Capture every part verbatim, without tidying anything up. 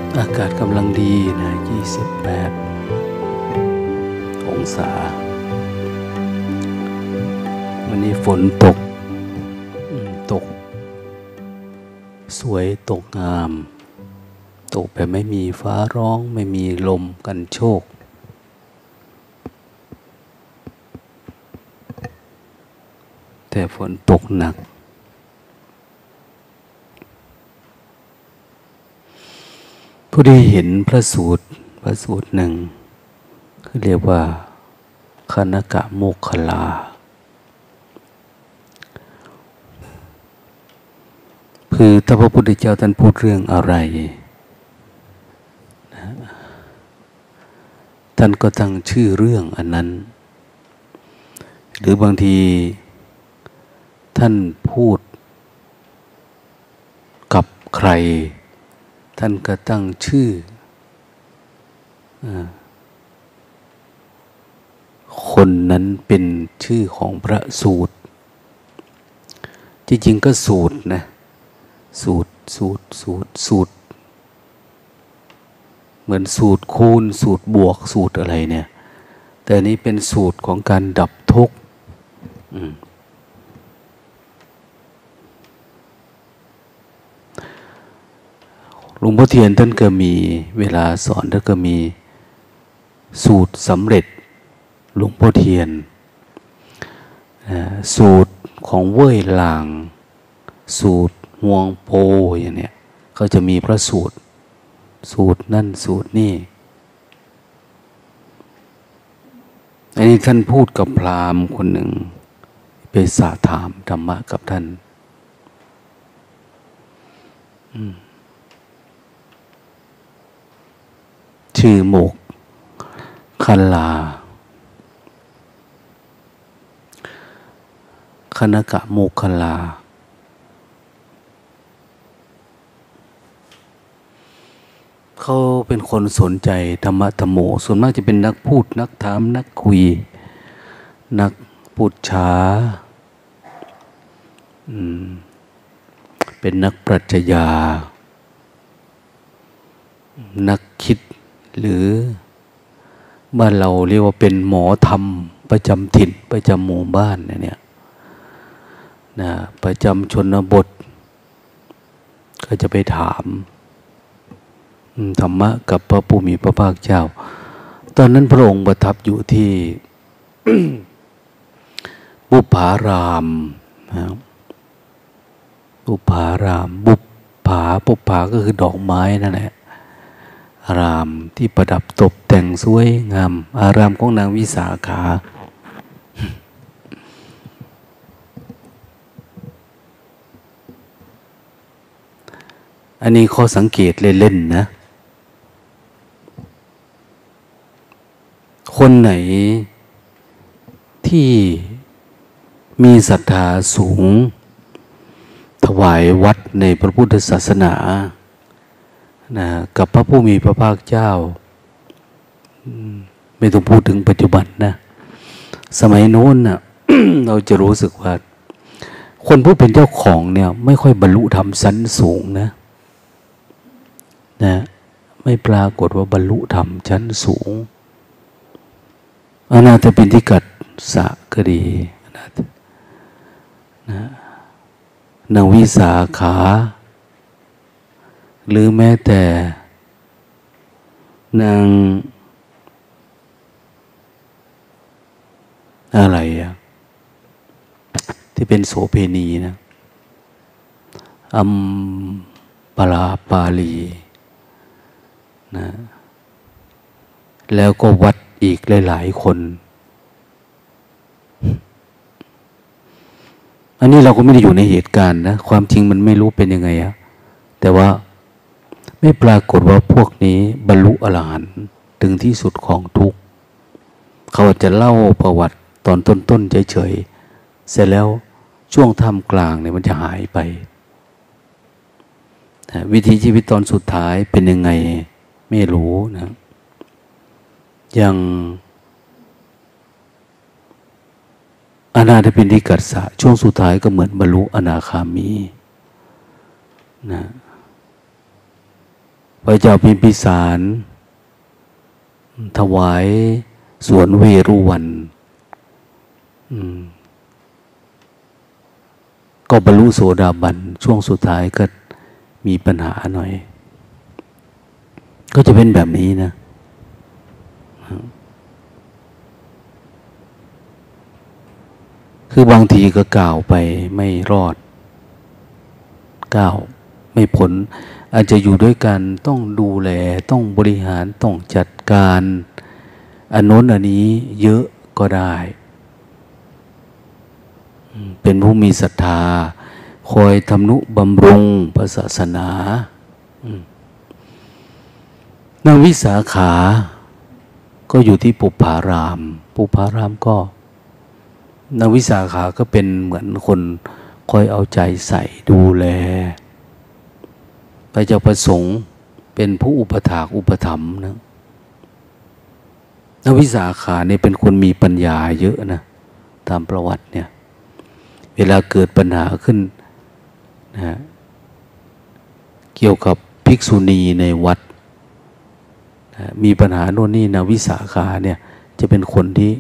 อากาศกำลังดีนะยี่สิบแปดองศาวันนี้ฝนตกตกสวยตกงามตกแบบไม่มีฟ้าร้องไม่มีลมกันโชกแต่ฝนตกหนักผู้ได้เห็นพระสูตรพระสูตรหนึ่งเขาเรียกว่าคณกะโมคคัลลาคือถ้าพระพุทธเจ้าท่านพูดเรื่องอะไรนะท่านก็ตั้งชื่อเรื่องอันนั้นหรือบางทีท่านพูดกับใครท่านก็ตั้งชื่อคนนั้นเป็นชื่อของพระสูตรจริงๆก็สูตรนะสูตรสูตรสูตรสูตรเหมือนสูตรคูณสูตรบวกสูตรอะไรเนี่ยแต่นี้เป็นสูตรของการดับทุกข์หลวงพ่อเทียนท่านก็มีเวลาสอนท่านก็มีสูตรสำเร็จหลวงพ่อเทียนสูตรของเว่ยหลางสูตรฮวงโปอย่างเนี้ยเขาจะมีพระสูตรสูตรนั่นสูตรนี่อันนี้ท่านพูดกับพราหมณ์คนหนึ่งไปสาถามธรรมะกับท่านชื่อโมกคัลลาคณกะโมคคัลลาเขาเป็นคนสนใจธรรมะธรรมโมส่วนมากจะเป็นนักพูดนักถามนักคุยนักพูดช้าเป็นนักปรัชญานักคิดหรือบ้านเราเรียกว่าเป็นหมอธรรมประจำถิ่นประจำหมู่บ้านเนี่ยนะประจำชนบทก็จะไปถามธรรมะกับพระผู้มีพระภาคเจ้าตอนนั้นพระองค์ประทับอยู่ที่ บุพารามนะบุพารามบุพผาบุพผาก็คือดอกไม้นั่นแหละอารามที่ประดับตกแต่งสวยงามอารามของนางวิสาขาอันนี้ข้อสังเกตเล่นๆนะคนไหนที่มีศรัทธาสูงถวายวัดในพระพุทธศาสนานะกับพระผู้มีพระภาคเจ้าไม่ต้องพูดถึงปัจจุบันนะสมัยโน้นนะ เราจะรู้สึกว่าคนผู้เป็นเจ้าของเนี่ยไม่ค่อยบรรลุธรรมชั้นสูงนะนะไม่ปรากฏว่าบรรลุธรรมชั้นสูงอนาถปิณฑิกัสสะก็ดีนะนางวิสาขาหรือแม้แต่นางอะไรอะที่เป็นโสเภณีนะอัมปราปาลีนะแล้วก็วัดอีกหลายๆคนอันนี้เราก็ไม่ได้อยู่ในเหตุการณ์นะความจริงมันไม่รู้เป็นยังไงอะแต่ว่าไม่ปรากฏว่าพวกนี้บรรลุอรหันต์ถึงที่สุดของทุกข์เขาจะเล่าประวัติตอนต้นๆเฉยๆเสร็จแล้วช่วงท่ามกลางเนี่ยมันจะหายไปวิถีชีวิตตอนสุดท้ายเป็นยังไงไม่รู้นะอย่างอนาถปิณฑิกัสสะช่วงสุดท้ายก็เหมือนบรรลุอนาคามีนะ พพระเจ้าพิมพิสารถวายสวนเวรุวันก็บรรลุโสดาบันช่วงสุดท้ายก็มีปัญหาหน่อยก็จะเป็นแบบนี้นะคือบางทีก็กล่าวไปไม่รอดกล่าวไม่ผลอาจจะอยู่ด้วยกันต้องดูแลต้องบริหารต้องจัดการอันโน้นอันนี้เยอะก็ได้เป็นผู้มีศรัทธาคอยทำนุบำรุงพระศาสนานางวิสาขาก็อยู่ที่ปุปผารามปุปผารามก็นางวิสาขาก็เป็นเหมือนคนคอยเอาใจใส่ดูแลพระเจ้าประสงค์เป็นผู้อุปถากอุปถัมภ์นะนางวิสาขาเนี่ยเป็นคนมีปัญญาเยอะนะตามประวัติเนี่ยเวลาเกิดปัญหาขึ้นนะเกี่ยวกับภิกษุณีในวัดนะมีปัญหาโน่นนี่นางวิสาขาเนี่ยจะเป็นคนที่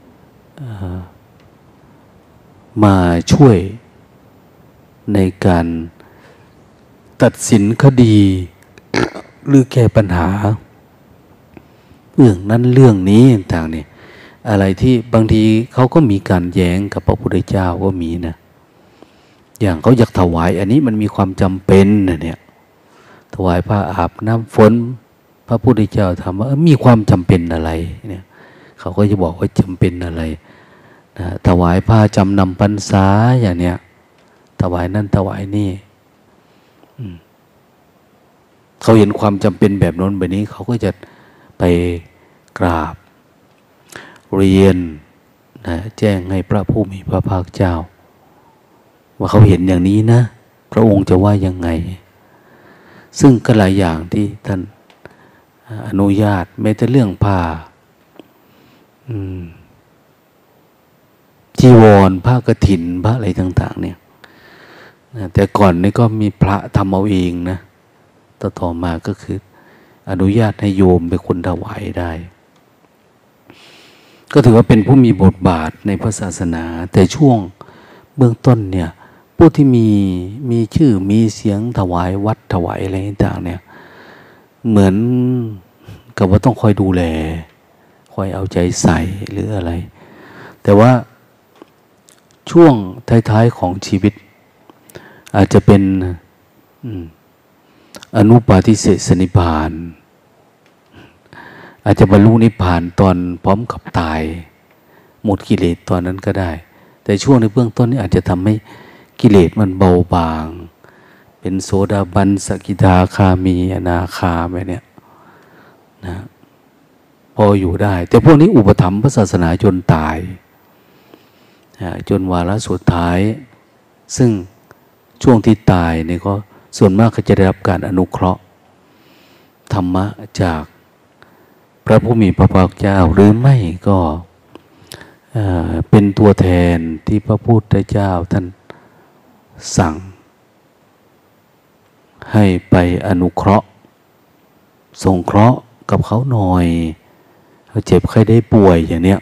มาช่วยในการตัดสินคดีหรือแก้ปัญหาเรื่องนั้นเรื่องนี้ต่างๆเนี่ยอะไรที่บางทีเขาก็มีการแย้งกับพระพุทธเจ้าก็มีนะอย่างเขาอยากถวายอันนี้มันมีความจำเป็นนะเนี่ยถวายผ้าอาบน้ำฝนพระพุทธเจ้าถามว่ามีความจำเป็นอะไรเนี่ยเขาก็จะบอกว่าจำเป็นอะไรนะถวายผ้าจำนำพรรษาอย่างเนี้ยถวายนั่นถวายนี่เขาเห็นความจำเป็นแบบนั้นแบบนี้เขาก็จะไปกราบเรียนนะแจ้งให้พระผู้มีพระภาคเจ้าว่าเขาเห็นอย่างนี้นะพระองค์จะว่ายังไงซึ่งก็หลายอย่างที่ท่านอนุญาตแม้แต่เรื่องผ้าจีวรผ้ากฐินผ้าอะไรต่างๆเนี่ยแต่ก่อนนี่ก็มีพระทำเอาเองนะต่อต่อมาก็คืออนุญาตให้โยมเป็นคนถวายได้ก็ถือว่าเป็นผู้มีบทบาทในพระศาสนาแต่ช่วงเบื้องต้นเนี่ยผู้ที่มีมีชื่อมีเสียงถวายวัดถวายอะไรต่างๆเนี่ยเหมือนกับว่าต้องคอยดูแลคอยเอาใจใส่หรืออะไรแต่ว่าช่วงท้ายๆของชีวิตอาจจะเป็นอนุปาทิเสสนิพพานอาจจะบรรลุนิพพานตอนพร้อมกับตายหมดกิเลสตอนนั้นก็ได้แต่ช่วงในเบื้องต้นนี่อาจจะทำให้กิเลสมันเบาบางเป็นโสดาบันสกิทาคามีอนาคาไปเนี่ยนะพออยู่ได้แต่พวกนี้อุปถัมภ์พระศาสนาจนตายจนวาระสุดท้ายซึ่งช่วงที่ตายเนี่ยก็ส่วนมากก็จะได้รับการอนุเคราะห์ธรรมะจากพระผู้มีพระภาคเจ้าหรือไม่ก็เป็นตัวแทนที่พระพุทธเจ้าท่านสั่งให้ไปอนุเคราะห์สงเคราะห์กับเขาหน่อยเขาเจ็บใครได้ป่วยอย่างเนี้ย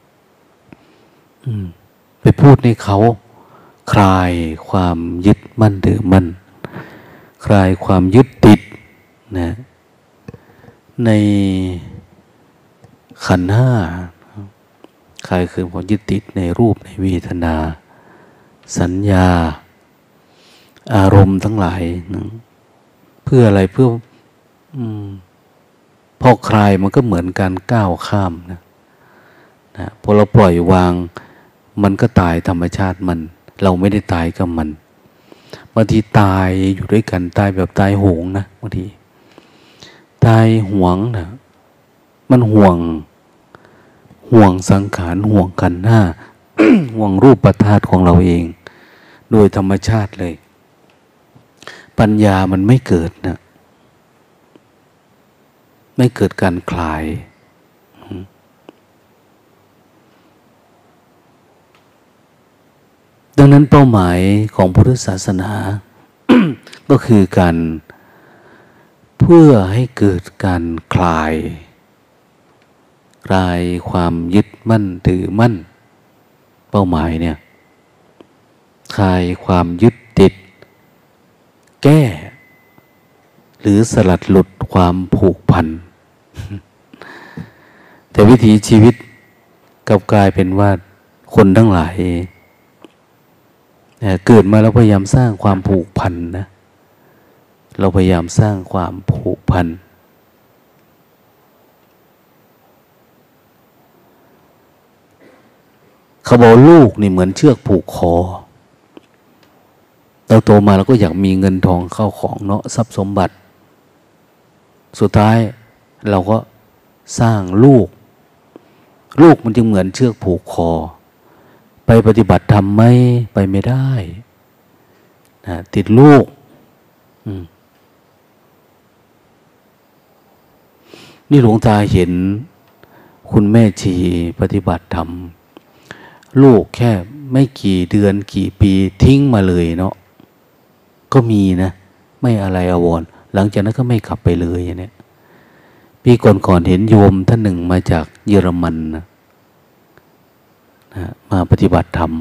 ไปพูดให้เขาคลายความยึดมั่นถือมั่นคลายความยึดติดนะในขันธ์ห้าคลายคือความยึดติดในรูปในเวทนาสัญญาอารมณ์ทั้งหลายนะเพื่ออะไรเพื่อพอคลายมันก็เหมือนการก้าวข้ามนะนะพอเราปล่อยวางมันก็ตายธรรมชาติมันเราไม่ได้ตายกับมันบางทีตายอยู่ด้วยกันตายแบบตายโหงนะบางทีตายหวงนะมันห่วงห่วงสังขารห่วงขันธ์ห้า ห่วงรูปธาตุของเราเองโดยธรรมชาติเลยปัญญามันไม่เกิดนะไม่เกิดการคลายดังนั้นเป้าหมายของพุทธศาสนา ก็คือการพพื่อให้เกิดการคลายคลายความยึดมั่นถือมั่นเป้าหมายเนี่ยคลายความยึดติดแก้หรือสลัดหลุดความผูกพัน แต่วิถีชีวิตกลับกลายเป็นว่าคนทั้งหลายเกิดมาแล้วพยายามสร้างความผูกพันนะเราพยายามสร้างความผูกพันเขาบอกลูกนี่เหมือนเชือกผูกคอเราโตมาเราก็อยากมีเงินทองเข้าของเนาะทรัพย์สมบัติสุดท้ายเราก็สร้างลูกลูกมันจึงเหมือนเชือกผูกคอไปปฏิบัติธรรมไหมไปไม่ได้นะติดลูกนี่หลวงตาเห็นคุณแม่ชีปฏิบัติธรรมลูกแค่ไม่กี่เดือนกี่ปีทิ้งมาเลยเนาะก็มีนะไม่อะไรอาวรณ์หลังจากนั้นก็ไม่กลับไปเลยอย่างนี้ปีก่อนๆเห็นโยมท่านหนึ่งมาจากเยอรมันนะนะมาปฏิบัติธรรม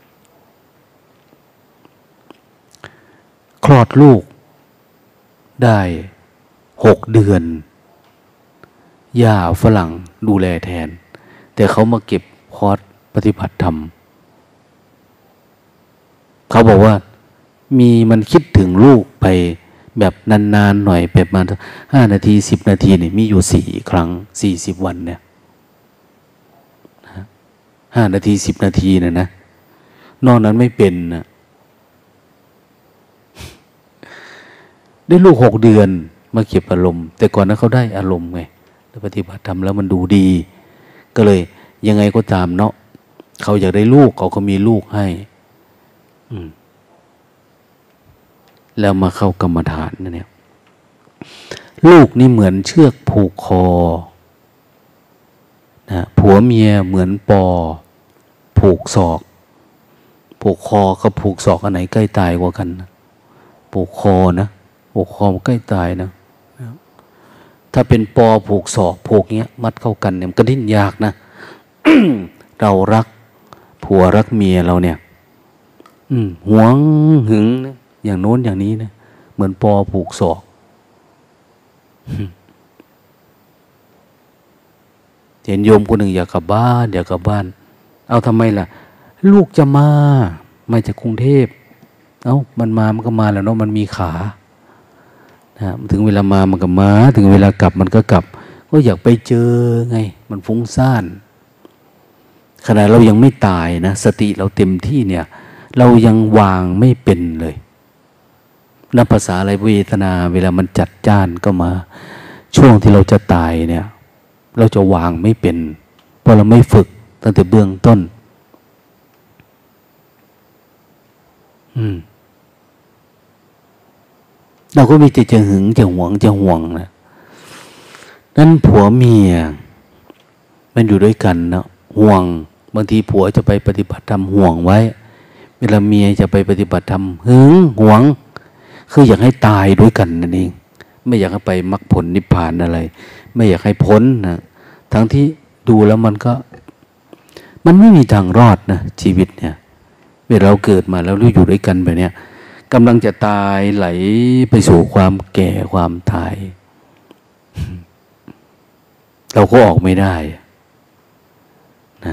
คลอดลูกได้หกเดือนย่าฝรั่งดูแลแทนแต่เขามาเก็บคอร์สปฏิบัติธรรมเขาบอกว่ามีมันคิดถึงลูกไปแบบนานๆหน่อยแบบมาห้านาทีสิบนาทีเนี่ยมีอยู่สี่ครั้งสี่สิบวันเนี่ยห้านาทีสิบนาทีเนี่ยนะนอกนั้นไม่เป็นนะได้ลูกหกเดือนมาเก็บอารมณ์แต่ก่อนนั้นเขาได้อารมณ์ไงปฏิบัติธรรมแล้วมันดูดีก็เลยยังไงก็ตามเนาะเขาอยากได้ลูกเขาก็มีลูกให้อืมแล้วมาเข้ากรรมฐานนะเนี่ยลูกนี่เหมือนเชือกผูกคอนะผัวเมียเหมือนปอผูกศอกผูกคอกับผูกศอกอันไหนใกล้ตายกว่ากันนะผูกคอนะผูกคอมันใกล้ตายนะถ้าเป็นปอผูกศอกผูกเงี้ยมัดเข้ากันเนี่ยมันก็ดิ้นยากนะ เรารักผัวรักเมียเราเนี่ยอืมหวงหึงนะอย่างโน้นอย่างนี้นะเหมือนปอผูกศอกเห็นโยมคนหนึ่งอยากกลับบ้านอยากกลับบ้านเอาทำไมล่ะลูกจะมามาจากกรุงเทพเอามันมามันก็มาแล้วเนาะมันมีขานะถึงเวลามามันก็มาถึงเวลากลับมันก็กลับก็อยากไปเจอไงมันฟุ้งซ่านขณะเรายังไม่ตายนะสติเราเต็มที่เนี่ยเรายังวางไม่เป็นเลยนับภาษาอะไรเวทนาเวลามันจัดจ้านก็มาช่วงที่เราจะตายเนี่ยเราจะวางไม่เป็นเพราะเราไม่ฝึกตั้งแต่เบื้องต้นอืมเราก็มีแต่จะหึงจะหวงจะห่วงนะนั้นผัวเมียมันอยู่ด้วยกันนะห่วงบางทีผัวจะไปปฏิบัติธรรมห่วงไว้เวลาเมียจะไปปฏิบัติธรรมหึงหวงคืออยากให้ตายด้วยกันนั่นเองไม่อยากให้ไปมรรคผลนิพพานอะไรไม่อยากให้พ้นนะทั้งที่ดูแล้วมันก็มันไม่มีทางรอดนะชีวิตเนี่ยเวลาเราเกิดมาแล้วเราอยู่ด้วยกันแบบเนี้ยกำลังจะตายไหลไปสู่ความแก่ความตายเราก็ออกไม่ได้นะ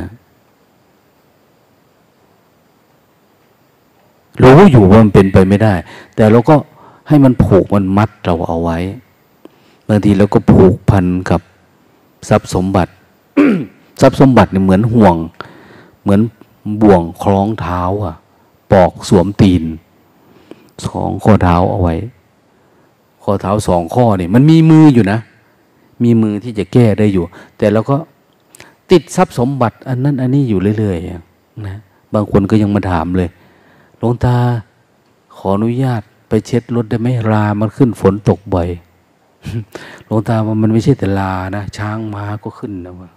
รู้อยู่ว่ามันเป็นไปไม่ได้แต่เราก็ให้มันผูกมันมัดเราเอาไว้บางทีเราก็ผูกพันกับทรัพย์สมบัติ ทรัพย์สมบัติเนี่ยเหมือนห่วงเหมือนบ่วงคล้องเท้าอ่ะปอกสวมตีนสองข้อเท้าเอาไว้ข้อเท้าสองข้อเนี่ยมันมีมืออยู่นะมีมือที่จะแก้ได้อยู่แต่เราก็ติดทรัพย์สมบัติอันนั้นอันนี้อยู่เรื่อยๆนะบางคนก็ยังมาถามเลยหลวงตาขออนุญาตไปเช็ดรถได้ไหมรามันขึ้นฝนตกบ่อย หลวงตาว่ามันไม่ใช่แต่ลานะช้างม้าก็ขึ้นนะว่า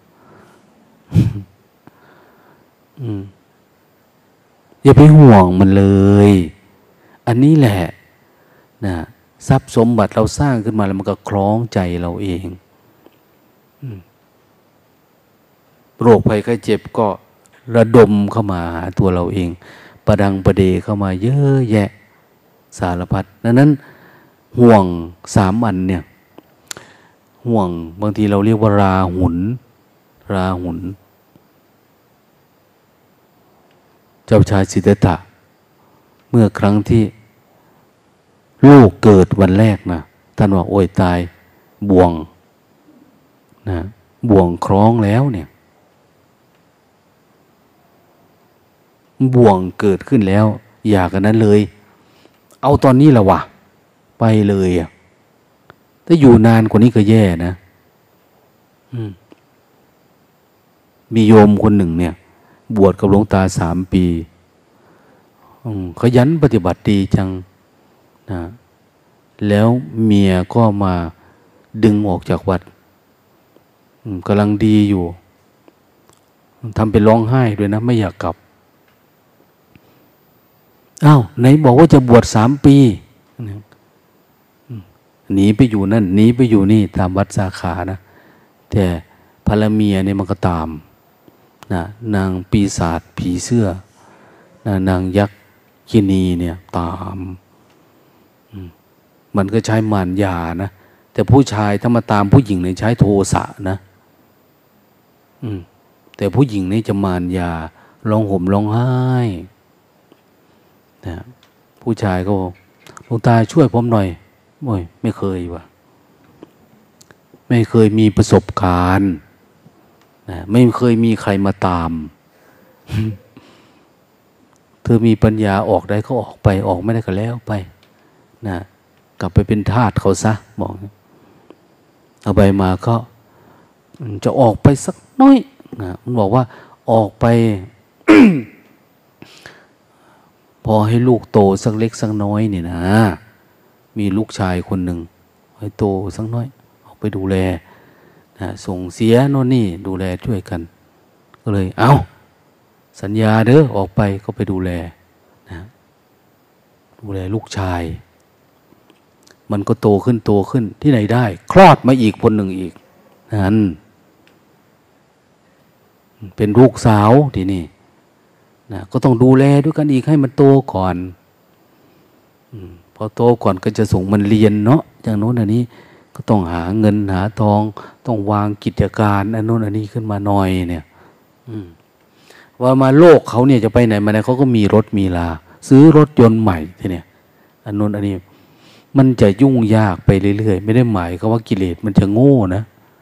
อืมอย่าไปห่วงมันเลยอันนี้แหละนะทรัพย์สมบัติเราสร้างขึ้นมาแล้วมันก็คล้องใจเราเองโรคภัยไข้เจ็บก็ระดมเข้ามาหาตัวเราเองประดังประเดเข้ามาเยอะแยะสารพัดดังนั้นห่วงสามอันเนี่ยห่วงบางทีเราเรียกว่าราหุลราหุลเจ้าชายสิทธัตถะเมื่อครั้งที่ลูกเกิดวันแรกนะท่านว่าโอ้ยตายบ่วงนะบ่วงคล้องแล้วเนี่ยบ่วงเกิดขึ้นแล้วอยากกันนั้นเลยเอาตอนนี้ละวะไปเลยอ่ะถ้าอยู่นานกว่านี้ก็แย่นะมีโยมคนหนึ่งเนี่ยบวชกับหลวงตาสามปีขยันปฏิบัติดีจังนะแล้วเมียก็มาดึงออกจากวัดกำลังดีอยู่ทำเป็นร้องไห้ด้วยนะไม่อยากกลับอ้าวไหนบอกว่าจะบวชสามปีหนีไปอยู่นั่นหนีไปอยู่นี่ตามวัดสาขานะแต่ภรรเมียเนี่ยมันก็ตามนะนางปีศาจผีเสื้อนะนางยักษ์กินีเนี่ยตามมันก็ใช้มารยานะแต่ผู้ชายถ้ามาตามผู้หญิงเนี่ยใช้โทสะนะแต่ผู้หญิงนี่จะมารยาร้องห่มร้องไห้นะผู้ชายก็หลวงตาช่วยผมหน่อยโอ้ยไม่เคยวะไม่เคยมีประสบการณ์นะไม่เคยมีใครมาตาม เธอมีปัญญาออกได้ก็ออกไปออกไม่ได้ก็แล้วไปนะกลับไปเป็นทาสเขาซะบอกเอาไปมาก็จะออกไปสักน้อยนะมันบอกว่าออกไป พอให้ลูกโตสักเล็กสักน้อยนี่นะมีลูกชายคนหนึ่งให้โตสักน้อยออกไปดูแลนะส่งเสียโน่นนี่ดูแลช่วยกันก็เลยเอาสัญญาเด้อออกไปก็ไปดูแลนะดูแลลูกชายมันก็โตขึ้นโตขึ้นที่ไหนได้คลอดมาอีกคนหนึ่งอีกนั้นเป็นลูกสาวทีนี่นะก็ต้องดูแลด้วยกันอีกให้มันโตก่อนพอโตก่อนก็จะส่งมันเรียนเนาะอย่างโน้นอันนี้ก็ต้องหาเงินหาทองต้องวางกิจการอันโน้นอันนี้ขึ้นมาหน่อยเนี่ยว่ามาโลกเขาเนี่ยจะไปไหนมาไหนเขาก็มีรถมีลาซื้อรถยนต์ใหม่ทีเนี่ยอันโน้นอันนี้มันจะยุ่งยากไปเรื่อยๆไม่ได้หมายก็ว่ากิเลสมันจะโง่นะ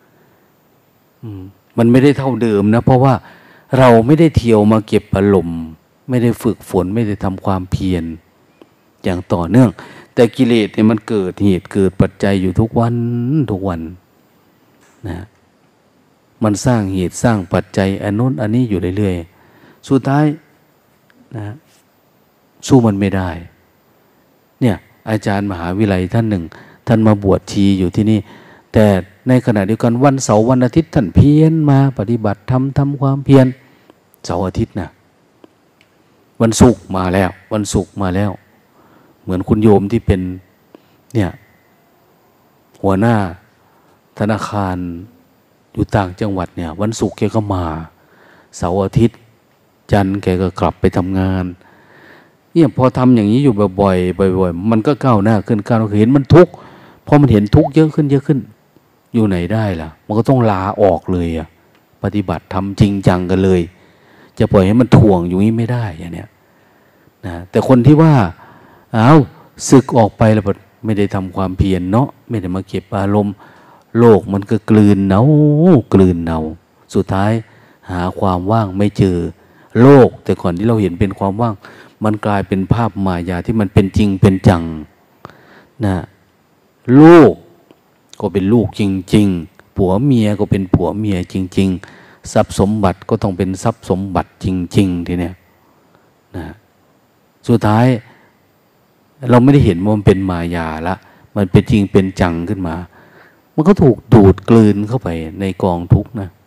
มันไม่ได้เท่าเดิมนะเพราะว่าเราไม่ได้เที่ยวมาเก็บอารมณ์ไม่ได้ฝึกฝนไม่ได้ทำความเพียรอย่างต่อเนื่องแต่กิเลสเนี่ยมันเกิดเหตุเกิดปัจจัยอยู่ทุกวันทุกวันนะมันสร้างเหตุสร้างปัจจัยอันนู้นอันนี้อยู่เรื่อยๆสุดท้ายนะสู้มันไม่ได้เนี่ยอาจารย์มหาวิไลท่านหนึ่งท่านมาบวชชีอยู่ที่นี่แต่ในขณะเดียวกันวันเสาร์วันอาทิตย์ท่านเพียรมาปฏิบัติทำทำความเพียรเสาร์อาทิตย์นะวันศุกร์มาแล้ววันศุกร์มาแล้วเหมือนคุณโยมที่เป็นเนี่ยหัวหน้าธนาคารอยู่ต่างจังหวัดเนี่ยวันศุกร์แกก็มาเสาร์อาทิตย์จันทร์แกก็กลับไปทำงานเนี่ยพอทำอย่างนี้อยู่บ่อยๆบ่อยๆมันก็ก้าวหน้าขึ้นก้าวหน้าเห็นมันทุกข์พอมันเห็นทุกข์เยอะขึ้นเยอะขึ้นอยู่ไหนได้ล่ะมันก็ต้องลาออกเลยอะปฏิบัติทำจริงจังกันเลยจะปล่อยให้มันถ่วงอยู่นี้ไม่ได้อย่างเนี้ยนะแต่คนที่ว่าอ้าวสึกออกไปแล้วไม่ได้ทำความเพียรเนาะไม่ได้มาเก็บอารมณ์โลกมันก็กลืนเนากลืนเนาสุดท้ายหาความว่างไม่เจอโลกแต่ก่อนที่เราเห็นเป็นความว่างมันกลายเป็นภาพมายาที่มันเป็นจริงเป็นจังนะลูกก็เป็นลูกจริงๆผัวเมียก็เป็นผัวเมียจริงๆทรัพย์สมบัติก็ต้องเป็นทรัพย์สมบัติจริงๆทีเนี้ยนะสุดท้ายเราไม่ได้เห็นว่ามันเป็นมายาละมันเป็นจริงเป็นจังขึ้นมามันก็ถูกดูดกลืนเข้าไปในกองทุกข์นะ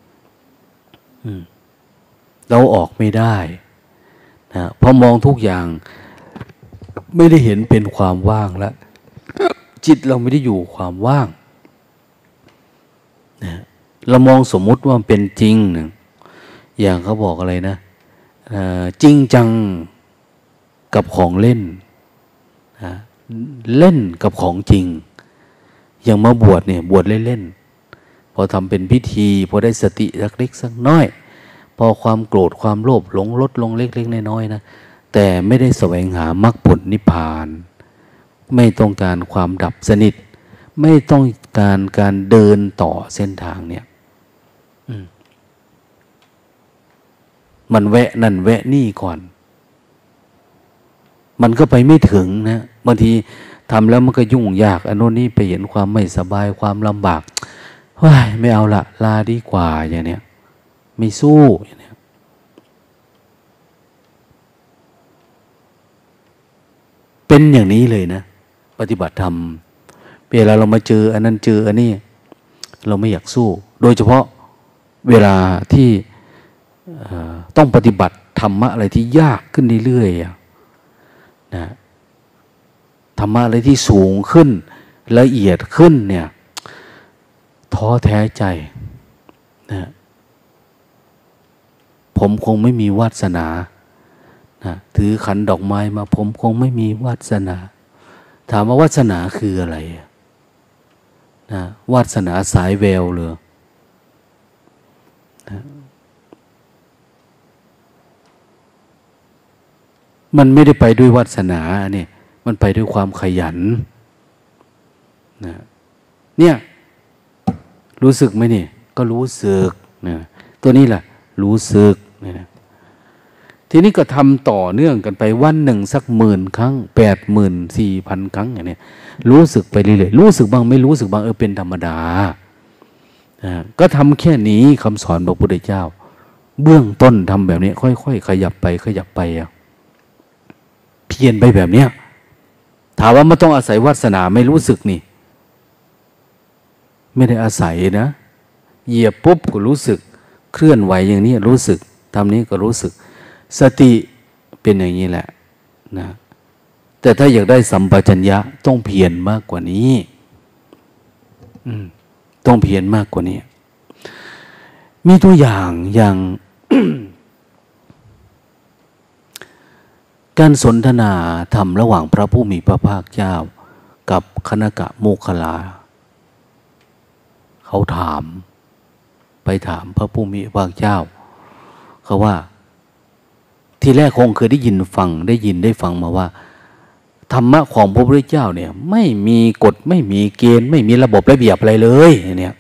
เราออกไม่ได้นะพอมองทุกอย่างไม่ได้เห็นเป็นความว่างแล้วจิตเราไม่ได้อยู่ความว่างนะเรามองสมมุติว่ามันเป็นจริงนะอย่างเขาบอกอะไรนะจริงจังกับของเล่นนะเล่นกับของจริงอย่างมาบวชเนี่ยบวชเล่นๆพอทำเป็นพิธีพอได้สติสักเล็กสักน้อยพอความโกรธความโลภหลงลดลงเล็กๆน้อยๆนะแต่ไม่ได้แสวงหามรรคผลนิพพานไม่ต้องการความดับสนิทไม่ต้องการการเดินต่อเส้นทางเนี่ยมันแวะนั่นแวะนี่ก่อนมันก็ไปไม่ถึงนะบางทีทำแล้วมันก็ยุ่งยากอันโน้นนี่ไปเห็นความไม่สบายความลำบากเฮ้ยไม่เอาละลาดีกว่าอย่างเนี้ยไม่สู้อย่างเนี้ยเป็นอย่างนี้เลยนะปฏิบัติธรรมเวลาเรามาเจออันนั้นเจออันนี้เราไม่อยากสู้โดยเฉพาะเวลาที่ต้องปฏิบัติธรรมะอะไรที่ยากขึ้นเรื่อยๆนะธรรมะอะไรที่สูงขึ้นละเอียดขึ้นเนี่ยท้อแท้ใจนะผมคงไม่มีวาสนานะถือขันดอกไม้มาผมคงไม่มีวาสนาถามว่าวาสนาคืออะไรนะวาสนาสายแววเลยนะมันไม่ได้ไปด้วยวาสนาเนี่ยมันไปด้วยความขยันนะเนี่ยรู้สึกไหมนี่ก็รู้สึกนะตัวนี้แหละรู้สึกนะทีนี้ก็ทำต่อเนื่องกันไปวันหนึ่งสักหมื่นครั้งแปดหมื่นสี่พันครั้งอย่างนี้รู้สึกไปเรื่อยๆรู้สึกบ้างไม่รู้สึกบ้างเออเป็นธรรมดานะก็ทำแค่นี้คำสอนพระพุทธเจ้าเบื้องต้นทำแบบนี้ค่อยๆขยับไปขยับไปอ่ะเพียรไปแบบเนี้ยถามว่ามันต้องอาศัยวาสนาไม่รู้สึกนี่ไม่ได้อาศัยนะเหยียบปุ๊บก็รู้สึกเคลื่อนไหวอย่างนี้รู้สึกทำนี้ก็รู้สึกสติเป็นอย่างนี้แหละนะแต่ถ้าอยากได้สัมปชัญญะต้องเพียรมากกว่านี้ต้องเพียรมากกว่านี้มีตัวอย่างอย่าง การสนทนาธรรมระหว่างพระผู้มีพระภาคเจ้ากับคณกะโมคคัลลาเขาถามไปถามพระผู้มีพระภาคเจ้าเขาว่าที่แรกคงเคยได้ยินฟังได้ยินได้ฟังมาว่าธรรมะของพระพุทธเจ้าเนี่ยไม่มีกฎไม่มีเกณฑ์ไม่มีระบบระเบียบอะไรเลยเนี่ย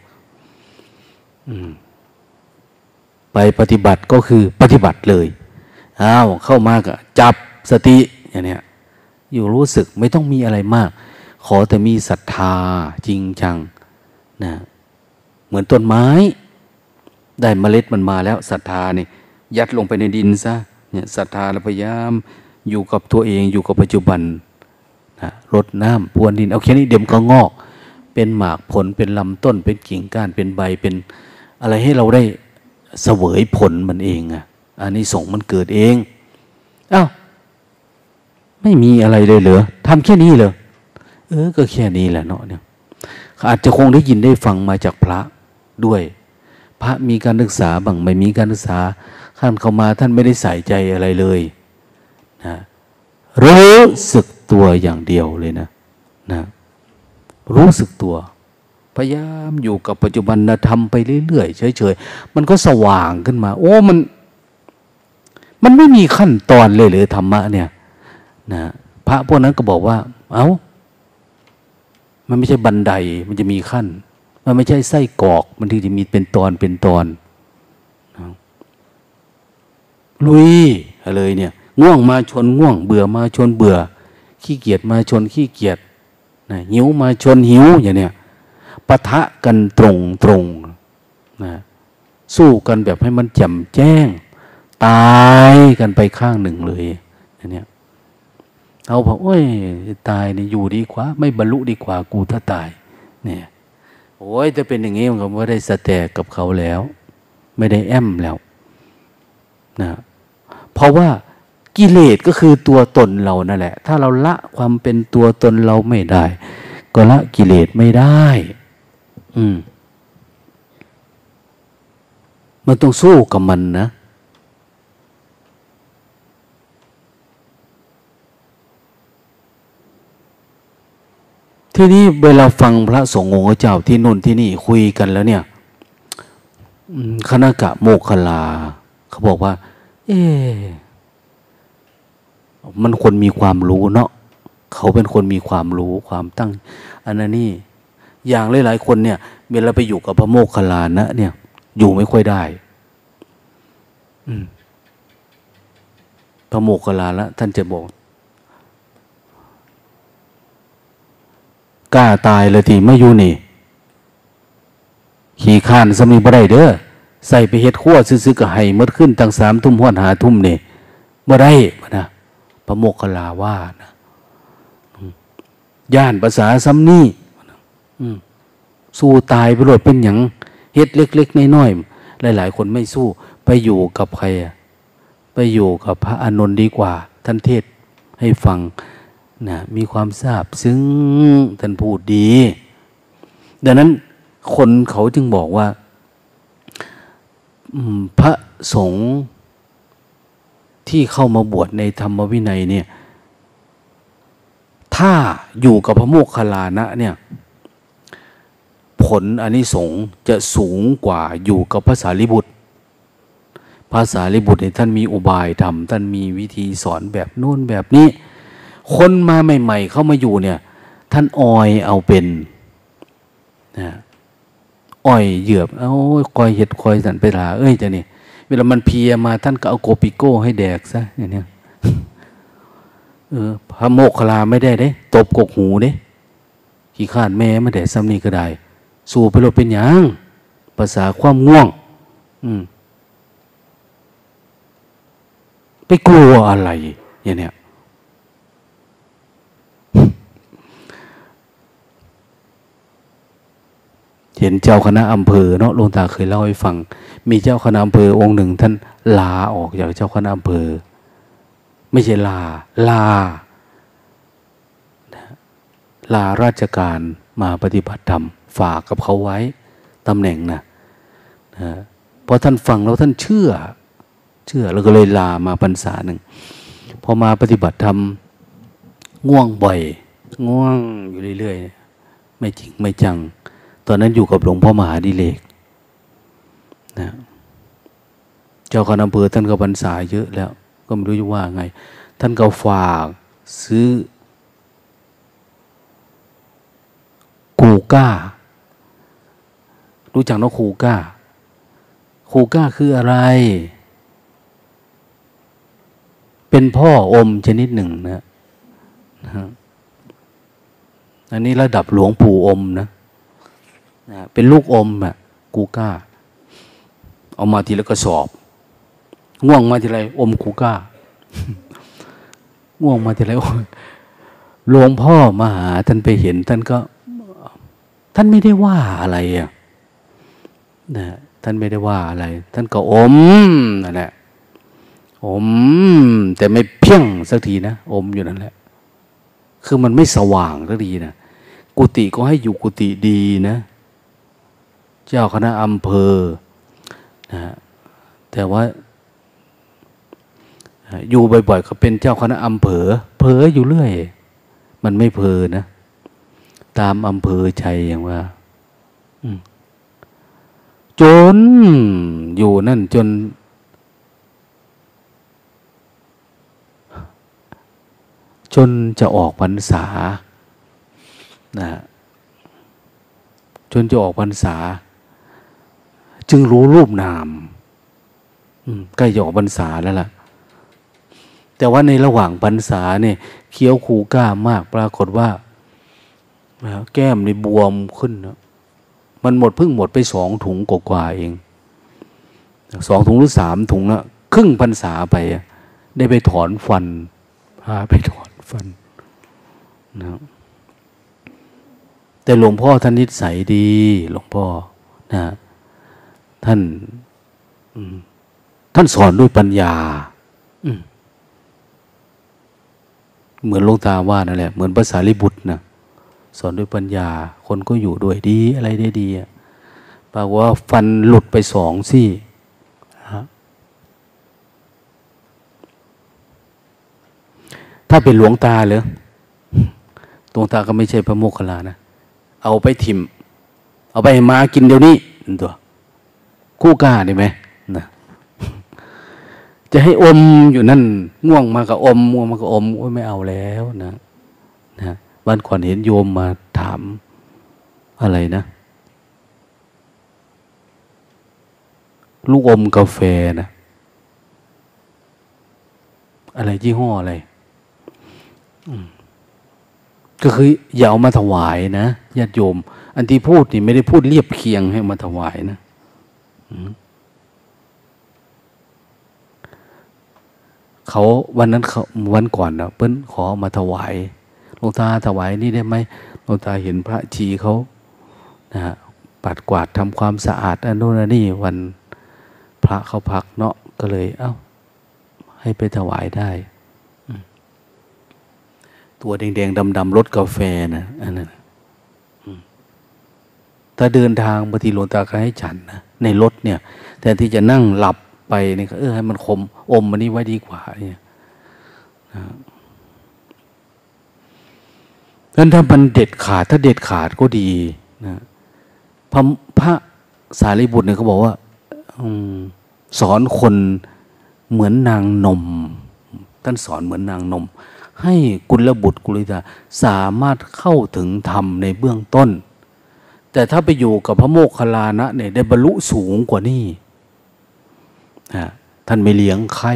ไปปฏิบัติก็คือปฏิบัติเลยอ้าวเข้ามาก็จับสติอย่างเนี้ยอยู่รู้สึกไม่ต้องมีอะไรมากขอแต่มีศรัทธาจริงจังนะเหมือนต้นไม้ได้เมล็ดมันมาแล้วศรัทธานี่ยัดลงไปในดินซะเนี่ยศรัทธาเราพยายามอยู่กับตัวเองอยู่กับปัจจุบันนะรดน้ำพรวนดินเอาแค่นี้เดี๋ยวมันก็งอกเป็นหมากผลเป็นลำต้นเป็นกิ่งก้านเป็นใบเป็นอะไรให้เราได้เสวยผลมันเองอ่ะอันนี้ส่งมันเกิดเองอ้าวไม่มีอะไรเลยเหรอทำแค่นี้เหรอเออก็แค่นี้แหละเนาะเนี่ยอาจจะคงได้ยินได้ฟังมาจากพระด้วยพระมีการศึกษาบ้างไม่มีการศึกษาท่านเข้ามาท่านไม่ได้ใส่ใจอะไรเลยนะรู้สึกตัวอย่างเดียวเลยนะนะรู้สึกตัวพยายามอยู่กับปัจจุบันนะทำไปเรื่อยๆเฉยๆมันก็สว่างขึ้นมาโอ้มันมันไม่มีขั้นตอนเลยเลยธรรมะเนี่ยนะพระพวกนั้นก็บอกว่าเอ้ามันไม่ใช่บันไดมันจะมีขั้นมันไม่ใช่ไส้กรอกมันถึงจะมีเป็นตอนเป็นตอนนะลุยอะไรเนี่ยง่วงมาชนง่วงเบื่อมาชนเบื่อขี้เกียจมาชนขี้เกียจนะหิวมาชนหิวอย่างเนี้ยปะทะกันตรงตรงนะสู้กันแบบให้มันแจ่มแจ้งตายกันไปข้างหนึ่งเลยอย่างเนี้ยเอาบอกโอ้ยตายนี่อยู่ดีกว่าไม่บรรลุดีกว่ากูถ้าตายเนี่ยโอ้ยจะเป็นอย่างงี้มันก็ไม่ได้สแตกกับเขาแล้วไม่ได้แอมแล้วนะเพราะว่ากิเลสก็คือตัวตนเรานั่นแหละถ้าเราละความเป็นตัวตนเราไม่ได้ก็ละกิเลสไม่ได้อืมมันต้องสู้กับมันนะที่นี้เวลาฟังพระสงฆ์องค์เจ้าที่นู่นที่นี่คุยกันแล้วเนี่ยคณกะโมคคัลลาเขาบอกว่าเอ๊ะมันคนมีความรู้เนาะเขาเป็นคนมีความรู้ความตั้งอันนั้นนี่อย่างหลายๆคนเนี่ยเวลาไปอยู่กับพระโมคคัลลานะเนี่ยอยู่ไม่ค่อยได้พระโมคคัลลานะท่านจะบอกกล้าตายเลยทีไม่อยู่นี่ขี่ข้านสมีบ่ได้เด้อใส่ไปเฮ็ดขั้วซื้อๆก็ให้มดขึ้นตั้งสามทุ่มห้อนหาทุ่มนี่บ่ได้นะพระโมคคัลลาว่านะย่านภาษาซ้ำนี่สู้ตายไปโลดเป็นหยังเฮ็ดเล็กๆน้อยๆหลายๆคนไม่สู้ไปอยู่กับใครอะไปอยู่กับพระอานนท์ดีกว่าท่านเทศให้ฟังนะมีความซาบซึ้งท่านพูดดีดังนั้นคนเขาจึงบอกว่าพระสงฆ์ที่เข้ามาบวชในธรรมวินัยเนี่ยถ้าอยู่กับพระโมคคัลลานะเนี่ยผลอานิสงส์จะสูงกว่าอยู่กับพระสารีบุตรพระสารีบุตรเนี่ยท่านมีอุบายธรรมท่านมีวิธีสอนแบบโน้นแบบนี้คนมาใหม่ๆเข้ามาอยู่เนี่ยท่านออยเอาเป็นนะอ้อยเหยือบเอาคอยเห็ดคอยสันไปหลาเอ้ยจะนี่เวลามันเพียมาท่านก็เอาโกปิโก้ให้แดกซะอย่างนี้เออพระโมคคัลลาไม่ได้เด้ตบกกหูเด้ขี้ข้านแม่ไม่ได้ซ้ำนี่ก็ได้สู้ไปรถเป็นหยังภาษาความง่วงอืมไปกลัวอะไรอย่างเนี้ยเห็นเจ้าคณะอำเภอเนาะหลวงตาเคยเล่าให้ฟังมีเจ้าคณะอำเภอองค์หนึ่งท่านลาออกจากเจ้าคณะอำเภอไม่ใช่ลาลาลาราชการมาปฏิบัติธรรมฝากกับเขาไว้ตำแหน่งนะนะพอท่านฟังแล้วท่านเชื่อเชื่อแล้วก็เลยลามาพรรษาหนึ่งพอมาปฏิบัติธรรมง่วงบ่อยง่วงอยู่เรื่อยๆไม่จริงไม่จังตอนนั้นอยู่กับหลวงพ่อมหาดิเรกนะเจ้าคณะอำเภอท่านก็พรรษาเยอะแล้วก็ไม่รู้จะว่าไงท่านก็ฝากซื้อคูก้ารู้จักนกคูก้าคูก้าคืออะไรเป็นพ่ออมชนิดหนึ่งนะนะอันนี้ระดับหลวงปู่อมนะนะเป็นลูกอมอะคูก้าเอามาทีละกระสอบง่วงมาทีไรอมคูก้าง่วงมาทีไรหลวงพ่อมาหาท่านไปเห็นท่านก็ท่านไม่ได้ว่าอะไรอ่ะนะท่านไม่ได้ว่าอะไรท่านก็อมนั่นแหละอมแต่ไม่เพี้ยงสักทีนะอมอยู่นั่นแหละคือมันไม่สว่างสักทีนะกุฏิก็ให้อยู่กุฏิดีนะเจ้าคณะอำเภอนะแต่ว่าอยู่บ่อยๆก็เป็นเจ้าคณะอำเภอเผลออยู่เรื่อยมันไม่เพอนะตามอำเภอใจอย่างว่าจนอยู่นั่นจนจนจะออกพรรษานะจนจะออกพรรษาจึงรู้รูปนามใกล้จะออกพรรษาแล้วล่ะแต่ว่าในระหว่างพรรษาเนี่ยเคี้ยวคูก้ามากปรากฏว่าแก้มในบวมขึ้นนะมันหมดเพิ่งหมดไปสองถุงกว่าๆเองสองถุงหรือสามถุงนะครึ่งพรรษาไปได้ไปถอนฟันพาไปถอนฟันนะแต่หลวงพ่อท่านนิสัยดีหลวงพ่อนะท่านท่านสอนด้วยปัญญาเหมือนหลวงตาว่านั่นแหละเหมือนพระสารีบุตรนะสอนด้วยปัญญาคนก็อยู่ด้วยดีอะไรได้ดีปรากฏว่าฟันหลุดไปสองซี่ถ้าเป็นหลวงตาเหรอหลวงตาก็ไม่ใช่พระโมคคัลลานะเอาไปทิมเอาไปให้ม้ากินเดี๋ยวนี้ตัวกู้กล้าได้ไหมนะจะให้อมอยู่นั่นง่วงมาก็อมง่วงมาก็อมโอ้ยไม่เอาแล้วนะนะวันก่อนเห็นโยมมาถามอะไรนะลูกอมกาแฟนะอะไรยี่ห้ออะไรก็คืออย่าเอามาถวายนะญาติโยมอันที่พูดนี่ไม่ได้พูดเรียบเคียงให้มาถวายนะเขาวันนั้นเขาวันก่อนนะเพิ่นขอมาถวายหลวงตาถวายนี่ได้ไหมหลวงตาเห็นพระชีเขานะฮะปัดกวาดทำความสะอาดอันโน้นอันนี่วันพระเขาพักเนาะก็เลยเอ้าให้ไปถวายได้ตัวแดงๆดำๆรถกาแฟนะอันนั้นถ้าเดินทางบางทีหลวงตาก็ให้ฉันนะในรถเนี่ยแทนที่จะนั่งหลับไปเนี่ยเออให้มันคมอมมันนี่ไว้ดีกว่าเนี่ยนะงั้นถ้ามันเด็ดขาดถ้าเด็ดขาดก็ดีนะพระพระสารีบุตรเนี่ยเขาบอกว่าอสอนคนเหมือนนางนมท่านสอนเหมือนนางนมให้กุลบุตรกุลิตาสามารถเข้าถึงธรรมในเบื้องต้นแต่ถ้าไปอยู่กับพระโมคคัลลานะเนี่ยได้บรรลุสูงกว่านี้นะท่านไม่เลี้ยงไข่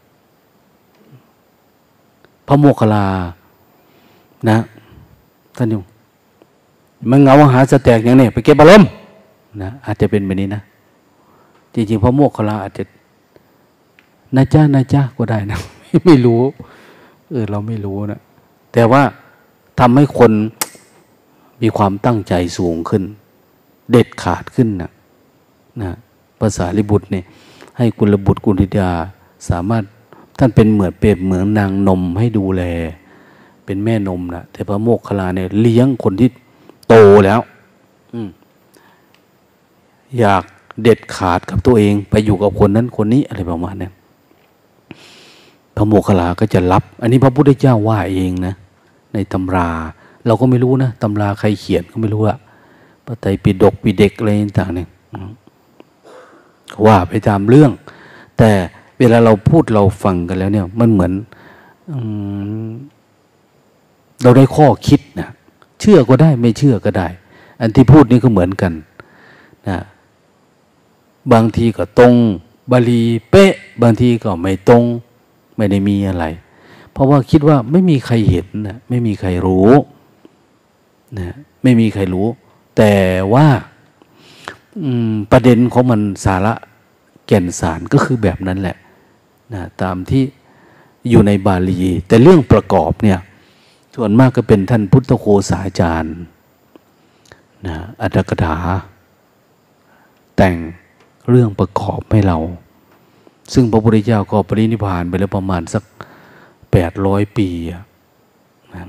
พระโมคคัลลานะท่านอยู่มันเงาหาสแตกอย่างนี้ไปเก็บอารมณ์นะอาจจะเป็นแบบนี้นะจริงๆพระโมคคัลลาอาจจะนะจ้านะจ้าก็ได้นะ ไม่รู้เออเราไม่รู้นะแต่ว่าทำให้คนมีความตั้งใจสูงขึ้นเด็ดขาดขึ้นนะนะภาษาลิบุตรเนี่ยให้กุลบุตรกุลธิดาสามารถท่านเป็นเหมือนเปรียบเหมือนนางนมให้ดูแลเป็นแม่นมนะแต่พระโมคคัลลาเนี่ยเลี้ยงคนที่โตแล้วอยากเด็ดขาดกับตัวเองไปอยู่กับคนนั้นคนนี้อะไรประมาณนั้นพระโมคคัลลาก็จะรับอันนี้พระพุทธเจ้าว่าเองนะในตำราเราก็ไม่รู้นะตำราใครเขียนก็ไม่รู้อะพระไตรปิฎกปิฎกอะไรต่างๆเนี่ยว่าไปตามเรื่องแต่เวลาเราพูดเราฟังกันแล้วเนี่ยมันเหมือนเราได้ข้อคิดนะเชื่อก็ได้ไม่เชื่อก็ได้อันที่พูดนี่ก็เหมือนกันนะบางทีก็ตรงบาลีเป๊ะบางทีก็ไม่ตรงไม่ได้มีอะไรเพราะว่าคิดว่าไม่มีใครเห็นนะไม่มีใครรู้นะไม่มีใครรู้แต่ว่าประเด็นของมันสาระแก่นสารก็คือแบบนั้นแหละนะตามที่อยู่ในบาลีแต่เรื่องประกอบเนี่ยส่วนมากก็เป็นท่านพุทธโฆษาจารย์นะอัตถกถาแต่งเรื่องประกอบให้เราซึ่งพระพุทธเจ้าก็ปรินิพพานไปแล้วประมาณสักแปดร้อยปีนะ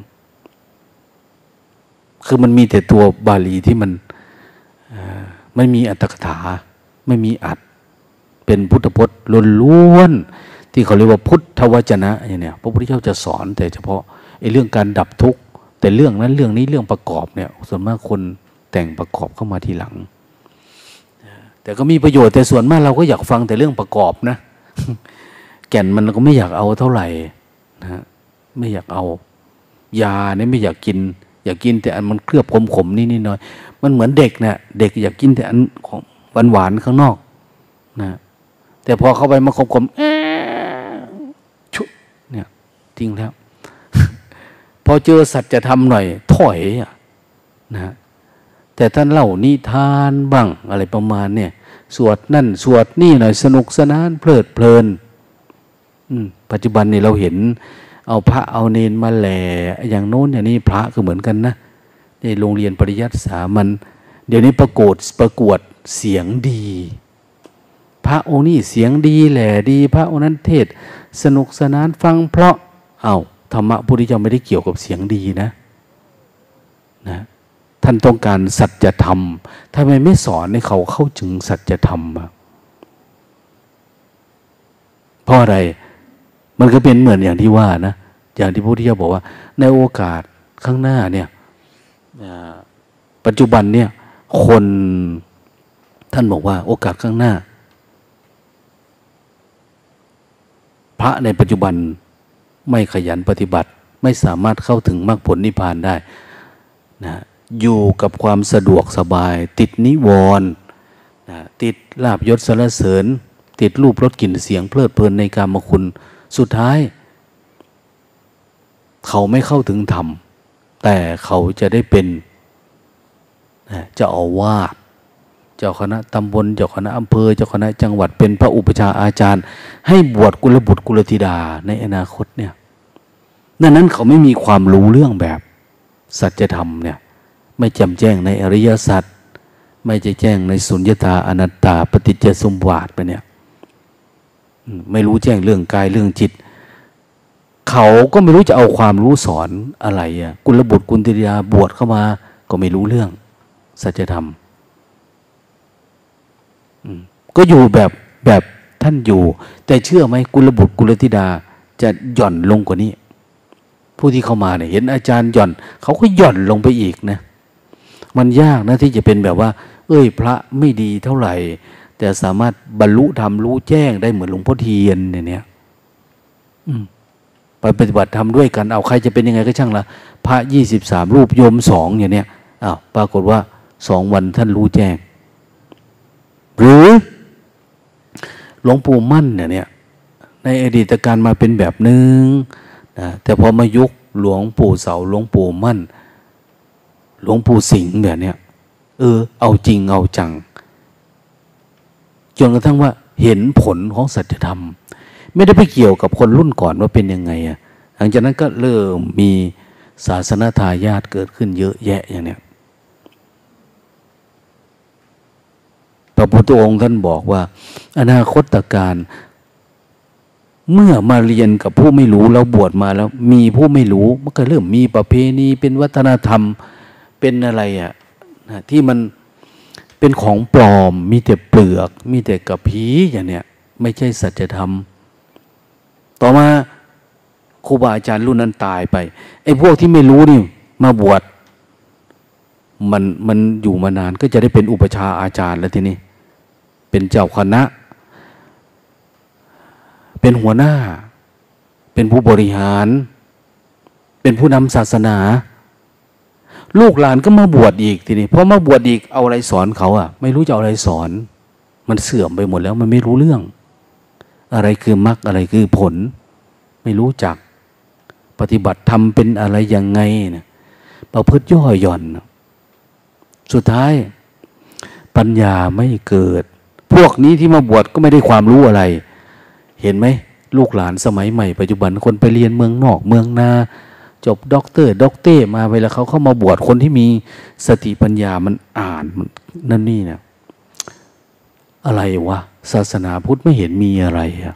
คือมันมีแต่ตัวบาลีที่มันไม่มีอัตถกถาไม่มีอัดเป็นพุทธพจน์ล้วนๆที่เขาเรียกว่าพุทธวจนะอย่างเนี้ยพระพุทธเจ้าจะสอนแต่เฉพาะไอ้เรื่องการดับทุกข์แต่เรื่องนั้นเรื่องนี้เรื่องประกอบเนี่ยส่วนมากคนแต่งประกอบเข้ามาทีหลังแต่ก็มีประโยชน์แต่ส่วนมากเราก็อยากฟังแต่เรื่องประกอบนะแก่นมันก็ไม่อยากเอาเท่าไหร่นะไม่อยากเอายาเนี่ยไม่อยากกินอยากกินแต่อันมันเคลือบขมๆนี่นิดหน่อยมันเหมือนเด็กเนี่ยเด็กอยากกินแต่อันของหวานๆข้างนอกนะแต่พอเข้าไปมาขมๆเอ๊ะชุเนี่ยทิ้งแล้ว พอเจอสัจธรรมหน่อยถอยอ่ะนะแต่ท่านเล่านิทานบ้างอะไรประมาณเนี่ยสวดนั่นสวดนี่หน่อยสนุกสนานเพลิดเพลินปัจจุบันนี่เราเห็นเอาพระเอาเนนมาแหล่อย่างโน้นอย่างนี้พระก็เหมือนกันนะในโรงเรียนปริยัติสามัญเดี๋ยวนี้ประกวดประกวดเสียงดีพระองค์นี้เสียงดีแหล่ดีพระองค์นั้นเทศสนุกสนานฟังเพราะเอาธรรมะพุทธเจ้าไม่ได้เกี่ยวกับเสียงดีนะนะท่านต้องการสัจธรรมทำไมไม่สอนให้เขาเข้าถึงสัจธรรมอ่ะเพราะอะไรมันก็เป็นเหมือนอย่างที่ว่านะอย่างที่พระพุทธเจ้าบอกว่าในโอกาสข้างหน้าเนี่ยปัจจุบันเนี่ยคนท่านบอกว่าโอกาสข้างหน้าพระในปัจจุบันไม่ขยันปฏิบัติไม่สามารถเข้าถึงมรรคผลนิพพานได้นะอยู่กับความสะดวกสบายติดนิวรณ์นะติดลาภยศสรรเสริญติดรูปรสกลิ่นเสียงเพลิดเพลินในกามคุณสุดท้ายเขาไม่เข้าถึงธรรมแต่เขาจะได้เป็นเจ้าอาวาสเจ้าคณะตำบลเจ้าคณะอำเภอเจ้าคณะจังหวัดเป็นพระอุปชาอาจารย์ให้บวชกุลบุตรกุลธิดาในอนาคตเนี่ยดังนั้นเขาไม่มีความรู้เรื่องแบบสัจธรรมเนี่ยไม่แจ่มแจ้งในอริยสัจไม่จะแจ้งในสุญญตาอนัตตาปฏิจจสมุปบาทไปเนี่ยไม่รู้แจ้งเรื่องกายเรื่องจิตเขาก็ไม่รู้จะเอาความรู้สอนอะไรอ่ะกุลบุตรกุลธิดาบวชเข้ามาก็ไม่รู้เรื่องสัจธรรมก็อยู่แบบแบบท่านอยู่แต่เชื่อไหมกุลบุตรกุลธิดาจะหย่อนลงกว่านี้ผู้ที่เข้ามาเนี่ยเห็นอาจารย์หย่อนเขาก็หย่อนลงไปอีกนะมันยากนะที่จะเป็นแบบว่าเอ้ยพระไม่ดีเท่าไหร่แต่สามารถบรรลุธรรมรู้แจ้งได้เหมือนหลวงพ่อเทียนเนี่ยไปปฏิบัติธรรมด้วยกันเอาใครจะเป็นยังไงก็ช่างละพระยี่สิบสามรูปโยมสองอย่างเนี้ยอ้าวปรากฏว่าสองวันท่านรู้แจ้งหรือหลวงปู่มั่นเนี่ยในอดีตการมาเป็นแบบนึงนะแต่พอมายุคหลวงปู่เสาหลวงปู่มั่นหลวงปู่สิงห์แบบเนี้ยเออเอาจริงเอาจังจนกระทั่งว่าเห็นผลของสัจธรรมไม่ได้ไปเกี่ยวกับคนรุ่นก่อนว่าเป็นยังไงอ่ะหลังจากนั้นก็เริ่มมีศาสนทายาทเกิดขึ้นเยอะแยะอย่างเนี้ยพระพุทธองค์ท่านบอกว่าอนาคตการเมื่อมาเรียนกับผู้ไม่รู้แล้วบวชมาแล้วมีผู้ไม่รู้มันก็เริ่มมีประเพณีเป็นวัฒนธรรมเป็นอะไรอ่ะนะที่มันเป็นของปลอมมีแต่เปลือกมีแต่กระพี้อย่างเนี้ยไม่ใช่สัจธรรมต่อมาครูบาอาจารย์รุ่นนั้นตายไปไอ้พวกที่ไม่รู้นี่มาบวชมันมันอยู่มานานก็จะได้เป็นอุปชาอาจารย์แล้วทีนี้เป็นเจ้าคณะเป็นหัวหน้าเป็นผู้บริหารเป็นผู้นำศาสนาลูกหลานก็มาบวชอีกทีนี้พอมาบวชอีกเอาอะไรสอนเขาอ่ะไม่รู้จะเอาอะไรสอนมันเสื่อมไปหมดแล้วมันไม่รู้เรื่องอะไรคือมรรคอะไรคือผลไม่รู้จักปฏิบัติธรรมเป็นอะไรยังไงเนี่ยประพฤติย่อหย่อนสุดท้ายปัญญาไม่เกิดพวกนี้ที่มาบวชก็ไม่ได้ความรู้อะไรเห็นไหมลูกหลานสมัยใหม่ปัจจุบันคนไปเรียนเมืองนอกเมืองนาจบด็อกเตอร์ด็อกเตอร์มาเวลาเขาเข้ามาบวชคนที่มีสติปัญญามันอ่านมันนั่นนี่เนี่ยอะไรวะศาสนาพุทธไม่เห็นมีอะไรอะ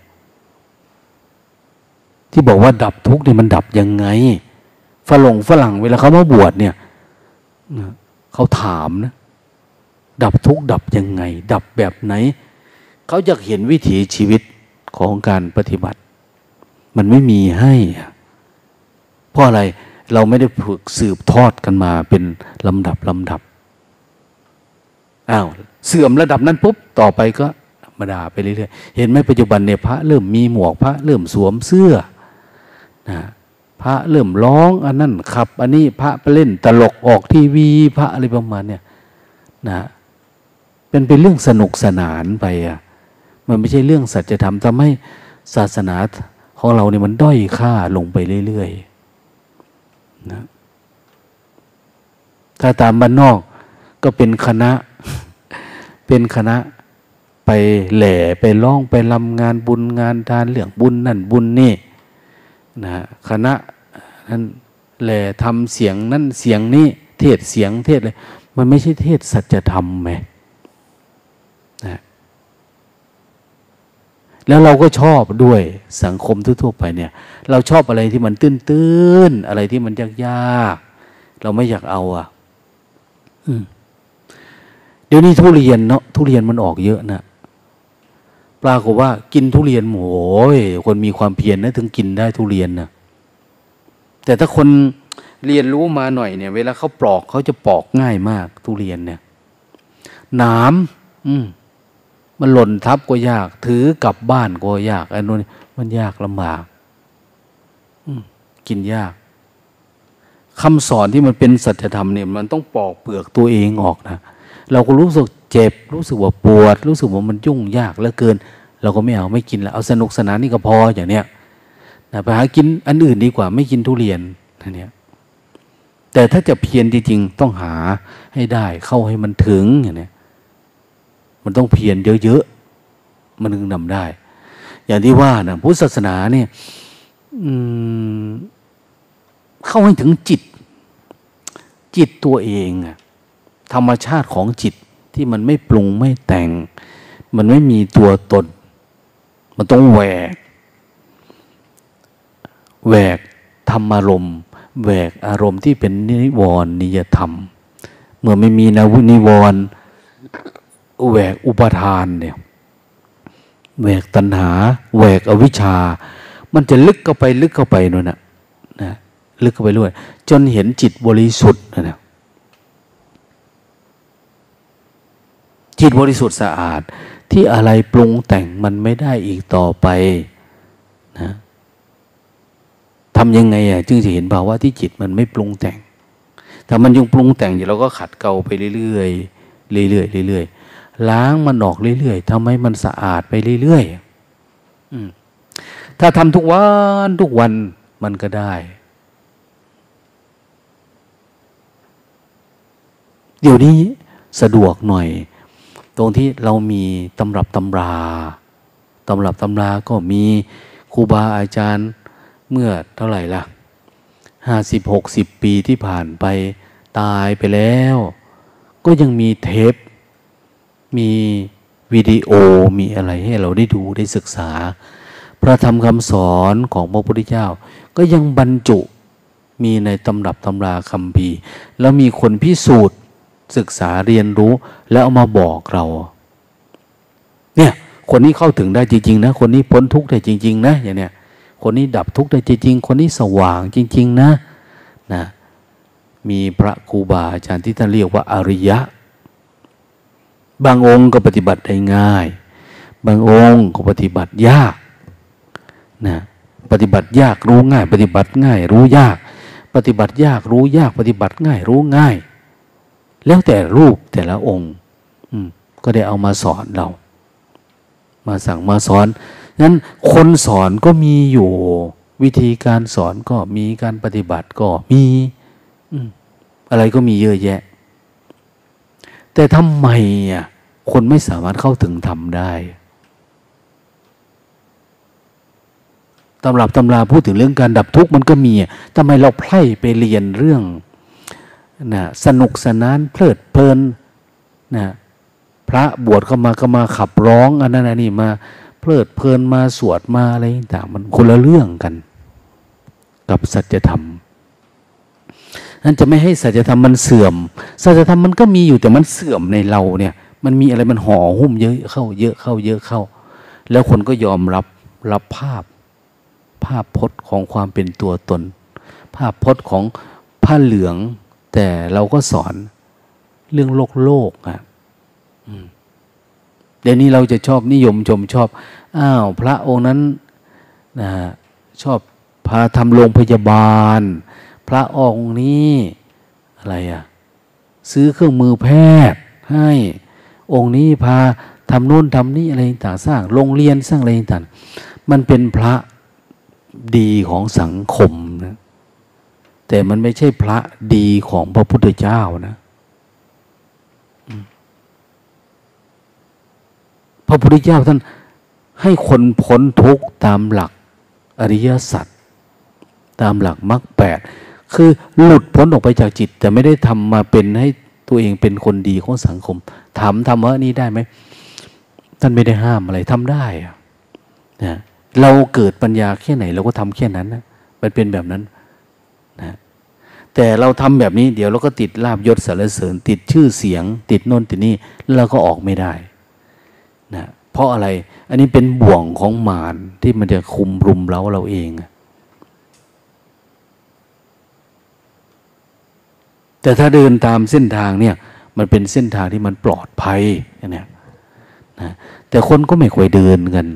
ที่บอกว่าดับทุกข์นี่มันดับยังไงฝรั่งฝรั่งเวลาเขามาบวชเนี่ยเขาถามนะดับทุกข์ดับยังไงดับแบบไหนเขาอยากเห็นวิถีชีวิตของการปฏิบัติมันไม่มีให้เพราะอะไรเราไม่ได้ฝึกสืบทอดกันมาเป็นลำดับลำดับอ้าวเสื่อมระดับนั้นปุ๊บต่อไปก็ธรรมดาไปเรื่อยๆเห็นไหมปัจจุบันเนี่ยพระเริ่มมีหมวกพระเริ่มสวมเสื้อนะพระเริ่มร้องอันนั้นขับอันนี้พระไปเล่นตลกออกทีวีพระอะไรประมาณเนี่ยนะเป็นเป็นเรื่องสนุกสนานไปอ่ะมันไม่ใช่เรื่องสัจธรรมทำให้ศาสนาของเราเนี่ยมันด้อยค่าลงไปเรื่อยๆนะถ้าตามบ้านนอกก็เป็นคณะเป็นคณะไปแหล่ไปร้องไปรำงานบุญงานทานเรื่องบุญนั่นบุญนี่นะคณะนั้นแหล่ทำเสียงนั่นเสียงนี้เทศเสียงเทศเลยมันไม่ใช่เทศสัจธรรมไหมนะแล้วเราก็ชอบด้วยสังคมทั่วๆไปเนี่ยเราชอบอะไรที่มันตื้นๆอะไรที่มันยากๆเราไม่อยากเอาอ่ะอืมเดี๋ยวนี้ทุเรียนเนาะทุเรียนมันออกเยอะนะปรากฏว่ากินทุเรียนโอ้ยคนมีความเพียรนะถึงกินได้ทุเรียนนะแต่ถ้าคนเรียนรู้มาหน่อยเนี่ยเวลาเขาปลอกเขาจะปอกง่ายมากทุเรียนเนี่ยหนามอืมมันหล่นทับก็ยากถือกลับบ้านก็ยากอันนู้นมันยากลำบากอืมกินยากคำสอนที่มันเป็นสัจธรรมเนี่ยมันต้องปอกเปลือกตัวเองออกนะเราก็รู้สึกเจ็บรู้สึกว่าปวดรู้สึกว่ามันยุ่งยากเหลือเกินเราก็ไม่เอาไม่กินแล้วเอาสนุกสนานนี่ก็พออย่างเนี้ยนะไปหากินอันอื่นดีกว่าไม่กินทุเรียนอันเนี้ยแต่ถ้าจะเพียรจริงๆต้องหาให้ได้เข้าให้มันถึงอย่างเนี้ยมันต้องเพียรเยอะๆมันถึงนำได้อย่างที่ว่านะพุทธศาสนาเนี่ยเข้าให้ถึงจิตจิตตัวเองอะธรรมชาติของจิตที่มันไม่ปรุงไม่แต่งมันไม่มีตัวตนมันต้องแหวกแหวกธรรมารมณ์แหวกอารมณ์ที่เป็นนิวรณ์นิยธรรมเมื่อไม่มีนาวุนิวรณ์แหวกอุปทานเนี่ยแหวกตัณหาแหวกอวิชชามันจะลึกเข้าไปลึกเข้าไปนู่นน่ะนะลึกเข้าไปเรื่อยจนเห็นจิตบริสุทธิ์นะจิตบริสุทธิ์สะอาดที่อะไรปรุงแต่งมันไม่ได้อีกต่อไปนะทำยังไงอ่ะจึงจะเห็นภาวะที่จิตมันไม่ปรุงแต่งถ้ามันยังปรุงแต่งอยู่เราก็ขัดเกลาไปเรื่อยๆเรื่อยๆเรื่อยๆล้างมันออกเรื่อยๆทำให้มันสะอาดไปเรื่อยๆถ้าทำทุกวันทุกวันมันก็ได้เดี๋ยวนี้สะดวกหน่อยตรงที่เรามีตำรับตำราตำรับตำราก็มีครูบาอาจารย์เมื่อเท่าไหร่ล่ะห้าสิบหกสิบปีที่ผ่านไปตายไปแล้วก็ยังมีเทปมีวิดีโอมีอะไรให้เราได้ดูได้ศึกษาพระธรรมคำสอนของพระพุทธเจ้าก็ยังบรรจุมีในตำรับตำราคัมภีร์แล้วมีคนพิสูจน์ศึกษาเรียนรู้แล้วเอามาบอกเราเนี่ยคนนี้เข้าถึงได้จริงๆนะคนนี้พ้นทุกข์ได้จริงๆนะอย่างเนี้ยคนนี้ดับทุกข์ได้จริงๆคนนี้สว่างจริงๆนะนะมีพระครูบาอาจารย์ที่ท่านเรียกว่าอริยะบางองค์ก็ปฏิบัติได้ง่ายบางองค์ก็ปฏิบัติยากนะปฏิบัติยากรู้ง่ายปฏิบัติง่ายรู้ยากปฏิบัติยากรู้ยากปฏิบัติง่ายรู้ง่ายแล้วแต่รูปแต่ละองค์ก็ได้เอามาสอนเรามาสั่งมาสอนนั้นคนสอนก็มีอยู่วิธีการสอนก็มีการปฏิบัติก็มีอะไรก็มีเยอะแยะแต่ทำไมอ่ะคนไม่สามารถเข้าถึงธรรมได้ตำรับตำราพูดถึงเรื่องการดับทุกข์มันก็มีทำไมเราไพร่ไปเรียนเรื่องนะสนุกสนานเพลิดเพลินนะพระบวชเข้ามาก็มาขับร้องอันนั้นอันนี้มาเพลิดเพลินมาสวดมาอะไรต่างมันคนละเรื่องกันกับสัจธรรมนั้นจะไม่ให้สัจธรรมมันเสื่อมสัจธรรมมันก็มีอยู่แต่มันเสื่อมในเราเนี่ยมันมีอะไรมันห่อหุ้มเยอะเข้าเยอะเข้าเยอะเข้าแล้วคนก็ยอมรับรับภาพภาพพจน์ของความเป็นตัวตนภาพพจน์ของผ้าเหลืองแต่เราก็สอนเรื่องโลกโลกอ่ะเดี๋ยวนี้เราจะชอบนิยมชมชอบอ้าวพระองค์นั้นนะชอบพาทำโรงพยาบาลพระองค์นี้อะไรอ่ะซื้อเครื่องมือแพทย์ให้องค์นี้พาทำโน่นทำนี่อะไรต่างสร้างโรงเรียนสร้างอะไรต่างมันเป็นพระดีของสังคมนะแต่มันไม่ใช่พระดีของพระพุทธเจ้านะพระพุทธเจ้าท่านให้คนพ้นทุกข์ตามหลักอริยสัจตามหลักมรรคแปดคือหลุดพ้นออกไปจากจิตแต่ไม่ได้ทำมาเป็นให้ตัวเองเป็นคนดีของสังคมถามทำว่านี้ได้ไหมท่านไม่ได้ห้ามอะไรทำได้นะเราเกิดปัญญาแค่ไหนเราก็ทำแค่นั้นนะมันเป็นแบบนั้นนะแต่เราทำแบบนี้เดี๋ยวเราก็ติดลาภยศสรรเสริญติดชื่อเสียงติดโน่นติดนี่เราก็ออกไม่ได้นะเพราะอะไรอันนี้เป็นบ่วงของมารที่มันจะคุมรุมเร้าเราเองแต่ถ้าเดินตามเส้นทางเนี่ยมันเป็นเส้นทางที่มันปลอดภัยเนี่ยนะแต่คนก็ไม่ค่อยเดินกัน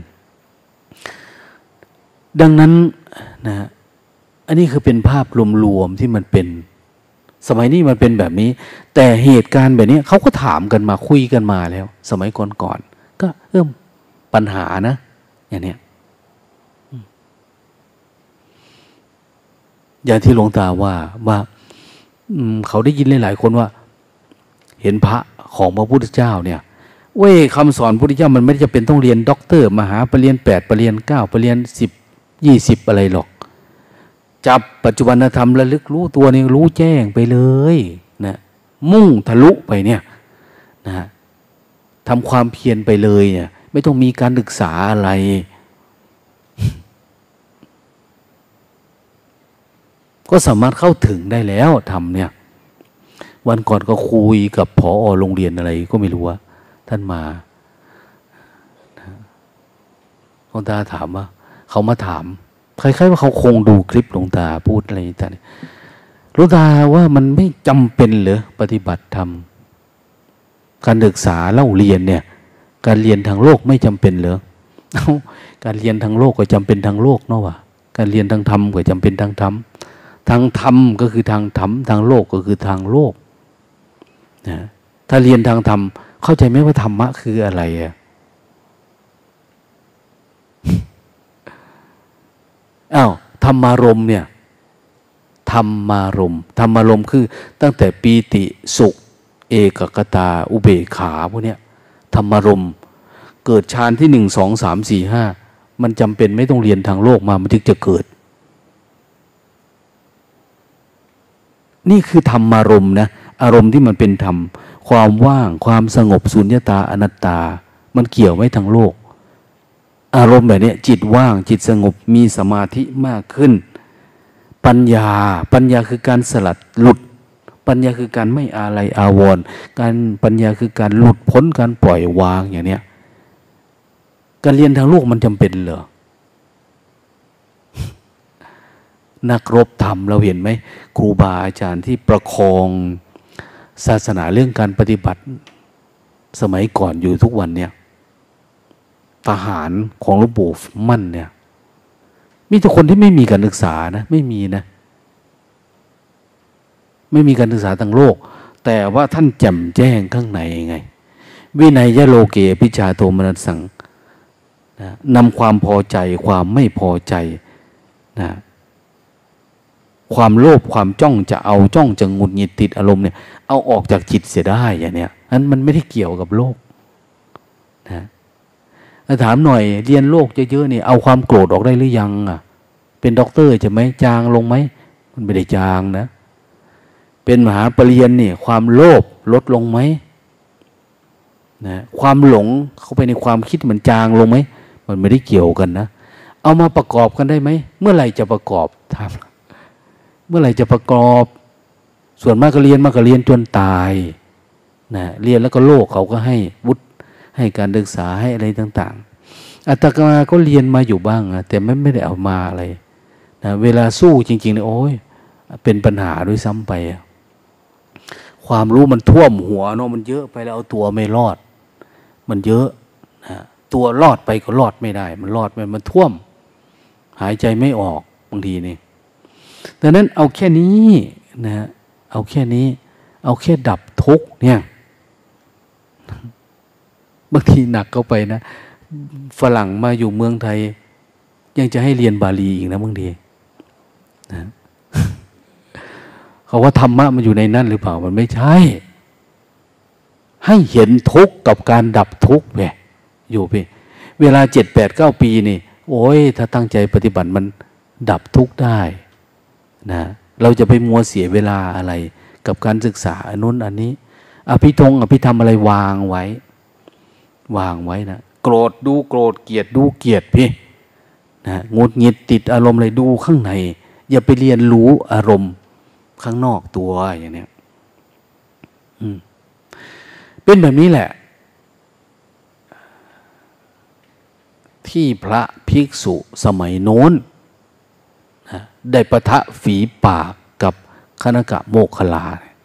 ดังนั้นนะอันนี้คือเป็นภาพรวมๆที่มันเป็นสมัยนี้มันเป็นแบบนี้แต่เหตุการณ์แบบนี้เขาก็ถามกันมาคุยกันมาแล้วสมัยก่อนๆก็เอิ่มปัญหานะอย่างนี้อย่างที่หลวงตาว่าว่าเขาได้ยินหลายๆคนว่าเห็นพระของพระพุทธเจ้าเนี่ยเว้ยคำสอนพระพุทธเจ้ามันไม่ได้จะเป็นต้องเรียนด็อกเตอร์มหาปริญญาแปดปริญญาเก้าปริญญาสิบยี่สิบอะไรหรอกจับปัจจุบันธรรมระลึกรู้ตัวนี่รู้แจ้งไปเลยนะมุ่งทะลุไปเนี่ยนะทำความเพียรไปเลยเนี่ยไม่ต้องมีการศึกษาอะไรก็สามารถเข้าถึงได้แล้วทำเนี่ยวันก่อนก็คุยกับผอ.โรงเรียนอะไรก็ไม่รู้ว่าท่านมาหลวงตาถามว่าเขามาถามคล้ายๆว่าเขาคงดูคลิปหลวงตาพูดอะไรต่างๆหลวงตาว่ามันไม่จำเป็นเหรอปฏิบัติธรรมการศึกษาเล่าเรียนเนี่ยการเรียนทางโลกไม่จำเป็นเหรอเอ้าการเรียนทางโลกก็จำเป็นทางโลกเนาะวะการเรียนทางธรรมก็จำเป็นทางธรรมทางธรรมก็คือทางธรรมทางโลกก็คือทางโลกนะถ้าเรียนทางธรรมเข้าใจไหมว่าธรรมะคืออะไรอะอ้าวธรรมารมณ์เนี่ยธรรมารมณ์ธรรมารมณ์คือตั้งแต่ปีติสุขเอกคตาอุเบกขาพวกเนี้ยธรรมารมณ์เกิดฌานที่หนึ่งสองสามสี่ห้ามันจำเป็นไม่ต้องเรียนทางโลกมามันถึงจะเกิดนี่คือธรรมารมณ์นะอารมณ์ที่มันเป็นธรรมความว่างความสงบสุญญตาอนัตตามันเกี่ยวไว้ทางโลกอารมณ์แบบนี้จิตว่างจิตสงบมีสมาธิมากขึ้นปัญญาปัญญาคือการสลัดหลุดปัญญาคือการไม่อาลัยอาวรณ์การปัญญาคือการหลุดพ้นการปล่อยวางอย่างเนี้ยการเรียนทางโลกมันจำเป็นเหรอนักรบธรรมเราเห็นไหมครูบาอาจารย์ที่ประคองศาสนาเรื่องการปฏิบัติสมัยก่อนอยู่ทุกวันเนี่ยทหารของหลวงปู่มั่นเนี่ยมีแต่คนที่ไม่มีการศึกษานะไม่มีนะไม่มีการศึกษาทางโลกแต่ว่าท่านแจ่มแจ้งข้างในไงวินัยยะโลเกปิชาโทมนัสสังนะนำความพอใจความไม่พอใจนะความโลภความจ้องจะเอาจ้องจะงุดหงิดติดอารมณ์เนี่ยเอาออกจากจิตเสียได้อย่างเนี้ยนั้นมันไม่ได้เกี่ยวกับโลกนะถามหน่อยเรียนโลกเยอะๆนี่เอาความโกรธออกได้หรือยังอ่ะเป็นด็อกเตอร์ใช่ไหมจางลงไหมมันไม่ได้จางนะเป็นมหาปริญญาเนี่ยความโลภลดลงไหมนะความหลงเข้าไปในความคิดมันจางลงไหมมันไม่ได้เกี่ยวกันนะเอามาประกอบกันได้ไหมเมื่อไหร่จะประกอบทำเมื่อไหร่จะประกอบส่วนมากก็เรียนมากก็เรียนจนตายนะเรียนแล้วก็โลกเขาก็ให้วุฒิให้การศึกษาให้อะไรต่างๆอาตมาก็เรียนมาอยู่บ้างนะแต่ไม่ไม่ได้เอามาอะไรนะเวลาสู้จริงๆเนี่ยโอ้ยเป็นปัญหาด้วยซ้ำไปความรู้มันท่วมหัวเนาะมันเยอะไปแล้วเอาตัวไม่รอดมันเยอะนะตัวรอดไปก็รอดไม่ได้มันรอดไปมันท่วมหายใจไม่ออกบางทีนี่ดังนั้นเอาแค่นี้นะเอาแค่นี้เอาแค่ดับทุกข์เนี่ยบางทีหนักเข้าไปนะฝรั่งมาอยู่เมืองไทยยังจะให้เรียนบาลีอีกนะบางทีนะเขาว่าธรรมะมันอยู่ในนั้นหรือเปล่ามันไม่ใช่ให้เห็นทุกข์กับการดับทุกข์ไปอยู่ไปเวลาเจ็ดแปดเก้าปีนี่โอ้ยถ้าตั้งใจปฏิบัติมันดับทุกข์ได้นะเราจะไปมัวเสียเวลาอะไรกับการศึกษาอันนู้นอันนี้อภิธงอภิธรรมอะไรวางไว้วางไว้นะโกรธดูโกรธเกลียดดูเกลียดพี่นะงุดหงิดติดอารมณ์อะไรดูข้างในอย่าไปเรียนรู้อารมณ์ข้างนอกตัวอย่างเนี้ยอืมเป็นแบบนี้แหละที่พระภิกษุสมัยโน้นนะได้ปะทะฝีปากกับคณกะโมคคัลลา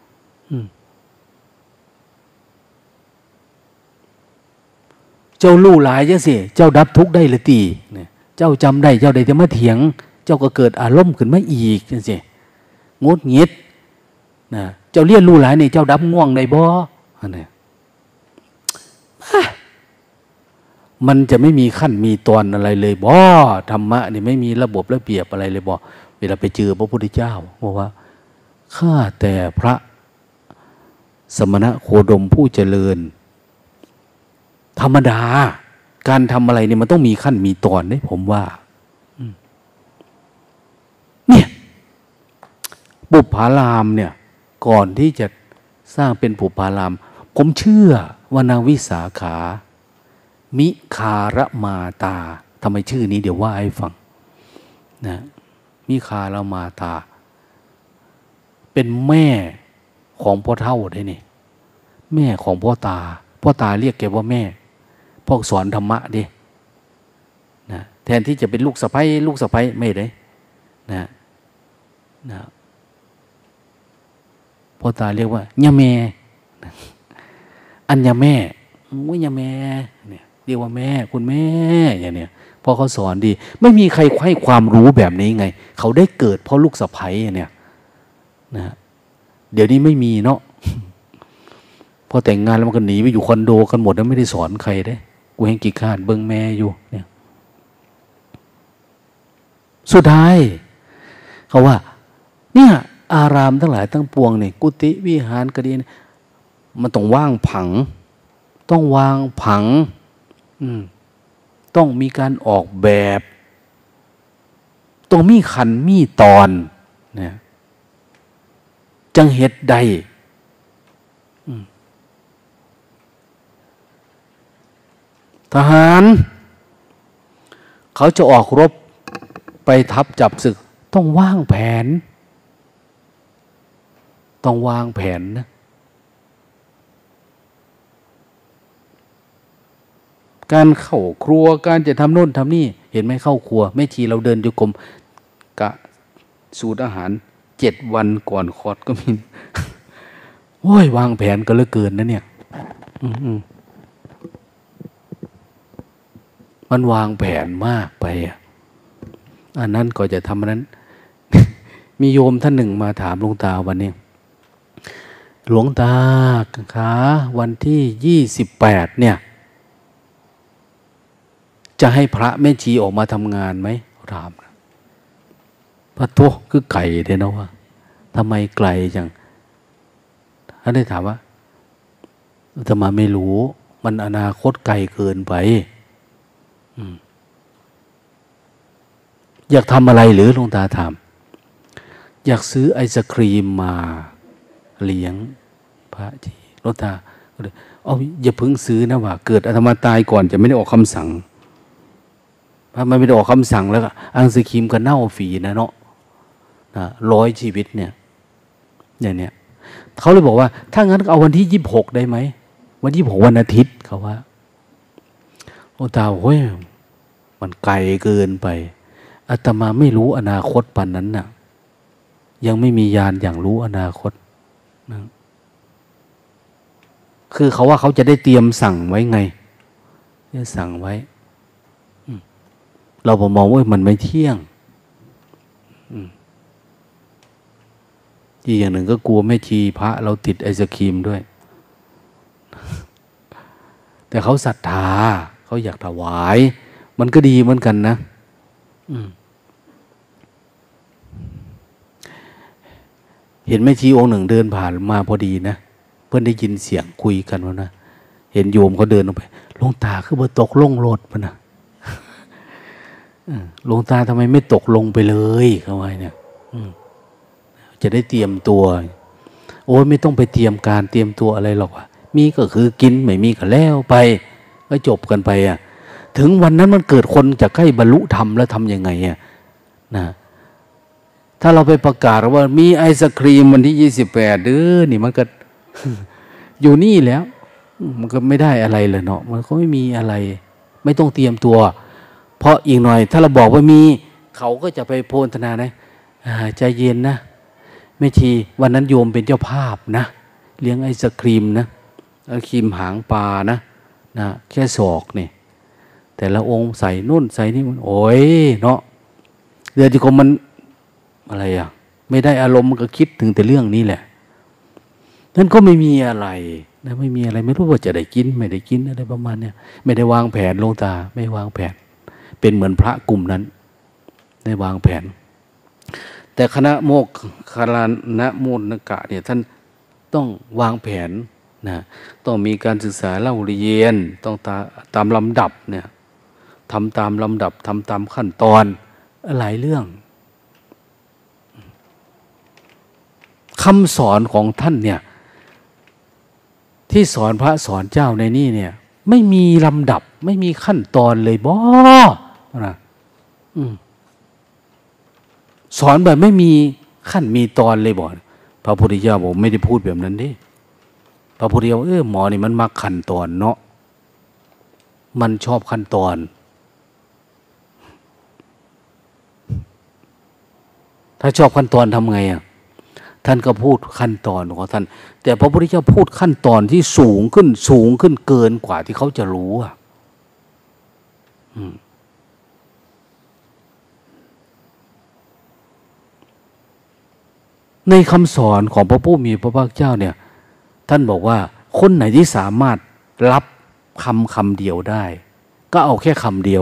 เจ้าลู่หลายจังสิเจ้าดับทุกข์ได้เลยตีเนี่ยเจ้าจำได้เจ้าได้จะมาเถียงเจ้าก็เกิดอารมณ์ขึ้นมาอีกจังสิงดเงียดนะเจ้าเรียนรู้หลายนี่เจ้าดับง่วงได้บ่อันนี้มันจะไม่มีขั้นมีตอนอะไรเลยบ่ธรรมะนี่ไม่มีระบบระเบียบอะไรเลยบ่เวลาไปเจอพระพุทธเจ้าบอกว่าข้าแต่พระสมณะโคดมผู้เจริญธรรมดาการทำอะไรเนี่ยมันต้องมีขั้นมีตอนเนี่ยผมว่าเนี่ยปุพพารามเนี่ยก่อนที่จะสร้างเป็นปุพพารามผมเชื่อว่านางวิสาขามิคารมาตาทำไมชื่อนี้เดี๋ยวว่าให้ฟังนะมิคารมาตาเป็นแม่ของพ่อเฒ่าได้นี่แม่ของพ่อตาพ่อตาเรียกแกว่าแม่พ่อสอนธรรมะดินะแทนที่จะเป็นลูกสะใภ้ลูกสะใภ้ไม่ได้นะนะพ่อตาเรียกว่าย่าแม่อันย่าแม่ว่าย่าแม่เนี่ยเรียกว่าแม่คุณแม่อย่างเนี้ยพอเขาสอนดีไม่มีใครให้ความรู้แบบนี้ไงเขาได้เกิดเพราะลูกสะใภ้เนี่ยนะเดี๋ยวนี้ไม่มีเนาะพอแต่งงานแล้วมันก็หนีไปอยู่คอนโดกันหมดแล้วไม่ได้สอนใครได้กูเห็นกี่ข้านเบิ้งแม่อยู่เนี่ยสุดท้ายเขาว่าเนี่ยอารามทั้งหลายทั้งปวงเนี่ยกุฏิวิหารก็ดีมันต้องว่างผังต้องวางผังอืมต้องมีการออกแบบต้องมีขันมีตอนเนี่ยจังเฮ็ดใดทหารเขาจะออกรบไปทับจับศึกต้องวางแผนต้องวางแผนนะการเข้าครัวการจะทำโน่นทำนี่เห็นไหมเข้าครัวแม่ชีเราเดินโยกมกะสูตรอาหารเจ็ดวันก่อนคอร์สก็มีโอ้ยวางแผนก็เหลือเกินนะเนี่ยอืมมันวางแผนมากไปอ่ะอันนั้นก็จะทำอันนั้น มีโยมท่านหนึ่งมาถามหลวงตาวันนี้หลวงตาคะวันที่ยี่สิบแปดเนี่ยจะให้พระแม่ชีออกมาทำงานไหมถามพระโตคือไก่เด้นะว่าทำไมไกลจังท่านได้ถามว่าอาตมาไม่รู้มันอนาคตไกลเกินไปอยากทำอะไรหรือหลวงตาถามอยากซื้อไอศครีมมาเลี้ยงพระที่หลวงตาก็เลยเอาอย่าเพิ่งซื้อนะว่าเกิดอาตมาตายก่อนจะไม่ได้ออกคำสั่งถ้ามันไม่ได้ออกคำสั่งแล้วก็ไอศครีมก็เน่าฝีนะเนาะนะร้อยชีวิตเนี่ยอย่างเนี้ยเขาเลยบอกว่าถ้างั้นเอาวันที่ยี่สิบหกได้ไหมวันที่ยี่สิบหกวันอาทิตย์เขาว่าหลวงตาโอ้ยมันไกลเกินไปอาตมาไม่รู้อนาคตปันนั้นน่ะยังไม่มีญาณอย่างรู้อนาคตนะคือเขาว่าเขาจะได้เตรียมสั่งไว้ไงจะสั่งไว้เราพอมองว่ามันไม่เที่ยงอีกอย่างหนึ่งก็กลัวแม่ชีพระเราติดไอศครีมด้วยแต่เขาศรัทธาเขาอยากถวายมันก็ดีเหมือนกันนะเห็นแม่ชีองค์หนึ่งเดินผ่านมาพอดีนะเพื่อนได้ยินเสียงคุยกันว่านะเห็นโยมเขาเดินลงไปหลวงตาคือบ่ตกลงรถมันนะหลวงตาทำไมไม่ตกลงไปเลยเขาว่าเนี่ยจะได้เตรียมตัวโอ้ยไม่ต้องไปเตรียมการเตรียมตัวอะไรหรอกมีก็คือกินไม่มีก็แล้วไปก็จบกันไปอ่ะถึงวันนั้นมันเกิดคนจะใกล้บรรลุธรรมแล้วทำยังไงอ่ะนะถ้าถ้าเราไปประกาศว่ามีไอศครีมวันที่ยี่สิบแปดเด้อนี่มันก็ อยู่นี่แล้วมันก็ไม่ได้อะไรเลยเนาะมันก็ไม่มีอะไรไม่ต้องเตรียมตัว เพราะอีกหน่อยถ้าเราบอกว่ามีเขาก็จะไปโพลธนานะใจเย็นนะแม่ชีวันนั้นโยมเป็นเจ้าภาพนะเลี้ยงไอศครีมนะไอศครีมหางปลานะนะแค่ศอกนี่แต่ละองค์ใส่นุ่นใส่นี่มันโอ้ยเนาะเดือนที่คมมันอะไรอ่ะไม่ได้อารมณ์มันก็คิดถึงแต่เรื่องนี้แหละนั่นก็ไม่มีอะไรนะไม่มีอะไรไม่รู้ว่าจะได้กินไม่ได้กินอะไรประมาณเนี้ยไม่ได้วางแผนลงตาไม่วางแผนเป็นเหมือนพระกลุ่มนั้นได้วางแผนแต่คณะโมกขลานะมูลนกะเนี่ยท่านต้องวางแผนนะต้องมีการศึกษาเล่าเรียนต้องตาตามลำดับเนี่ยทำตามลำดับทำตามขั้นตอนหลายเรื่องคำสอนของท่านเนี่ยที่สอนพระสอนเจ้าในนี่เนี่ยไม่มีลำดับไม่มีขั้นตอนเลยบ่นะอืมสอนแบบไม่มีขั้นมีตอนเลยบ่พระพุทธเจ้าบอกไม่ได้พูดแบบนั้นดิพระพุทธเจ้าเออหมอนี่มันมักขั้นตอนเนาะมันชอบขั้นตอนถ้าชอบขั้นตอนทำไงอ่ะท่านก็พูดขั้นตอนของท่านแต่พระพุทธเจ้าพูดขั้นตอนที่สูงขึ้นสูงขึ้นเกินกว่าที่เขาจะรู้อ่ะในคำสอนของพระผู้มีพระภาคเจ้าเนี่ยท่านบอกว่าคนไหนที่สามารถรับคำคำเดียวได้ก็เอาแค่คำเดียว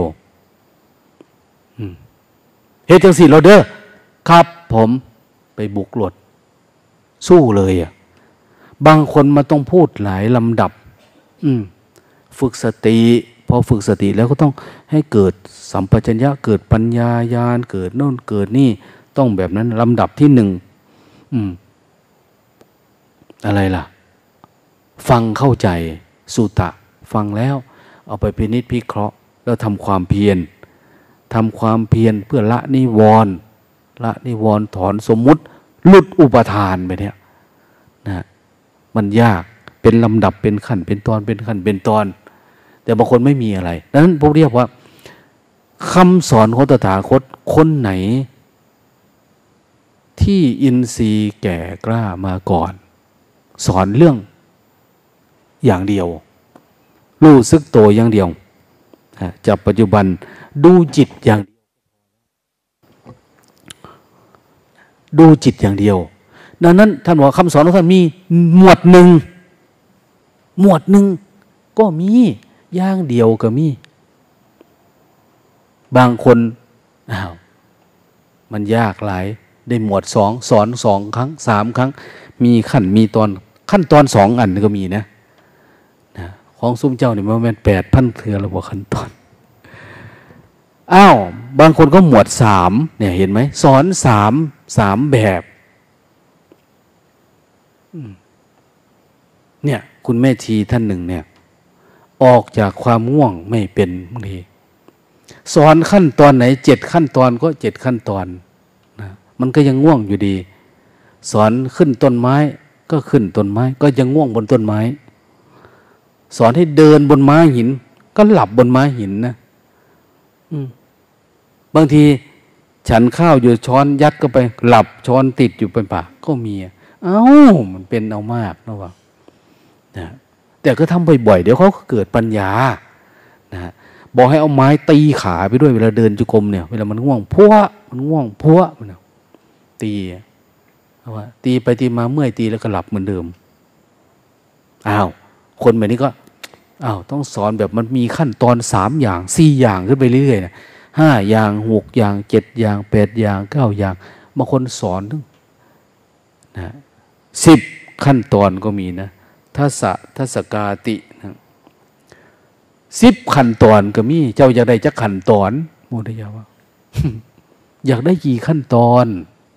เฮ็ดจังสิเราเด้อครับผมไปบุกหลดสู้เลยอ่ะบางคนมาต้องพูดหลายลำดับอืมฝึกสติพอฝึกสติแล้วก็ต้องให้เกิดสัมปชัญญะเกิดปัญญาญาณเกิดโน่นเกิดนี่ต้องแบบนั้นลำดับที่หนึ่งอืมอะไรล่ะฟังเข้าใจสุตะฟังแล้วเอาไปพินิจพิเคราะห์แล้วทำความเพียรทำความเพียรเพื่อละนิวรณ์ละนิวรณ์ถอนสมมุติหลุดอุปทานไปเนี่ยนะมันยากเป็นลำดับเป็นขั้นเป็นตอนเป็นขั้นเป็นตอนแต่บางคนไม่มีอะไรดังนั้นพวกเรียกว่าคำสอนของตถาคตคนไหนที่อินทรีย์แก่กล้ามาก่อนสอนเรื่องอย่างเดียวรู้สึกโตอย่างเดียวจากปัจจุบันดูจิตอย่างดูจิตอย่างเดียวดังนั้นท่านบอกคำสอนของท่านมีหมวดหนึ่งหมวดหนึ่งก็มีอย่างเดียวก็มีบางคนอ้าวมันยากหลายได้หมวดสองสอนสองครั้งสามครั้งมีขั้นมีตอนขั้นตอนสองอันก็มีนะนะของซุ้มเจ้าเนี่ยมันเป็นแปดพันเถื่อระบบขั้นตอนอ้าวบางคนก็หมวดสามเนี่ยเห็นไหมสอนสามสามแบบเนี่ยคุณแม่ชีท่านหนึ่งเนี่ยออกจากความง่วงไม่เป็นบางทีสอนขั้นตอนไหนเจ็ดขั้นตอนก็เจ็ดขั้นตอนนะมันก็ยังง่วงอยู่ดีสอนขึ้นต้นไม้ก็ขึ้นต้นไม้ก็ยังง่วงบนต้นไม้สอนให้เดินบนม้าหินก็หลับบนม้าหินนะบางทีฉันข้าวอยู่ช้อนยัดก็ไปหลับช้อนติดอยู่เป็นปากก็มีเอ้ามันเป็นเอามากนะวะนะแต่ก็ทำบ่อยๆเดี๋ยวเขาก็เกิดปัญญานะบอกให้เอาไม้ตีขาไปด้วยเวลาเดินจุกรมเนี่ยเวลามันง่วงพัวมันง่วงพัวมันตีว่าตีไปตีมาเมื่อยตีแล้วก็หลับเหมือนเดิมอ้าวคนแบบนี้ก็อ้าวต้องสอนแบบมันมีขั้นตอนสามอย่างสี่อย่างขึ้นไปเรื่อยๆนะห้าอย่างหกอย่างเจ็ดอย่างแปดอย่างเก้าอย่างบางคนสอนถึงนะสิบขั้นตอนก็มีนะทัศทัศกาตินะสิบขั้นตอนก็มีเจ้าอยากได้จักขั้นตอนโมทยาวะ อยากได้กี่ขั้นตอน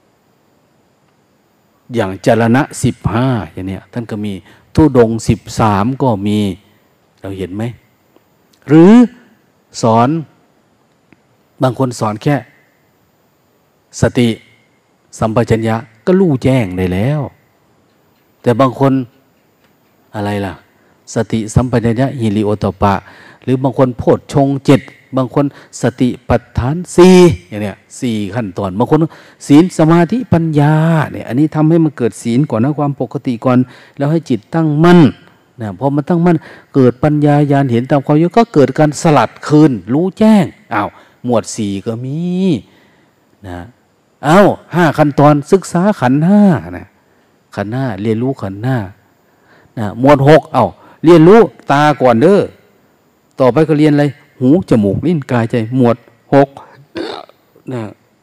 อย่างจรณะสิบห้าอย่างเนี้ยท่านก็มีทุดงสิบสามก็มีเราเห็นไหมหรือสอนบางคนสอนแค่สติสัมปชัญญะก็รู้แจ้งได้แล้วแต่บางคนอะไรล่ะสติสัมปชัญญะหิริโอตตัปปะหรือบางคนโพชฌงค์เจ็ดบางคนสติปัฏฐานสี่อย่างเนี้ยสี่ขั้นตอนบางคนศีลสมาธิปัญญาเนี่ยอันนี้ทำให้มันเกิดศีลก่อนนะความปกติก่อนแล้วให้จิตตั้งมั่นนะพอมันตั้งมั่นเกิดปัญญาญาณเห็นตามความเป็นก็เกิดการสลัดคืนรู้แจ้งอ้าวหมวดสี่ก็มีนะอ้าวห้าขั้นตอนศึกษาขันธ์ห้านะขันธ์ห้าเรียนรู้ขันธ์ห้านะหมวดหกอ้าวเรียนรู้ตาก่อนเด้อต่อไปก็เรียนอะไรหูจมูกลิ้นกายใจหมวดหกนะ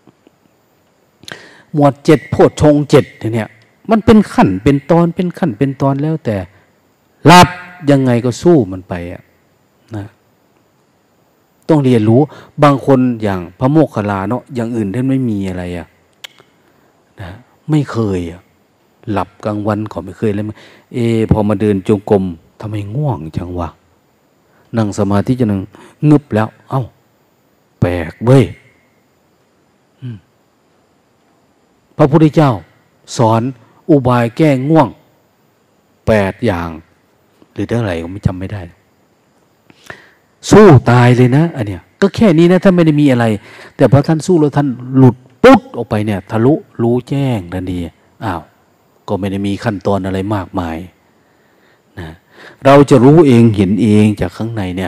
หมวดเจ็ดโพชฌงค์เจ็ดเนี่ยมันเป็นขั้นเป็นตอนเป็นขั้นเป็นตอนแล้วแต่รับยังไงก็สู้มันไปอ่ะนะต้องเรียนรู้บางคนอย่างพระโมคคัลลาเนาะอย่างอื่นท่านไม่มีอะไรอ่ะนะไม่เคยอ่ะหลับกลางวันก็ไม่เคยเลยเอพอมาเดินจงกรมทำไมง่วงจังวะนั่งสมาธิจะนั่งงึบแล้วเอ้าแปลกเว้ยพระพุทธเจ้าสอนอุบายแก้ง่วงแปดอย่างหรือเท่าไหร่ก็ไม่จำไม่ได้สู้ตายเลยนะอันเนี้ยก็แค่นี้นะท่านไม่ได้มีอะไรแต่พอท่านสู้แล้วท่านหลุดปุ๊บออกไปเนี่ยทะลุรู้แจ้งทันทีอ้าวก็ไม่ได้มีขั้นตอนอะไรมากมายนะเราจะรู้เองเห็นเองจากข้างในเนี่ย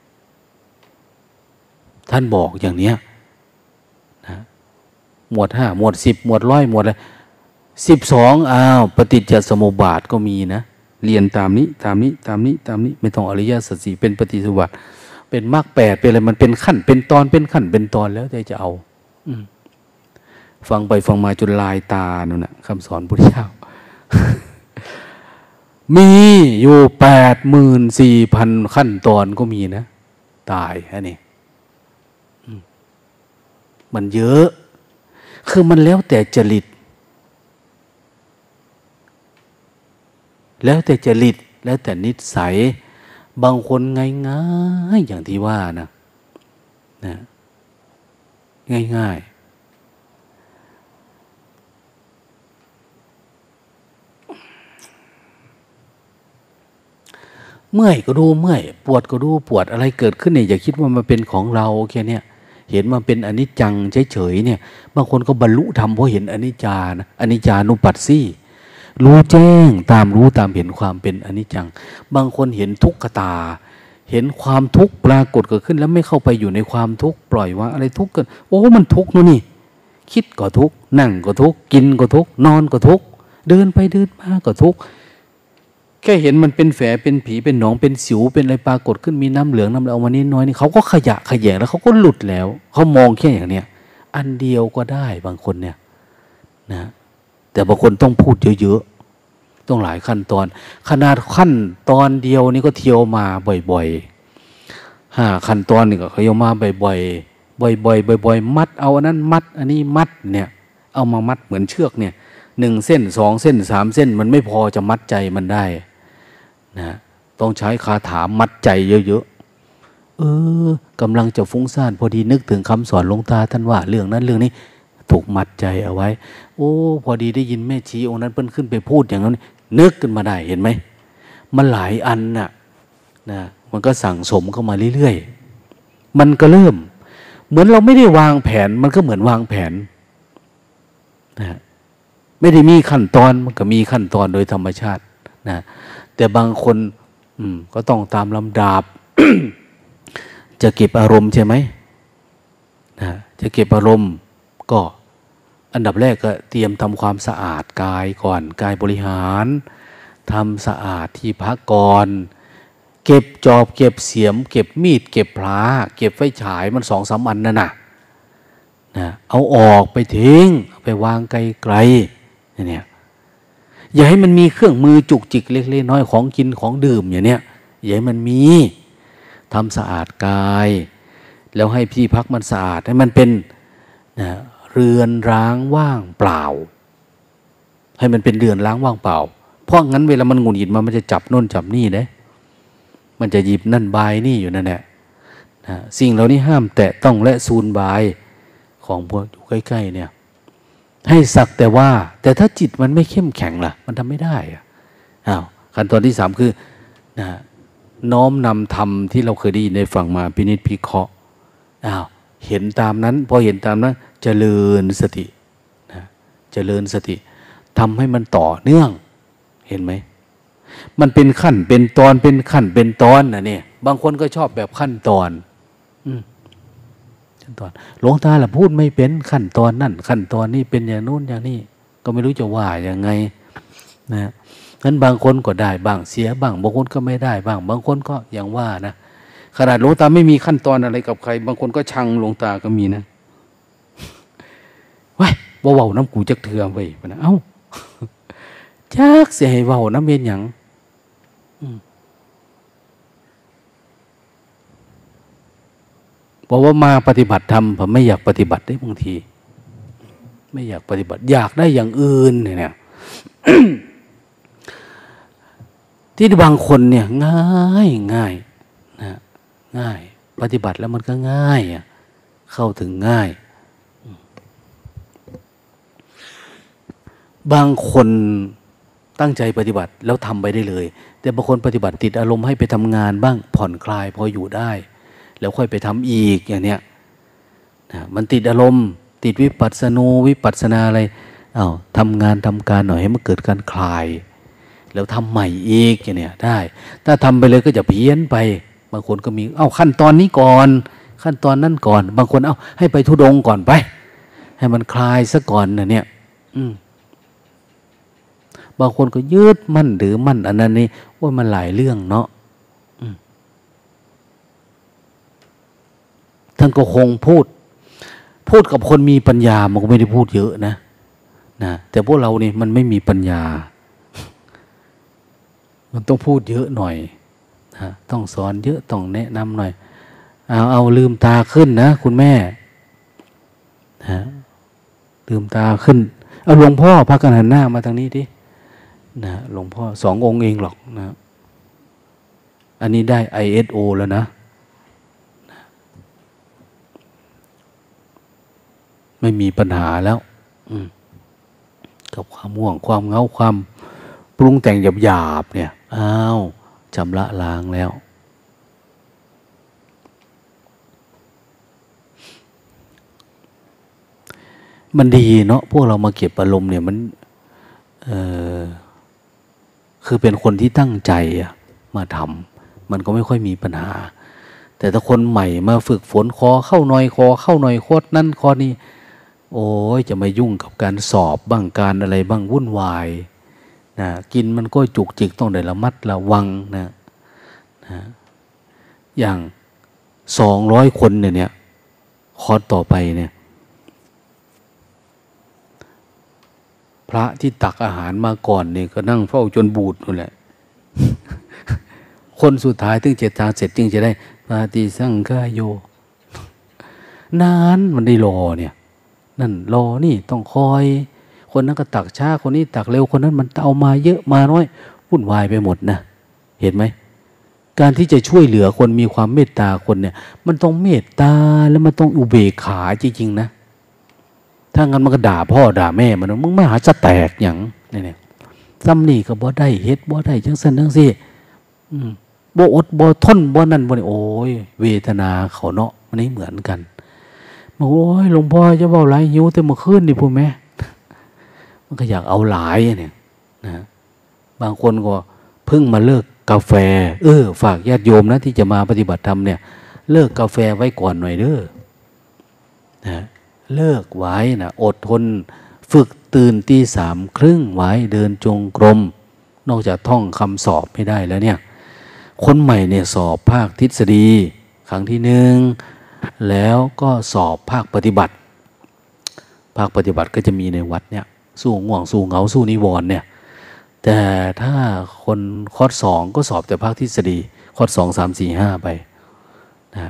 ท่านบอกอย่างเนี้ยนะหมวดห้าหมวดสิบหมวดร้อยหมวดอะไรสิบสองอ้าวปฏิจจสมุปบาทก็มีนะเรียนตามนี้ตามนี้ตามนี้ตามนี้ไม่ต้องอริยสัจสี่เป็นปฏิจจสมุปบาทเป็นมรรคแปดเป็นอะไรมันเป็นขั้นเป็นตอนเป็นขั้นเป็นตอนแล้วแต่จะเอาฟังไปฟังมาจนลายตานั่นนะคำสอนพุทธเจ้า มีอยู่แปดหมื่นสี่พันขั้นตอนก็มีนะตายฮะนี่มันเยอะคือมันแล้วแต่จริตแล้วแต่จริตแล้วแต่นิสัยบางคนง่ายๆอย่างที่ว่านะนะง่ายๆเมื่อยก็ดูเมื่อยปวดก็ดูปวดอะไรเกิดขึ้นเนี่ยอย่าคิดว่ามันเป็นของเราแค่เนี้ยเห็นมันเป็นอนิจจังเฉยๆเนี่ยบางคนก็บรรลุธรรมเพราะเห็นอนิจจานะอนิจจานุปัสสีรู้แจ้งตามรู้ตามเห็นความเป็นอนิจจังบางคนเห็นทุกขตาเห็นความทุกข์ปรากฏเกิดขึ้นแล้วไม่เข้าไปอยู่ในความทุกข์ปล่อยว่าอะไรทุกข์เกิดโอ้มันทุกข์นู่นนี่คิดก็ทุกข์นั่งก็ทุกข์กินก็ทุกข์นอนก็ทุกข์เดินไปเดินมาก็ทุกข์แค่เห็นมันเป็นแผลเป็นผีเป็นหนองเป็นสิวเป็นอะไรปรากฏขึ้นมีน้ำเหลืองน้ำอะไรออกมานิดน้อยนี่เขาก็ขยะขยะแล้วเขาก็หลุดแล้วเขามองแค่อย่างเนี้ยอันเดียวก็ได้บางคนเนี่ยนะแต่บางคนต้องพูดเยอะๆต้องหลายขั้นตอนขนาดขั้นตอนเดียวนี่ก็เที่ยวมาบ่อยๆห้าขั้นตอนนี่ก็เที่ยวมาบ่อยๆบ่อยๆบ่อยๆมัดเอาอันนั้นมัดอันนี้มัดเนี่ยเอามามัดเหมือนเชือกเนี่ยหนึ่งเส้นสองเส้นสามเส้นมันไม่พอจะมัดใจมันได้นะต้องใช้คาถามัดใจเยอะๆเออกำลังจะฟุ้งซ่านพอดีนึกถึงคำสอนหลวงตาท่านว่าเรื่องนั้นเรื่องนี้ถูกมัดใจเอาไว้โอ้พอดีได้ยินแม่ชีองค์นั้นเพิ่นขึ้นไปพูดอย่างนั้นนึกขึ้นมาได้เห็นไหมมันหลายอันน่ะนะมันก็สั่งสมเข้ามาเรื่อยๆมันก็เริ่มเหมือนเราไม่ได้วางแผนมันก็เหมือนวางแผนนะไม่ได้มีขั้นตอนมันก็มีขั้นตอนโดยธรรมชาตินะแต่บางคนอืมก็ต้องตามลำดับ จะเก็บอารมณ์ใช่ไหมนะจะเก็บอารมณ์ก็อันดับแรกก็เตรียมทำความสะอาดกายก่อนกายบริหารทำสะอาดที่พักก่อนเก็บจอบเก็บเสียมเก็บมีดเก็บพลาเก็บไฟฉายมันสองสามอันนั่นน่ะนะเอาออกไปทิ้งเอาไปวางไกลๆเนี่ยอย่าให้มันมีเครื่องมือจุกจิกเล็กๆน้อยของกินของดื่มอย่างเนี้ยอย่าให้มันมีทำสะอาดกายแล้วให้ที่พักมันสะอาดให้มันเป็นนะเรือนร้างว่างเปล่าให้มันเป็นเรือนร้างว่างเปล่าเพราะงั้นเวลามันหงุดหงิดมันมันจะจับโน่นจับนี่เด้มันจะหยิบนั่นบายนี่อยู่นั่นแหละนะสิ่งเหล่านี้ห้ามแตะต้องและซูนบายของพวกอยู่ใกล้ๆเนี่ยให้สักแต่ว่าแต่ถ้าจิตมันไม่เข้มแข็งล่ะมันทำไม่ได้อะอ้าวขั้นตอนที่สามคือนะน้อมนำธรรมที่เราเคยได้ยินได้ฟังมาพินิจพิเคราะห์อ้าวเห็นตามนั้นพอเห็นตามนั้นเจริญสตินะเจริญสติทำให้มันต่อเนื่องเห็นไหมมันเป็นขั้นเป็นตอนเป็นขั้นเป็นตอนนะเนี่ยบางคนก็ชอบแบบขั้นตอนอืมขั้นตอนหลวงตาล่ะพูดไม่เป็นขั้นตอนนั่นขั้นตอนนี้เป็นอย่างนู้นอย่างนี้ก็ไม่รู้จะว่าอย่างไงนะงั้นบางคนก็ได้บ้างเสียบ้างบางคนก็ไม่ได้บ้างบางคนก็อย่างว่านะขนาดหลวงตาไม่มีขั้นตอนอะไรกับใครบางคนก็ชังหลวงตาก็มีนะว้ายว่าเว้าน้ำกูจักเถื่อไว้ปะนะเอ้าจักเสียให้เว้าน้ำเมียนหยังบอกว่ามาปฏิบัติธรรมผมไม่อยากปฏิบัติได้บางทีไม่อยากปฏิบัติอยากได้อย่างอื่นเนี่ย ที่บางคนเนี่ยง่ายง่ายนะง่ายปฏิบัติแล้วมันก็ง่ายอ่ะเข้าถึงง่ายบางคนตั้งใจปฏิบัติแล้วทำไปได้เลยแต่บางคนปฏิบัติติดอารมณ์ให้ไปทำงานบ้างผ่อนคลายพออยู่ได้แล้วค่อยไปทำอีกอย่างเนี้ยนะมันติดอารมณ์ติดวิปัสสนูวิปัสสนาอะไรอ้าวทำงานทำการหน่อยให้มันเกิดการคลายแล้วทำใหม่อีกอย่างเนี้ยได้ถ้าทำไปเลยก็จะเพี้ยนไปบางคนก็มีเอ้าขั้นตอนนี้ก่อนขั้นตอนนั้นก่อนบางคนเอ้าให้ไปทุดงก่อนไปให้มันคลายซะก่อนนะเนี่ยอืมบางคนก็ยึดมั่นหรือมั่นอันนั้นนี่ว่ามันหลายเรื่องเนาะท่านก็คงพูดพูดกับคนมีปัญญามันก็ไม่ได้พูดเยอะนะนะแต่พวกเรานี่มันไม่มีปัญญามันต้องพูดเยอะหน่อยนะต้องสอนเยอะต้องแนะนำหน่อยเอาเอาลืมตาขึ้นนะคุณแม่นะลืมตาขึ้นเอาหลวงพ่อพากันหันหน้ามาทางนี้ดินะหลวงพ่อสององค์เองหรอกนะอันนี้ได้ ไอ เอส โอ แล้วนะไม่มีปัญหาแล้วกับความง่วงความเหงาความปรุงแต่งหยาบๆเนี่ยอ้าวชำระล้างแล้วมันดีเนาะพวกเรามาเก็บอารมณ์เนี่ยมันเออคือเป็นคนที่ตั้งใจมาทำมันก็ไม่ค่อยมีปัญหาแต่ถ้าคนใหม่มาฝึกฝนคอเข้าหน่อยคอเข้าหน่อยโคตรนั่นคอนี่โอ้ยจะมายุ่งกับการสอบบ้างการอะไรบ้างวุ่นวายนะกินมันก็จุกจิกต้องได้ระมัดระวังนะนะอย่างสองร้อยคนเนี่ยเนี่ยคอร์สต่อไปเนี่ยพระที่ตักอาหารมาก่อนเนี่ยก็นั่งเฝ้าจนบูดนั่นแหละ คนสุดท้ายถึงเจ็ดทางเสร็จจึงจะได้ปาติสังขายโยนานมันได้รอเนี่ยนั่นรอนี่ต้องคอยคนนั้นก็ตักช้าคนนี้ตักเร็วคนนั้นมันเอามาเยอะมาน้อยวุ่นวายไปหมดนะเห็นไหมการที่จะช่วยเหลือคนมีความเมตตาคนเนี่ยมันต้องเมตตาแล้วมันต้องอุเบกขาจริงๆนะถ้างั้นมันก็ด่าพ่อด่าแม่มันมึงไม่หาจะแตกอย่างนี่เนี่ยซ้ำนี่ก็บ่ได้เฮ็ดบ่ได้จังซั่นจังซี่อืมบ่อดบ่ทนบ่นั่นบ่นี่โอ้ยเวทนาเขาเนาะมันไม่เหมือนกันบอกโอ้ยหลวงพ่อจะเว้าหลายหิวแต่เมื่อคืนนี่พูดแม่มันก็อยากเอาหลายเนี่ยนะบางคนก็เพิ่งมาเลิกกาแฟเออฝากญาติโยมนะที่จะมาปฏิบัติธรรมเนี่ยเลิกกาแฟไว้ก่อนหน่อยเด้อนะเลิกไว้นะอดทนฝึกตื่นตีสามครึ่งไว้เดินจงกรมนอกจากท่องคำสอบไม่ได้แล้วเนี่ยคนใหม่เนี่ยสอบภาคทฤษฎีครั้งที่หนึ่งแล้วก็สอบภาคปฏิบัติภาคปฏิบัติก็จะมีในวัดเนี่ยสู้ง่วงสู้เหงาสู้นิวรณ์เนี่ยแต่ถ้าคนคอร์สสองก็สอบแต่ภาคทฤษฎีคอร์สสองสามสี่ห้าไปนะ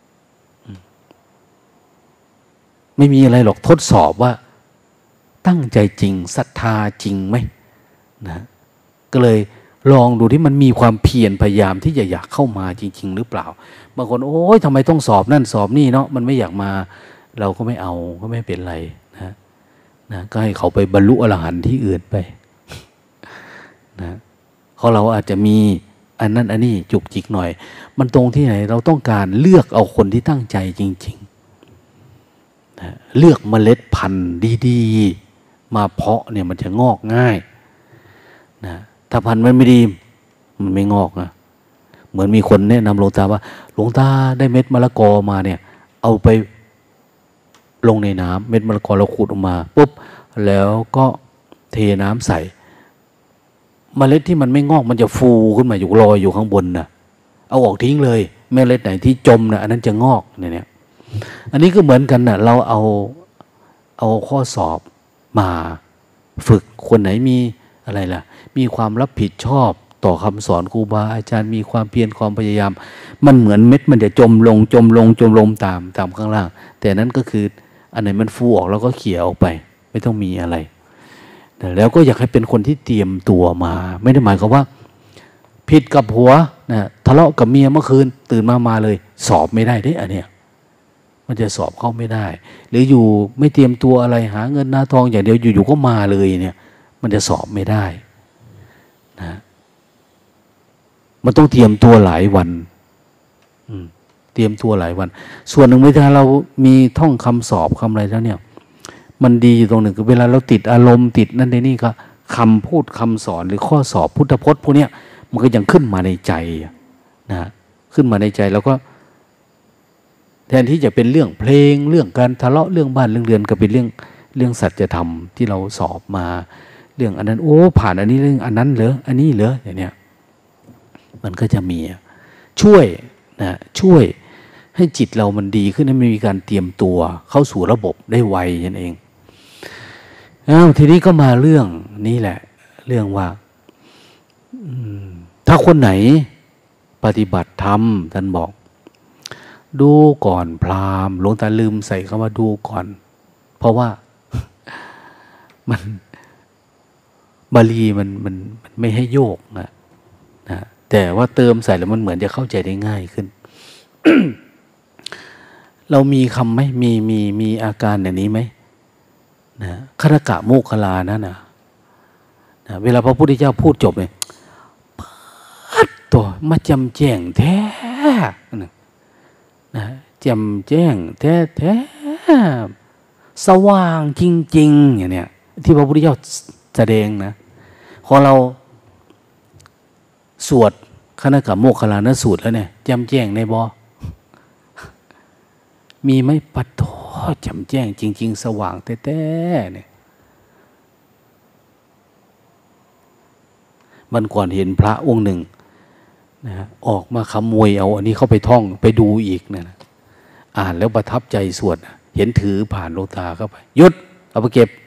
ไม่มีอะไรหรอกทดสอบว่าตั้งใจจริงศรัทธาจริงไหมนะก็เลยลองดูที่มันมีความเพียรพยายามที่จะอยากเข้ามาจริงๆหรือเปล่าบางคนโอ้ยทำไมต้องสอบนั่นสอบนี่เนาะมันไม่อยากมาเราก็ไม่เอาก็ไม่เป็นไรนะนะก็ให้เขาไปบรรลุอรหันต์ที่อื่นไปนะเขาเราอาจจะมีอันนั้นอันนี้จุกจิกหน่อยมันตรงที่ไหนเราต้องการเลือกเอาคนที่ตั้งใจจริงๆนะเลือกเมล็ดพันธุ์ดีๆมาเพาะเนี่ยมันจะงอกง่ายนะถ้าพันธุ์มันไม่ดีมันไม่งอกนะเหมือนมีคนแนะนำหลวงตาว่าหลวงตาได้เม็ดมะละกอมาเนี่ยเอาไปลงในน้ำเม็ดมะละกอเราขุดออกมาปุ๊บแล้วก็เทน้ำใส่เมล็ดที่มันไม่งอกมันจะฟูขึ้นมาอยู่ลอยอยู่ข้างบนนะเอาออกทิ้งเลยเมล็ดไหนที่จมนะอันนั้นจะงอกเนี่ยอันนี้ก็เหมือนกันนะเราเอาเอาข้อสอบมาฝึกคนไหนมีอะไรล่ะมีความรับผิดชอบต่อคำสอนครูบาอาจารย์มีความเพียรความพยายามมันเหมือนเม็ดมันจะจมลงจมลงจมลงตามตามข้างล่างแต่นั้นก็คืออันไหนมันฟูออกแล้วก็เขี่ยออกไปไม่ต้องมีอะไรแต่แล้วก็อยากให้เป็นคนที่เตรียมตัวมาไม่ได้หมายความว่าผิดกับผัวนะทะเลาะกับเมียเมื่อคืนตื่นมามาเลยสอบไม่ได้เด้อันเนี้ยมันจะสอบเข้าไม่ได้หรืออยู่ไม่เตรียมตัวอะไรหาเงินหน้าทองอย่างเดียวอยู่ๆก็มาเลยเนี่ยมันจะสอบไม่ได้นะมันต้องเตรียมตัวหลายวันเตรียมตัวหลายวันส่วนหนึ่งเวลาเรามีท่องคำสอบคำอะไรแล้วเนี่ยมันดีอยู่ตรงหนึ่งคือเวลาเราติดอารมณ์ติดนั่นในนี่ก็คำพูดคำสอนหรือข้อสอบพุทธพจน์พวกนี้มันก็ยังขึ้นมาในใจนะขึ้นมาในใจแล้วก็แทนที่จะเป็นเรื่องเพลงเรื่องการทะเลาะเรื่องบ้านเรื่องเรือนก็เป็นเรื่องเรื่องสัจธรรมที่เราสอบมาเรื่องอันนั้นโอ้ผ่านอันนี้เรื่องอันนั้นเหรออันนี้เหรออย่างเนี้ยมันก็จะมีช่วยนะช่วยให้จิตเรามันดีขึ้นให้มันมีการเตรียมตัวเข้าสู่ระบบได้ไวนั่นเองอ้าวทีนี้ก็มาเรื่องนี้แหละเรื่องว่าถ้าคนไหนปฏิบัติธรรมท่านบอกดูก่อนพราหมณ์หลวงตาลืมใส่คำว่าดูก่อนเพราะว่ามันบาลีมันมันมันไม่ให้โยกนะนะแต่ว่าเติมใส่แล้วมันเหมือนจะเข้าใจได้ง่ายขึ้น เรามีคำไหมมีมีมีอาการอย่างนี้ไหมนะคณกะโมคคัลลานั่นนะนะเวลาพระพุทธเจ้าพูดจบเลยปัดตัวมาจำแจ้งแท้นะนะจำแจ้งแท้แท้สว่างจริงๆอย่างเนี้ยที่พระพุทธเจ้าแสดงนะของเราสวดคณกะโมคคัลลานสูตรแล้วเนี่ยจำแจ้งในบ่มีไหมปัดโธจำแจ้งจริงๆสว่างแท้ๆเนี่ยมันก่อนเห็นพระองค์หนึ่งนะออกมาขโมยเอาอันนี้เข้าไปท่องไปดูอีกนะอ่านแล้วประทับใจสวดเห็นถือผ่านโลตาเข้าไปหยุดเอาไปเก็บ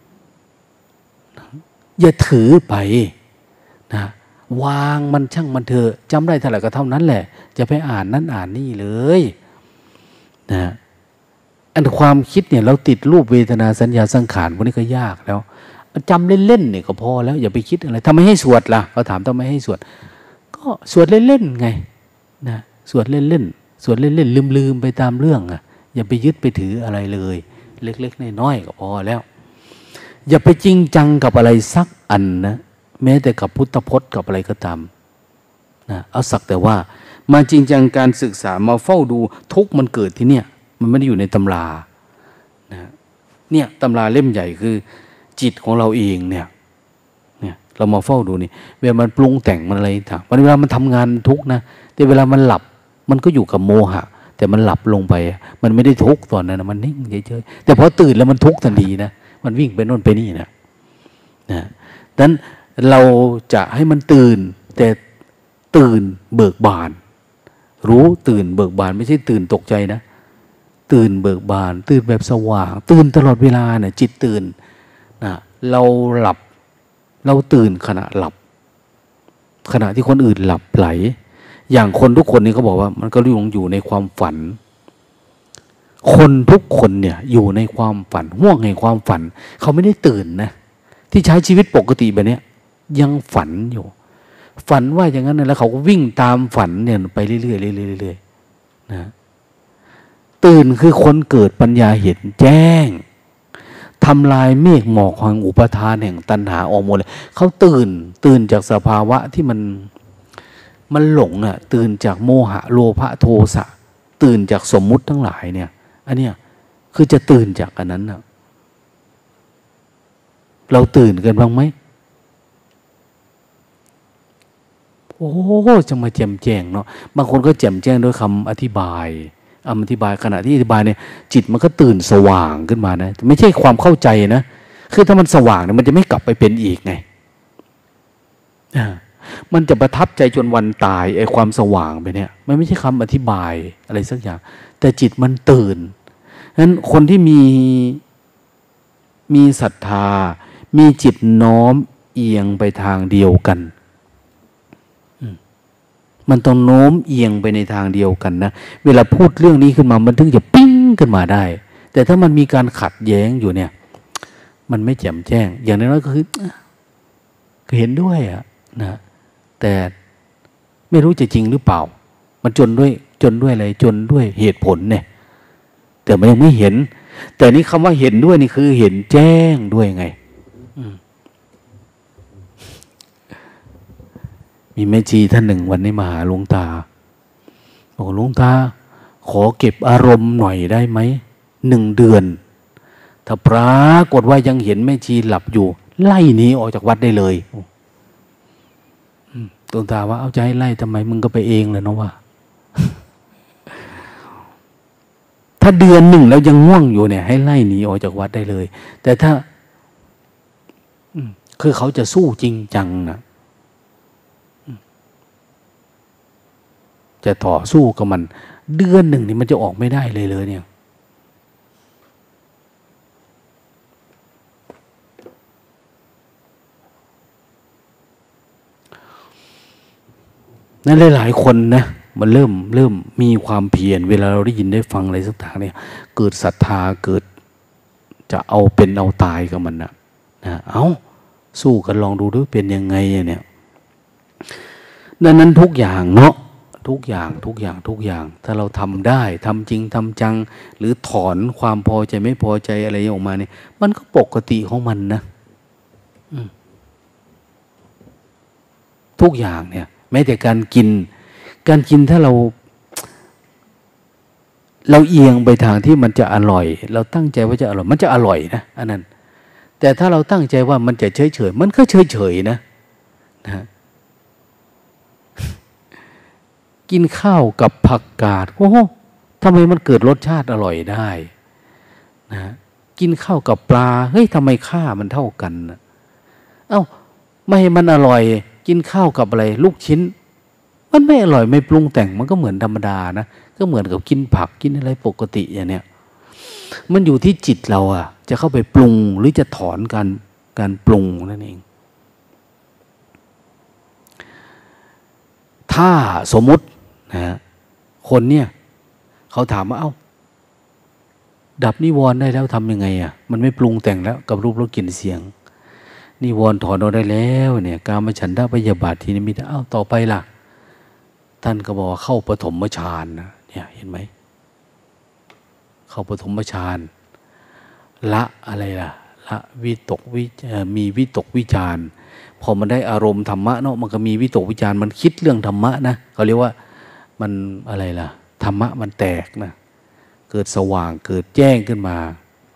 อย่าถือไปนะวางมันช่างมันเถอะจำได้เท่าไหร่ก็เท่านั้นแหละจะไปอ่านนั้นอ่านนี่เลยนะอันความคิดเนี่ยเราติดรูปเวทนาสัญญาสังขารพวกนี้ก็ยากแล้วจำเล่นๆเนี่ยก็พอแล้วอย่าไปคิดอะไรทำไมให้สวดล่ะเขาถามทำไมให้สวดก็สวดเล่นๆไงนะสวดเล่นๆสวดเล่นๆลืมๆไปตามเรื่องอ่ะอย่าไปยึดไปถืออะไรเลยเล็กๆน้อยๆก็พอแล้วอย่าไปจริงจังกับอะไรสักอันนะแม้แต่กับพุทธพจน์กับอะไรก็ตามนะเอาสักแต่ว่ามาจริงจังการศึกษามาเฝ้าดูทุกมันเกิดที่เนี่ยมันไม่ได้อยู่ในตำรานะเนี่ยตำราเล่มใหญ่คือจิตของเราเองเนี่ยเนี่ยเรามาเฝ้าดูนี่เวลามันปรุงแต่งมันอะไรต่างเวลามันทำงานทุกนะแต่เวลามันหลับมันก็อยู่กับโมหะแต่มันหลับลงไปมันไม่ได้ทุกตอนนั้นนะมันนิ่งเฉยๆแต่พอตื่นแล้วมันทุกทันทีนะมันวิ่งไปโน่นไปนี่นะนะดังนั้นเราจะให้มันตื่นแต่ตื่นเบิกบานรู้ตื่นเบิกบานไม่ใช่ตื่นตกใจนะตื่นเบิกบานตื่นแบบสว่างตื่นตลอดเวลาเนี่ยจิตตื่นนะเราหลับเราตื่นขณะหลับขณะที่คนอื่นหลับไหลอย่างคนทุกคนนี่เขาบอกว่ามันก็ลงอยู่ในความฝันคนทุกคนเนี่ยอยู่ในความฝันห่วงในความฝันเขาไม่ได้ตื่นนะที่ใช้ชีวิตปกติแบบนี้ยังฝันอยู่ฝันว่าอย่างนั้นนะแล้วเขาก็วิ่งตามฝันเนี่ยไปเรื่อยๆเรื่อยๆเรื่อยๆนะตื่นคือคนเกิดปัญญาเห็นแจ้งทำลายเมฆหมอกแห่งอุปทานแห่งตัณหาออกหมดเลยเขาตื่นตื่นจากสภาวะที่มันมันหลงอ่ะตื่นจากโมหะโลภะโทสะตื่นจากสมมุติทั้งหลายเนี่ยอันเนี้ยคือจะตื่นจากอันนั้นอ่ะเราตื่นกันบ้างไหมโอ้จะมาแจ่มแจ้งเนาะบางคนก็แจ่มแจ้งด้วยคำอธิบายอธิบายขณะที่อธิบายเนี่ยจิตมันก็ตื่นสว่างขึ้นมานะไม่ใช่ความเข้าใจนะคือถ้ามันสว่างเนี่ยมันจะไม่กลับไปเป็นอีกไงมันจะประทับใจจนวันตายไอ้ความสว่างไปเนี่ยมันไม่ใช่คำอธิบายอะไรสักอย่างแต่จิตมันตื่นนั้นคนที่มีมีศรัทธามีจิตน้อมเอียงไปทางเดียวกันมันต้องโน้มเอียงไปในทางเดียวกันนะเวลาพูดเรื่องนี้ขึ้นมามันถึงจะปิ้งขึ้นมาได้แต่ถ้ามันมีการขัดแย้งอยู่เนี่ยมันไม่แจ่มแจ้งอย่างนั้นก็คือเห็นด้วยอะนะแต่ไม่รู้จะจริงหรือเปล่ามันจนด้วยจนด้วยอะไรจนด้วยเหตุผลเนี่ยแต่มันยังไม่เห็นแต่นี่คำว่าเห็นด้วยนี่คือเห็นแจ้งด้วยไงมีแม่ชีท่านหนึ่งวันนี้มาหาหลวงตาบอกหลวงตาขอเก็บอารมณ์หน่อยได้ไหมหนึ่งเดือนถ้าปรากฏว่ายังเห็นแม่ชีหลับอยู่ไล่หนีออกจากวัดได้เลยหลวงตาว่าเอาใจไล่ทำไมมึงก็ไปเองเลยเนาะว่า ถ้าเดือนหนึ่งแล้วยังง่วงอยู่เนี่ยให้ไล่หนีออกจากวัดได้เลยแต่ถ้าคือเขาจะสู้จริงจังนะจะต่อสู้กับมันเดือนหนึ่งนี่มันจะออกไม่ได้เลยเลยเนี่ยนั่นหลายๆคนนะมันเริ่มเริ่มมีความเพียรเวลาเราได้ยินได้ฟังอะไรสักอย่างเนี่ยเกิดศรัทธาเกิดจะเอาเป็นเอาตายกับมันนะนะเอาสู้กันลองดูด้วยเป็นยังไงเนี่ยดังนั้นทุกอย่างเนาะทุกอย่างทุกอย่างทุกอย่างถ้าเราทำได้ทำจริงทำจังหรือถอนความพอใจไม่พอใจอะไรออกมาเนี่ยมันก็ปกติของมันนะทุกอย่างเนี่ยแม้แต่การกินการกินถ้าเราเราเอียงไปทางที่มันจะอร่อยเราตั้งใจว่าจะอร่อยมันจะอร่อยนะอันนั้นแต่ถ้าเราตั้งใจว่ามันจะเฉยเฉยมันก็เฉยเฉยนะนะกินข้าวกับผักกาดโอ้โหทำไมมันเกิดรสชาติอร่อยได้นะกินข้าวกับปลาเฮ้ยทำไมค่ามันเท่ากันนะเอ้าไม่ให้มันอร่อยกินข้าวกับอะไรลูกชิ้นมันไม่อร่อยไม่ปรุงแต่งมันก็เหมือนธรรมดานะก็เหมือนกับกินผักกินอะไรปกติอย่างเนี้ยมันอยู่ที่จิตเราอะจะเข้าไปปรุงหรือจะถอนการการปรุงนั่นเองถ้าสมมุตินะคนเนี่ยเขาถามว่าเอ้าดับนิวรณ์ได้แล้วทำยังไงอะมันไม่ปรุงแต่งแล้วกับรูปรสกลิ่นเสียงนิวรณ์ถอนออกได้แล้วเนี่ยกามฉันทะพยาบาททีนี้มีแต่เอ้าต่อไปล่ะท่านก็บอกว่าเข้าปฐมฌานนะเนี่ยเห็นไหมเข้าปฐมฌานละอะไรล่ะละวิตกวิมีวิตกวิจารพอมันได้อารมณ์ธรรมะเนาะมันก็มีวิตกวิจารมันคิดเรื่องธรรมะนะเขาเรียกว่ามันอะไรล่ะธรรมะมันแตกนะเกิดสว่างเกิดแจ้งขึ้นมา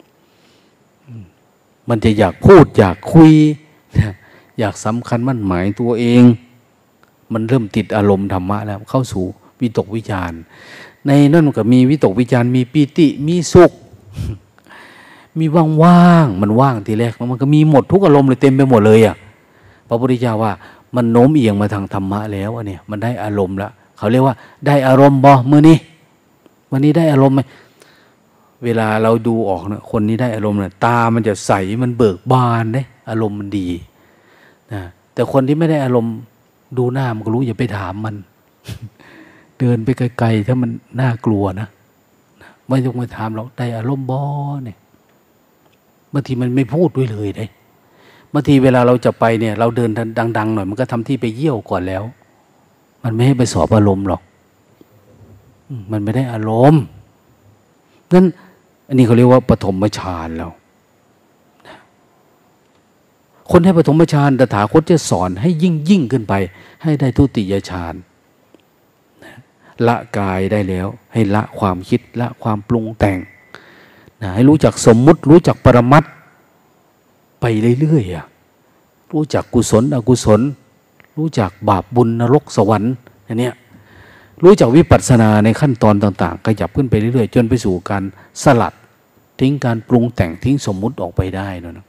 มันจะอยากพูดอยากคุยอยากสำคัญมั่นหมายตัวเองมันเริ่มติดอารมณ์ธรรมะแล้วเข้าสู่วิตกวิจารในนั่นก็มีวิตกวิจารมีปีติมีสุขมีว่างๆมันว่างทีแรกมันก็มีหมดทุกอารมณ์เลยเต็มไปหมดเลยอ่ะพระพุทธเจ้าว่ามันโน้มเอียงมาทางธรรมะแล้วอันเนี้ยมันได้อารมณ์แล้วเขาเรียกว่าได้อารมณ์บ่มื้อนี้วันนี้ได้อารมณ์ไหมเวลาเราดูออกนะคนนี้ได้อารมณ์นะตามันจะใสมันเบิกบานได้อารมณ์มันดีนะแต่คนที่ไม่ได้อารมณ์ดูหน้ามันก็รู้อย่าไปถามมัน เดินไปไกลๆถ้ามันน่ากลัวนะไม่ต้องไปถามหรอกได้อารมณ์บ่เนี่ยบางทีมันไม่พูดด้วยเลยได้บางทีเวลาเราจะไปเนี่ยเราเดินดังๆหน่อยมันก็ทำที่ไปเยี่ยวก่อนแล้วมันไม่ให้ไปสอบอารมณ์หรอกมันไม่ได้อารมณ์นั่นอันนี้เขาเรียกว่าปฐมฌานแล้วคนให้ปฐมฌานตถาคตจะสอนให้ยิ่งยิ่งขึ้นไปให้ได้ทุติยฌานละกายได้แล้วให้ละความคิดละความปรุงแต่งนะให้รู้จักสมมุติรู้จักปรมัตถ์ไปเรื่อยๆรู้จักกุศลอกุศลรู้จักบาปบุญนรกสวรรค์อันเนี้ยรู้จักวิปัสสนาในขั้นตอนต่างๆขยับขึ้นไปเรื่อยๆจนไปสู่การสลัดทิ้งการปรุงแต่งทิ้งสมมุติออกไปได้นะ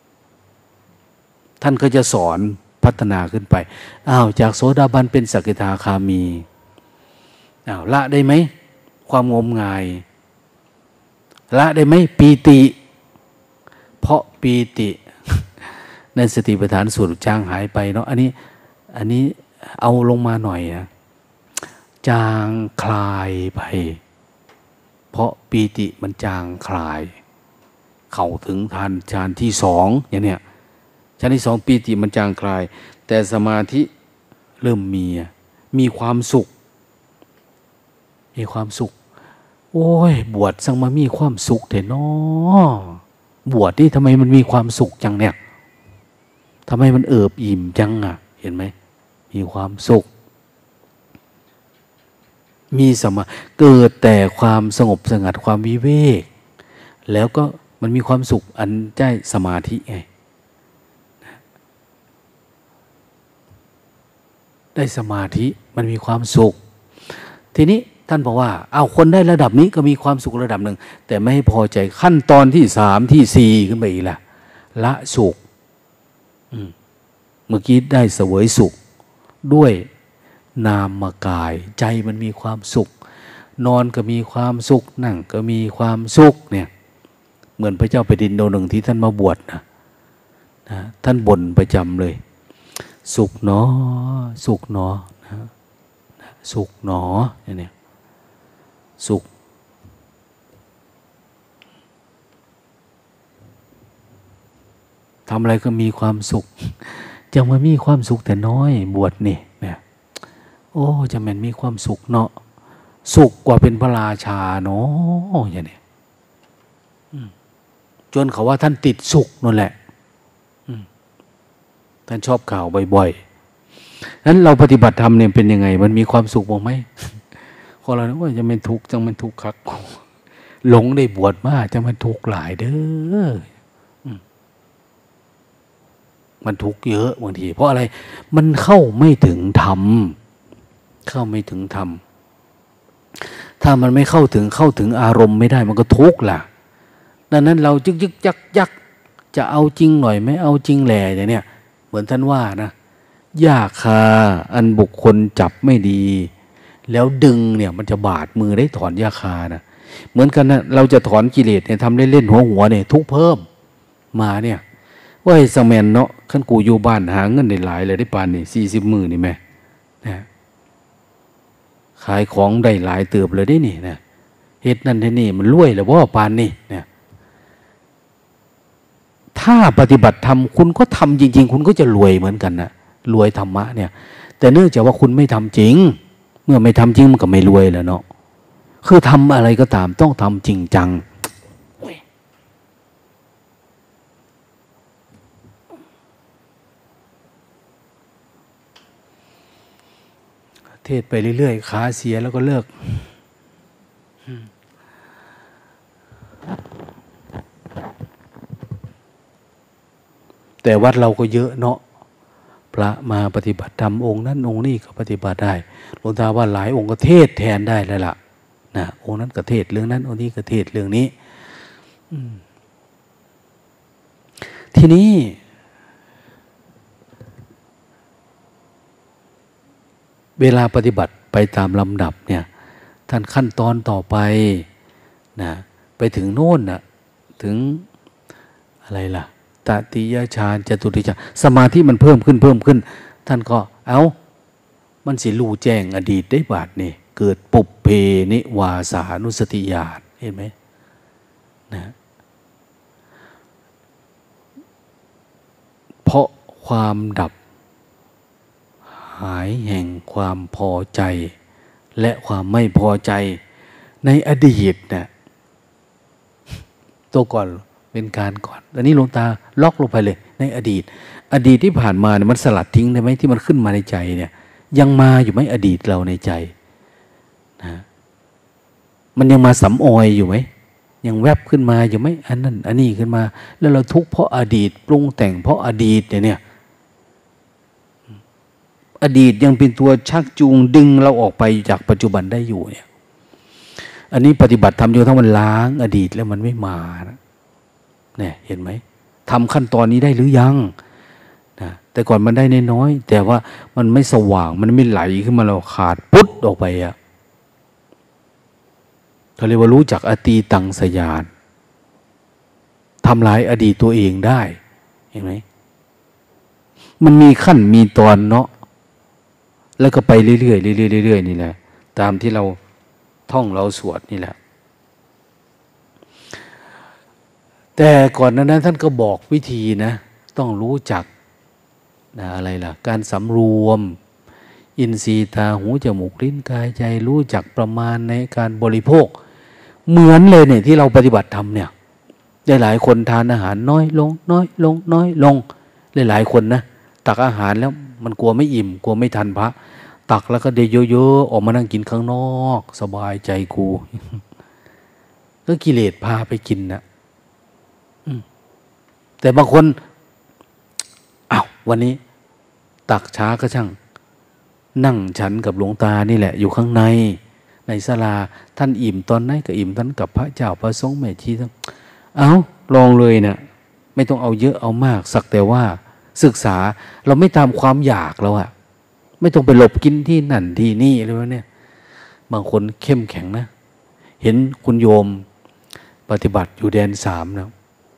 ท่านก็จะสอนพัฒนาขึ้นไปอ้าวจากโสดาบันเป็นสกิทาคามีอ้าวละได้ไหมความงมงายละได้ไหมปีติเพราะปีติในสติปัฏฐานสูตรจางหายไปเนาะอันนี้อันนี้เอาลงมาหน่อยนะจางคลายไปเพราะปีติมันจางคลายเข้าถึงทานฌานที่สองอย่างเนี้ยฌานที่สองปีติมันจางคลายแต่สมาธิเริ่มมีมีความสุขมีความสุขโอ้ยบวชสังมามีความสุขเถอะเนาะบวชนี่ทำไมมันมีความสุขจังเนี่ยทำไมมันเอิบอิ่มจังอ่ะเห็นไหมมีความสุขมีสมาเกิดแต่ความสงบสงัดความวิเวกแล้วก็มันมีความสุขอันได้สมาธิไงได้สมาธิมันมีความสุขทีนี้ท่านบอกว่าเอาคนได้ระดับนี้ก็มีความสุขระดับหนึ่งแต่ไม่ให้พอใจขั้นตอนที่สามที่สี่ขึ้นไปอีกล่ะละสุขเมื่อกี้ได้เสวยสุขด้วยนามกายใจมันมีความสุขนอนก็มีความสุขนั่งก็มีความสุขเนี่ยเหมือนพระเจ้าแผ่นดินโดหนึ่งที่ท่านมาบวชนะนะท่านบ่นประจำเลยสุขหนอสุขหนอนะสุขหนอเนี่ยสุขทำอะไรก็มีความสุขจะมามีความสุขแต่น้อยบวชนี่เนี่ยโอ้จะมันมีความสุขเนาะสุขกว่าเป็นพระราชาเนาะอย่างนี้จนเขาว่าท่านติดสุขนั่นแหละท่านชอบข่าวบ่อยๆนั้นเราปฏิบัติธรรมเนี่ยเป็นยังไงมันมีความสุขบ้างไหมคนเราเนี่ยว่าจะเป็นทุกข์จังมันทุกข์คักหลงได้บวชมากจังมันทุกข์หลายเด้อมันทุกข์เยอะบางทีเพราะอะไรมันเข้าไม่ถึงธรรมเข้าไม่ถึงธรรมถ้ามันไม่เข้าถึงเข้าถึงอารมณ์ไม่ได้มันก็ทุกข์ล่ะดังนั้นเรายึกยึกยักยักจะเอาจริงหน่อยไม่เอาจริงแหล่อย่างเนี้ยเหมือนท่านว่านะหญ้าคาอันบุคคลจับไม่ดีแล้วดึงเนี่ยมันจะบาดมือได้ถอนหญ้าคานะเหมือนกันนะเราจะถอนกิเลสเนี่ยทำเล่นๆหัวหัวเนี่ยทุกเพิ่มมาเนี่ยว่าไอ้สมัยเนาะขั้นกูอยู่บ้านหาเงินได้หลายเลยได้ปานนี่สี่สิบมือนี่แม่นะขายของได้หลายเติบเลยได้นี่นะเฮ็ดนั่นเฮ็ดนี่มันรวยแล้วว่าปานนี่เนี่ยถ้าปฏิบัติธรรมคุณก็ทำจริงๆคุณก็จะรวยเหมือนกันนะรวยธรรมะเนี่ยแต่เนื่องจากว่าคุณไม่ทำจริงเมื่อไม่ทำจริงมันก็ไม่รวยแล้วเนาะคือทำอะไรก็ตามต้องทำจริงจังเทศไปเรื่อยๆขาเสียแล้วก็เลิกแต่วัดเราก็เยอะเนาะพระมาปฏิบัติธรรมองค์นั้นองค์นี้ก็ปฏิบัติได้หลวงตาว่าหลายองค์ก็เทศแทนได้แล้วล่ะนะองค์นั้นก็เทศเรื่องนั้นองค์นี้ก็เทศเรื่องนี้ทีนี้เวลาปฏิบัติไปตามลำดับเนี่ยท่านขั้นตอนต่อไปนะไปถึงโน่นนะถึงอะไรล่ะตติยฌานจตุติยฌานสมาธิมันเพิ่มขึ้นเพิ่มขึ้นท่านก็เอามันสิรู้แจ้งอดีตได้บาดนี่เกิดปุพเพนิวาสานุสติญาณเห็นไหมนะเพราะความดับหายแห่งความพอใจและความไม่พอใจในอดีตเนี่ยตัวก่อนเป็นการก่อนอันนี้หลวงตาล็อกลงไปเลยในอดีตอดีตที่ผ่านมาเนี่ยมันสลัดทิ้งได้ไหมที่มันขึ้นมาในใจเนี่ยยังมาอยู่ไหมอดีตเราในใจนะมันยังมาสำออยอยู่ไหมยังแวบขึ้นมาอยู่ไหมอันนั้นอันนี้ขึ้นมาแล้วเราทุกข์เพราะอดีตปรุงแต่งเพราะอดีตเนี่ยอดีตยังเป็นตัวชักจูงดึงเราออกไปจากปัจจุบันได้อยู่เนี่ยอันนี้ปฏิบัติทำจนทั้งมันล้างอดีตแล้วมันไม่มานะเนี่ยเห็นไหมทำขั้นตอนนี้ได้หรือยังนะแต่ก่อนมันได้น้อยๆแต่ว่ามันไม่สว่างมันไม่ไหลขึ้นมาเราขาดปุ๊ดออกไปอะเขาเรียกว่ารู้จักอตีตังสยานทำลายอดีตตัวเองได้เห็นไหมมันมีขั้นมีตอนเนาะแล้วก็ไปเรื่อยๆเรื่อยๆเรื่อยๆนี่แหละตามที่เราท่องเราสวดนี่แหละแต่ก่อนนั้นท่านก็บอกวิธีนะต้องรู้จักนะอะไรล่ะการสำรวมอินทรีย์ตาหูจมูกลิ้นกายใจรู้จักประมาณในการบริโภคเหมือนเลยเนี่ยที่เราปฏิบัติธรรมเนี่ยได้หลายคนทานอาหารน้อยลงน้อยลงน้อยลงหลายๆคนนะตักอาหารแล้วมันกลัวไม่อิ่มกลัวไม่ทันพระตักแล้วก็เดเยอะๆออกมานั่งกินข้างนอกสบายใจกูก็กิเลสพาไปกินนะแต่บางคนอ้าววันนี้ตักช้าก็ช่างนั่งฉันกับหลวงตานี่แหละอยู่ข้างในในศาลาท่านอิ่มตอนไหนก็อิ่มตอนกับพระเจ้าพระสงฆ์แม่ชีทั้งเอาลองเลยเนะไม่ต้องเอาเยอะเอามากสักแต่ว่าศึกษาเราไม่ตามความอยากเราอะไม่ต้องไปหลบกินที่นั่นที่นี่อะไรวะเนี่ยบางคนเข้มแข็งนะเห็นคุณโยมปฏิบัติอยู่แดนสามนะ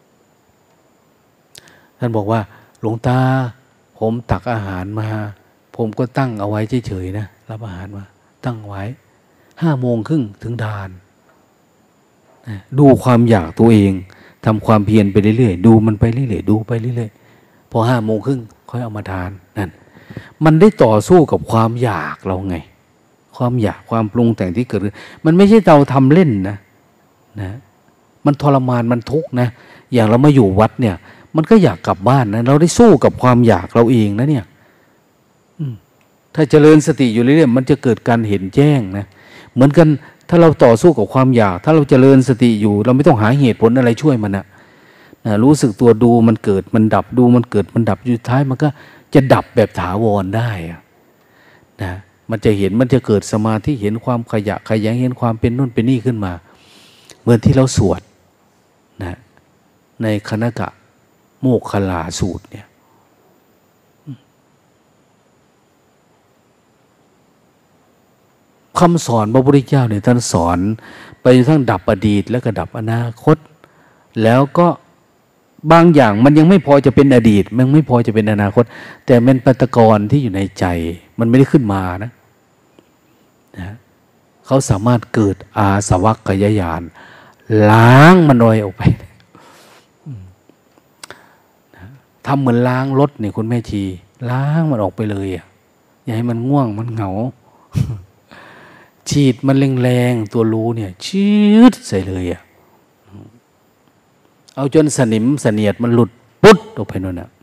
ท่านบอกว่าหลวงตาผมตักอาหารมาผมก็ตั้งเอาไว้เฉยๆนะรับอาหารมาตั้งไว้ห้าโมงครึ่งถึงทานดูความอยากตัวเองทำความเพียรไปเรื่อยๆดูมันไปเรื่อยๆดูไปเรื่อยๆพอห้าโมงครึ่งค่อยเอามาทานนั่นมันได้ต่อสู้กับความอยากเราไงความอยากความปรุงแต่งที่เกิดขึ้นมันไม่ใช่เราทำเล่นนะนะมันทรมานมันทุกข์นะอย่างเรามาอยู่วัดเนี่ยมันก็อยากกลับบ้านนะเราได้สู้กับความอยากเราเองนะเนี่ยถ้าเจริญสติอยู่เรื่อยๆมันจะเกิดการเห็นแจ้งนะเหมือนกันถ้าเราต่อสู้กับความอยากถ้าเราเจริญสติอยู่เราไม่ต้องหาเหตุผลอะไรช่วยมันนะนะรู้สึกตัวดูมันเกิดมันดับดูมันเกิดมันดับอยู่ท้ายมันก็จะดับแบบถาวรได้นะมันจะเห็นมันจะเกิดสมาธิเห็นความขยะขยงเห็นความเป็นนู่นเป็นนี่ขึ้นมาเหมือนที่เราสวดนะในคณกะโมคคัลลาสูตรเนี่ยคำสอนพระพุทธเจ้าเนี่ยท่านสอนไปทั้งดับอดีตแล้วก็ดับอนาคตแล้วก็บางอย่างมันยังไม่พอจะเป็นอดีตมันไม่พอจะเป็นอนาคตแต่เป็นปัตกรที่อยู่ในใจมันไม่ได้ขึ้นมานะนะเขาสามารถเกิดอาสวัคคยญาณล้างมันลอยออกไปทำเหมือนล้างรถเนี่ยคุณแม่ชีล้างมันออกไปเลยอ่ะอย่าให้มันง่วงมันเหงาฉีดมันแรงๆตัวรู้เนี่ยชืดใส่เลยอ่ะเอาจนสนิมเสนียดมันหลุดปุ๊ดออกไปนั่นน่ะ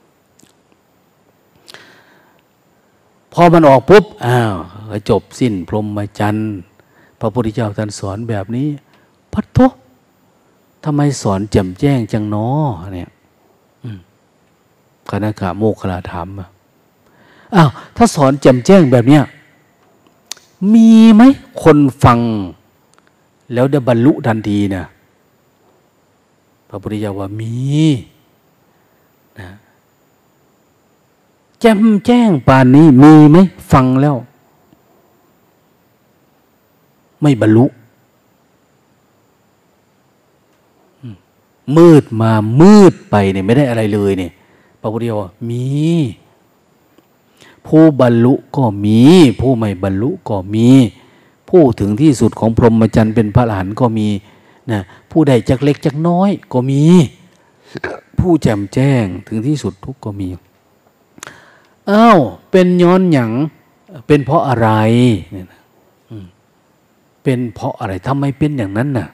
พอมันออกปุ๊บอ้าวจบสิ้นพรหมจรรย์พระพุทธเจ้าท่านสอนแบบนี้พัทโธทำไมสอนแจ่มแจ้งจังน้อเนี่ยคณกะโมคคัลลาถามอ้าวถ้าสอนแจ่มแจ้งแบบเนี้ยมีไหมคนฟังแล้วได้บรรลุทันทีนะพระพุทธเจ้าว่ามีนะแจ่มแจ้งป่านนี้มีไหมฟังแล้วไม่บรรลุมืดมามืดไปเนี่ยไม่ได้อะไรเลยเนี่ยพระพุทธเจ้าว่ามีผู้บรรลุก็มีผู้ไม่บรรลุก็มีผู้ถึงที่สุดของพรหมจรรย์เป็นพระอรหันต์ก็มีนะผู้ใดจักเล็กจักน้อยก็มีผู้แจ่มแจ้งถึงที่สุดทุกก็มีอ้าวเป็นย้อนหยังเป็นเพราะอะไรเนี่ยนะเป็นเพราะอะไรทำไมเป็นอย่างนั้นน่ะ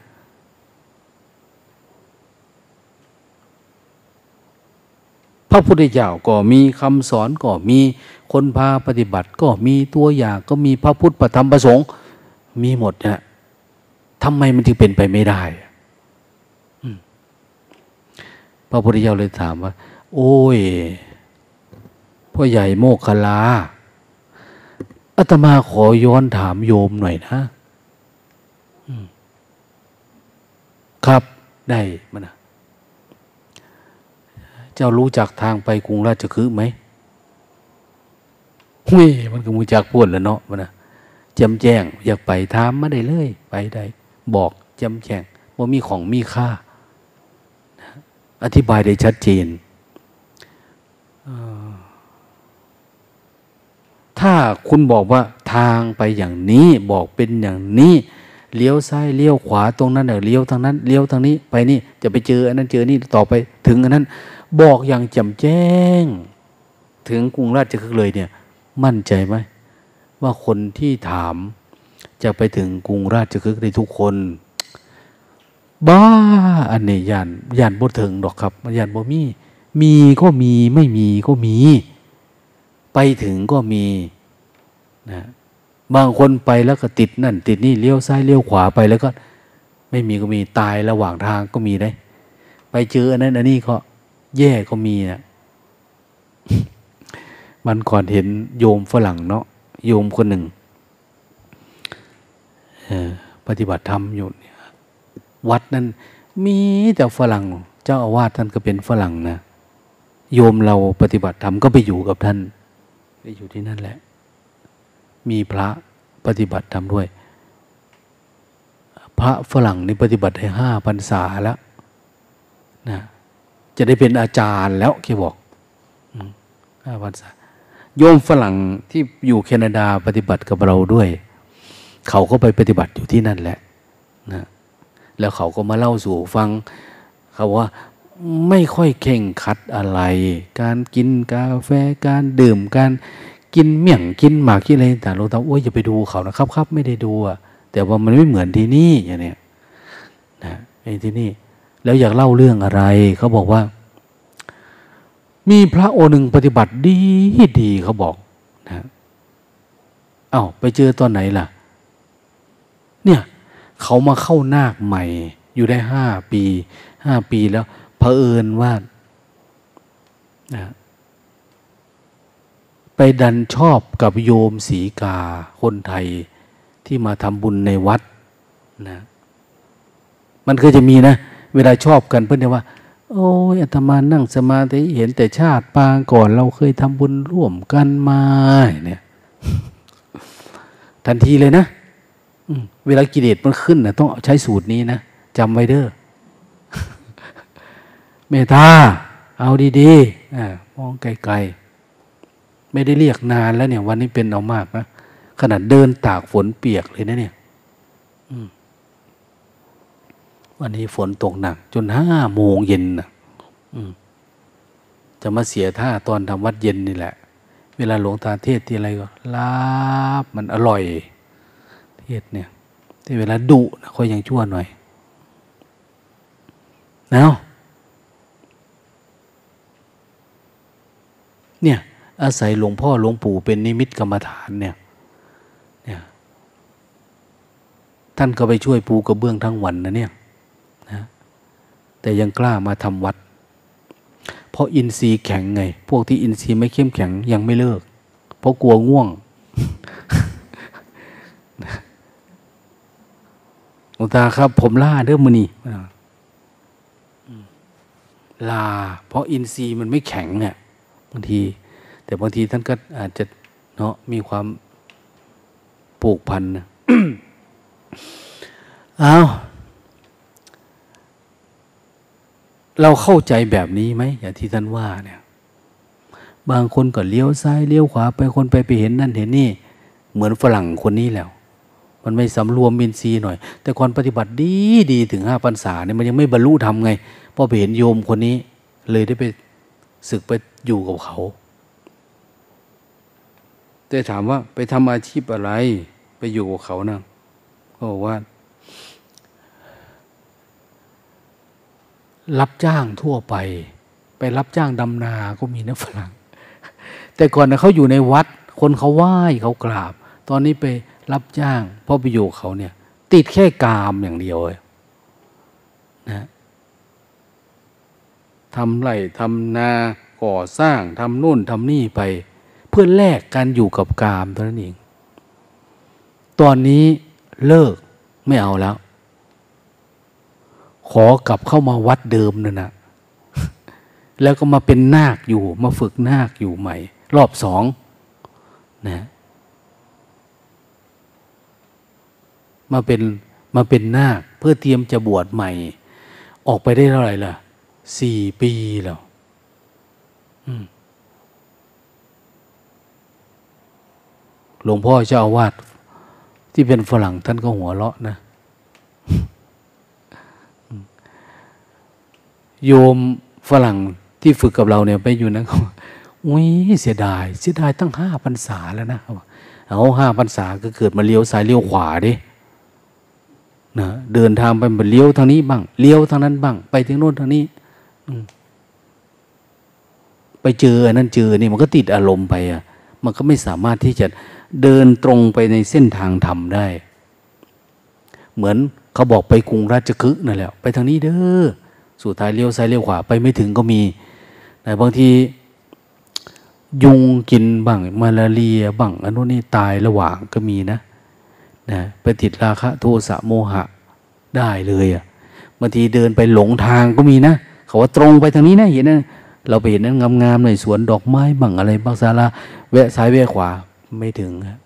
พระพุทธเจ้าก็มีคำสอนก็มีคนพาปฏิบัติก็มีตัวอย่างก็มีพระพุทธพระธรรมพระสงฆ์มีหมดนะทำไมมันจึงเป็นไปไม่ได้พระพุทธเจ้าเลยถามว่าโอ้ยพ่อใหญ่โมคคัลลาอาตมาขอย้อนถามโยมหน่อยนะครับได้มั้ยนะเจ้ารู้จักทางไปกรุงราชคฤห์ไหมเฮ้ยมันก็มูจักพูดแล้วเนาะมันนะแจ่มแจ้งอยากไปถามมาได้เลยไปได้บอกแจ่มแจ้งว่ามีของมีค่าอธิบายได้ชัดเจนถ้าคุณบอกว่าทางไปอย่างนี้บอกเป็นอย่างนี้เลี้ยวซ้ายเลี้ยวขวาตรงนั้นเดี๋ยวเลี้ยวทางนั้นเลี้ยวทางนี้ไปนี่จะไปเจออันนั้นเจอนี่ต่อไปถึงอันนั้นบอกอย่างแจ่มแจ้งถึงกรุงราชคฤห์เลยเนี่ยมั่นใจไหมว่าคนที่ถามจะไปถึงกรุงราชคฤห์ได้ทุกคนบ้าอันนี้ยานยานบ่ถึงดอกครับยานบ่มีมีก็มีไม่มีก็มีไปถึงก็มีนะบางคนไปแล้วก็ติดนั่นติดนี่เลี้ยวซ้ายเลี้ยวขวาไปแล้วก็ไม่มีก็มีตายระหว่างทางก็มีได้ไปเจออันนั้นอันนี้ก็แย่ก็มีนะมันก่อนเห็นโยมฝรั่งเนาะโยมคนหนึ่งปฏิบัติธรรมอยู่วัดนั้นมีแต่ฝรั่งเจ้าอาวาสท่านก็เป็นฝรั่งนะโยมเราปฏิบัติธรรมก็ไปอยู่กับท่านไปอยู่ที่นั่นแหละมีพระปฏิบัติธรรมด้วยพระฝรั่งนี่ปฏิบัติได้ห้าพรรษาแล้วนะจะได้เป็นอาจารย์แล้วแกบอกห้าพรรษาโยมฝรั่งที่อยู่แคนาดาปฏิบัติกับเราด้วยเขาก็ไปปฏิบัติอยู่ที่นั่นแหละนะแล้วเขาก็มาเล่าสู่ฟังเขาว่าไม่ค่อยเข่งคัดอะไรการกินกาแฟการดื่มการกินเมี่ยงกินหมากกินอะไรต่างๆเราต้องโอ้ยอย่าไปดูเขานะครับครับไม่ได้ดูอะแต่ว่ามันไม่เหมือนที่นี่อย่างเนี้ยนะไอ้ที่นี่แล้วอยากเล่าเรื่องอะไรเขาบอกว่ามีพระองค์หนึ่งปฏิบัติดีดีเขาบอกนะเอ้าไปเจอตอนไหนล่ะเนี่ยเขามาเข้านาคใหม่อยู่ได้ห้าปีห้าปีแล้วเผอิญว่านะไปดันชอบกับโยมศรีกาคนไทยที่มาทำบุญในวัดนะมันเคยจะมีนะเวลาชอบกันเพื่อนจะว่าโอ้ยอาตมานั่งสมาธิเห็นแต่ชาติปางก่อนเราเคยทำบุญร่วมกันมาเนี่ย ทันทีเลยนะเวลากิเลสมันขึ้นนะต้องใช้สูตรนี้นะจำไว้เด้อ เมตตาเอาดีๆมองไกลๆไม่ได้เรียกนานแล้วเนี่ยวันนี้เป็นเอามากนะขนาดเดินตากฝนเปียกเลยนะเนี่ยวันนี้ฝนตกหนักจนห้าโมงเย็นนะจะมาเสียท่าตอนทำวัดเย็นนี่แหละเวลาหลวงตาเทศที่อะไรก็ลาบมันอร่อยเทศเนี่ยแต่เวลาดุนะค่อยยังชั่วหน่อยแล้วเนี่ยอาศัยหลวงพ่อหลวงปู่เป็นนิมิตกรรมฐานเนี่ยเนี่ยท่านก็ไปช่วยปูกระเบื้องทั้งวันนะเนี่ยนะแต่ยังกล้ามาทำวัดเพราะอินทรีย์แข็งไงพวกที่อินทรีย์ไม่เข้มแข็งยังไม่เลิกเพราะกลัวง่วงหลวงตาครับผมล่าเด้อมื้อนี้ลาเพราะอินทรีย์มันไม่แข็งเนี่ยบางทีแต่บางทีท่านก็อาจจะเนาะมีความผูกพันนะ อ้าวเราเข้าใจแบบนี้ไหมอย่างที่ท่านว่าเนี่ยบางคนก็เลี้ยวซ้ายเลี้ยวขวาไปคนไปไปเห็นนั่นเห็นนี่เหมือนฝรั่งคนนี้แล้วมันไม่สำรวมอินทรีย์หน่อยแต่ก่อนปฏิบัติดีดีถึงห้าพรรษาเนี่ยมันยังไม่บรรลุธรรมไงพอไปเห็นโยมคนนี้เลยได้ไปศึกไปอยู่กับเขาแต่ถามว่าไปทำอาชีพอะไรไปอยู่กับเขานะก็บอกว่ารับจ้างทั่วไปไปรับจ้างดำนาก็มีนะฝรั่งแต่ก่อนนะเขาอยู่ในวัดคนเขาไหว้เขากราบตอนนี้ไปรับจ้างเพราะไปอยู่เขาเนี่ยติดแค่กามอย่างเดียวเลยนะทำไร่ทำนาก่อสร้างทำนู่นทำนี่ไปเพื่อแลกการอยู่กับกามเท่านั้นเองตอนนี้เลิกไม่เอาแล้วขอกลับเข้ามาวัดเดิมนั่นนะแล้วก็มาเป็นนาคอยู่มาฝึกนาคอยู่ใหม่รอบสองนะมาเป็นมาเป็นนาคเพื่อเตรียมจะบวชใหม่ออกไปได้เท่าไหร่ล่ะสี่ปีแล้วหลวงพ่อเจ้าอาวาสที่เป็นฝรั่งท่านก็หัวเราะนะโยมฝรั่งที่ฝึกกับเราเนี่ยไปอยู่นะเขาอุ้ยเสียดายเสียดายตั้งห้าพรรษาแล้วนะเอาห้าพรรษาก็เกิดมาเลี้ยวซ้ายเลี้ยวขวาดินะเดินทางไปมาเลี้ยวทางนี้บ้างเลี้ยวทางนั้นบ้างไปทางโน้นทางนี้ไปเจออันนั้นเจอนี่มันก็ติดอารมณ์ไปอ่ะมันก็ไม่สามารถที่จะเดินตรงไปในเส้นทางธรรมได้เหมือนเขาบอกไปกรุงราชคฤห์นั่นแหละไปทางนี้เด้อสุดท้ายเลี้ยวซ้ายเลี้ยวขวาไปไม่ถึงก็มีแต่บางทียุงกินบ้างมาลาเรียบ้างอันนู้นนี่ตายระหว่างก็มีนะนะไปติดราคะโทสะโมหะได้เลยอ่ะบางทีเดินไปหลงทางก็มีนะเขาว่าตรงไปทางนี้นะเห็นนะเราไปเห็นนั้นงามๆในสวนดอกไม้บ้างอะไรบ้างศาลาแวะซ้ายแวะขวาไม่ถึงครับ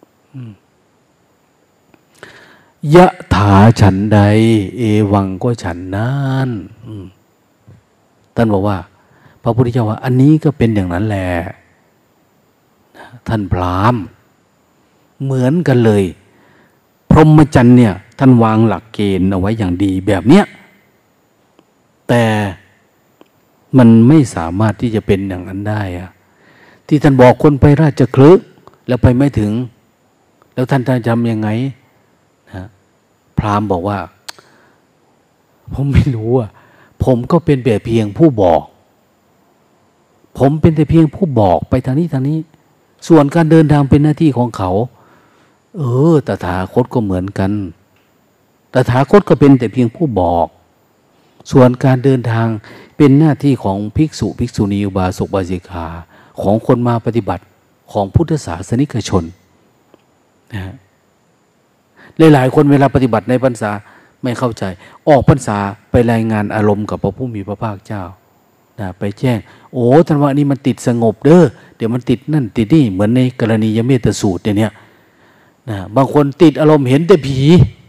ยะถาฉันใดเอวังก็ฉันนั้นท่านบอกว่าพระพุทธเจ้าว่าอันนี้ก็เป็นอย่างนั้นแหละท่านพราหมณ์เหมือนกันเลยพรหมจรรย์เนี่ยท่านวางหลักเกณฑ์เอาไว้อย่างดีแบบเนี้ยแต่มันไม่สามารถที่จะเป็นอย่างนั้นได้อะที่ท่านบอกคนไปราชคฤห์แล้วไปไม่ถึงแล้วท่านจะทำยังไงนะพราหมณ์บอกว่าผมไม่รู้อ่ะผมก็เป็นแต่เพียงผู้บอกผมเป็นแต่เพียงผู้บอกไปทางนี้ทางนี้ส่วนการเดินทางเป็นหน้าที่ของเขาเออตถาคตก็เหมือนกันตถาคตก็เป็นแต่เพียงผู้บอกส่วนการเดินทางเป็นหน้าที่ของภิกษุภิกษุณีอุบาสกอุบาสิกาของคนมาปฏิบัติของพุทธศาสนิกชนนะฮะหลายๆคนเวลาปฏิบัติในพรรษาไม่เข้าใจออกพรรษาไปรายงานอารมณ์กับพระผู้มีพระภาคเจ้านะไปแจ้งโอ้ท่านว่านี่มันติดสงบเด้อเดี๋ยวมันติดนั่นติดนี่เหมือนในกรณียเมตสูตรเนี่ยนะบางคนติดอารมณ์เห็นแต่ผี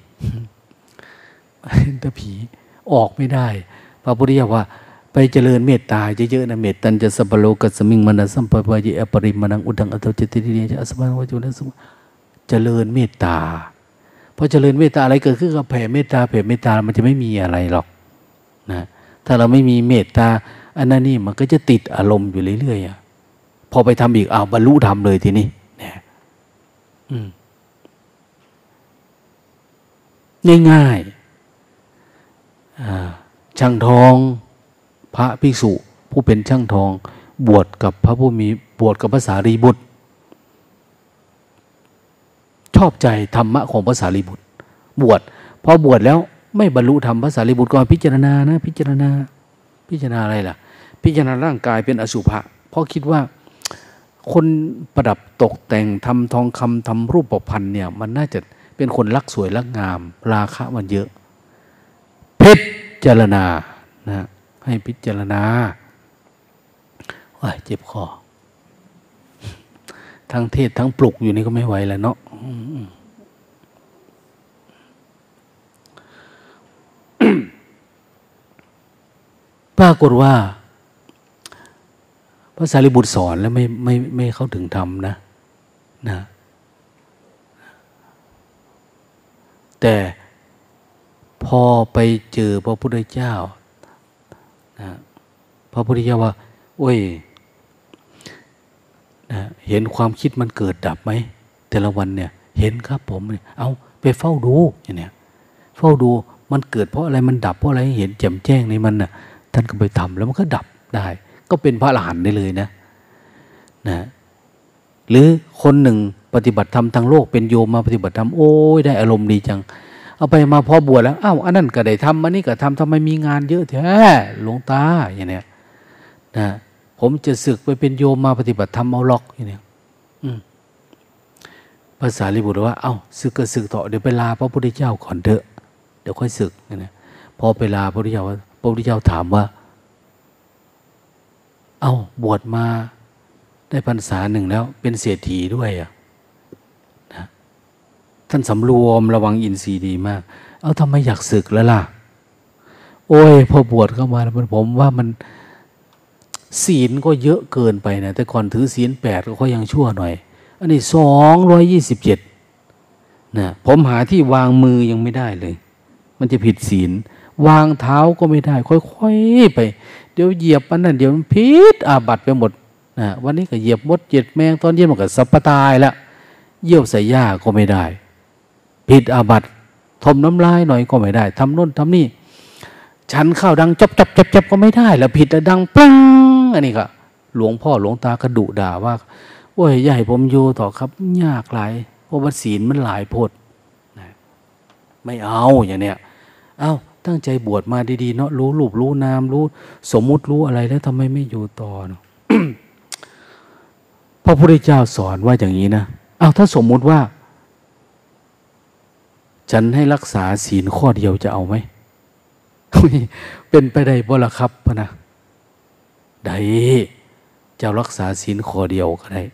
เห็นแต่ผีออกไม่ได้พระพุทธเจ้าว่าไปเจริญเมตตาเยอะๆนะเมตตัญจะสัพพโลกัสสมิงมนัสสัมปวายะปริมาณังอุดังอัตจิตติเนจะอสมังวจุนัสเจริญเมตตาพอเจริญเมตตาอะไรเกิดขึ้นก็แผ่เมตตาแผ่เมตตามันจะไม่มีอะไรหรอกนะถ้าเราไม่มีเมตตาอันนั้นนี่มันก็จะติดอารมณ์อยู่เรื่อยๆพอไปทำอีกอ้าวบรรลุธรรมเลยทีนี้นะง่ายๆช่างทองพระภิกษุผู้เป็นช่างทองบวชกับพระผู้มีบวชกับพระสารีบุตรชอบใจธรรมะของพระสารีบุตรบวชพอบวชแล้วไม่บรรลุธรรมพระสารีบุตรก็พิจารณานะพิจารณาพิจารณาอะไรล่ะพิจารณาร่างกายเป็นอสุภะเพราะคิดว่าคนประดับตกแต่งทำทองคำทำรูปประพันธ์เนี่ยมันน่าจะเป็นคนรักสวยรักงามราคะมันเยอะพิจารณานะให้พิจารณาว้ายเจ็บคอทั้งเทศทั้งปลุกอยู่นี่ก็ไม่ไหวแล้วเนาะปรากฏว่าพระสารีบุตรสอนแล้วไม่ไม่ไม่เข้าถึงธรรมนะนะแต่พอไปเจอพระพุทธเจ้านะพระพุทธเจ้าว่าโอ้ยนะเห็นความคิดมันเกิดดับไหมแต่ละวันเนี่ยเห็นครับผมเอาไปเฝ้าดูอย่างเนี้ยเฝ้าดูมันเกิดเพราะอะไรมันดับเพราะอะไรเห็นแจ่มแจ้งในมันน่ะท่านก็ไปทำแล้วมันก็ดับได้ก็เป็นพระอรหันต์ได้เลยนะนะหรือคนหนึ่งปฏิบัติธรรมทางโลกเป็นโยมมาปฏิบัติธรรมโอ้ยได้อารมณ์ดีจังเอาไปมาพอบวชแล้วอ้าวอันนั้นก็ได้ทำอันนี้ก็ทำทำไมมีงานเยอะแท้หลวงตาอย่างเนี้ยนะผมจะศึกไปเป็นโยมมาปฏิบัติธรรมเอาล็อกอย่างเนี้ยภาษาลิบุตรว่าเอ้าศึกก็ศึกต่อเดี๋ยวไปลาพระพุทธเจ้าก่อนเถอะเดี๋ยวค่อยศึกนะพอไปลาพระพุทธเจ้าพระพุทธเจ้าถามว่าเอ้าบวชมาได้พรรษาหนึ่งแล้วเป็นเศรษฐีด้วยอ่ะนะท่านสำรวมระวังอินทรีย์ดีมากเอาทำไมอยากศึกแล้วล่ะโอ้ยพอบวชเข้ามาแล้วผมว่ามันศีลก็เยอะเกินไปนะแต่ก่อนถือศีลแปดก็ยังชั่วหน่อยอันนี้สองร้อยยี่สิบเจ็ดนะผมหาที่วางมือยังไม่ได้เลยมันจะผิดศีลวางเท้าก็ไม่ได้ค่อยๆไปเดี๋ยวเหยียบอันนั้นเดี๋ยวมันผิดอาบัติไปหมดนะวันนี้ก็เหยียบมดเหยียบแมงตอนเย็นมันก็สับปะตายแล้วเยี่ยวใส่หญ้าก็ไม่ได้ผิดอาบัติทมน้ำลายหน่อยก็ไม่ได้ทำโน่นทำนี่ฉันข้าวดังจับจับจับจับก็ไม่ได้แล้วผิดดังปึ้งอันนี้ก็หลวงพ่อหลวงตากระดุด่าว่าโอ้ยอย่าให้ผมอยู่ต่อครับยากหลายเพราะว่าศีลมันหลายโพดนะไม่เอาอย่างเนี้ยเอาตั้งใจบวชมาดีๆเนาะรู้รูปรู้นามรู้สมมุติรู้อะไรแล้วทำไมไม่อยู่ต่อเนาะ พระพุทธเจ้าสอนว่าอย่างนี้นะเอาถ้าสมมุติว่าฉันให้รักษาศีลข้อเดียวจะเอาไหม เป็นไปได้บ่ล่ะครับพะนะได้เจ้ารักษาศีลข้อเดียวก็ได้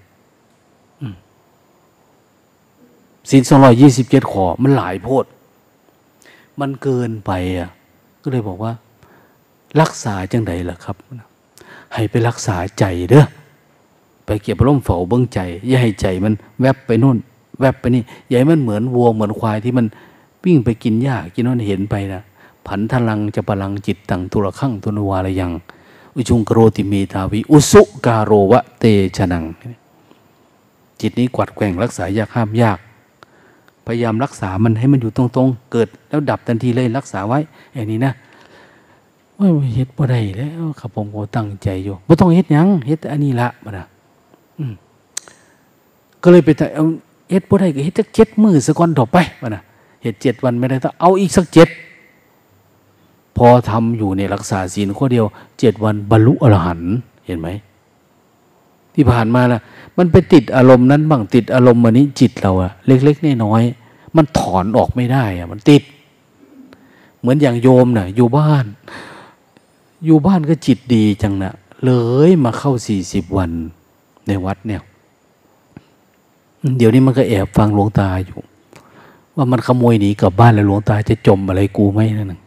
ศีลสองร้อยยี่สิบเจ็ดข้อมันหลายโพดมันเกินไปอ่ะก็เลยบอกว่ารักษาจังไดล่ะครับให้ไปรักษาใจเด้อไปเก็บอารมณ์เฝ้าเบิ่งใจอย่าให้ใจมันแวบไปนู่นแวบไปนี่อย่าให้มันเหมือนวัวเหมือนควายที่มันวิ่งไปกินหญ้ากินนั่นเห็นไปนะผันทลังจะพลังจิตตังตุระขังตุนวาระยังอุชุงกโรติเมตาวิอุสุกาโรวะเตชะนังจิตนี้กวัดแกว่งรักษายากห้ามยากพยายามรักษามันให้มันอยู่ตรงๆเกิดแล้วดับทันทีเลยรักษาไว้อย่างนี้นะว่าเฮ็ดบ่ได้แล้วครับผมก็ตั้งใจอยู่บ่ต้องเฮ็ดหยังเฮ็ดอันนี้ละบ่นะอืมก็เลยไปเอาเฮ็ดบ่ได้ก็เฮ็ดสักเจ็ดมื้อซะก่อนต่อไปบ่นะเฮ็ดเจ็ดวันไม่ได้ต้องเอาอีกสักเจ็ดพอทำอยู่เนี่ยรักษาศีลข้อเดียวเจ็ดวันบรรลุอรหันต์เห็นไหมที่ผ่านมาล่ะมันไปติดอารมณ์นั้นบ้างติดอารมณ์อันนี้จิตเราอะเล็กๆน้อยๆมันถอนออกไม่ได้อะมันติดเหมือนอย่างโยมน่ะอยู่บ้านอยู่บ้านก็จิตดีจังนะเลยมาเข้าสี่สิบวันในวัดเนี่ยเดี๋ยวนี้มันก็แอบฟังหลวงตาอยู่ว่ามันขโมยหนีกลับบ้านแล้วหลวงตาจะจมอะไรกูไหมนั่นน่ะ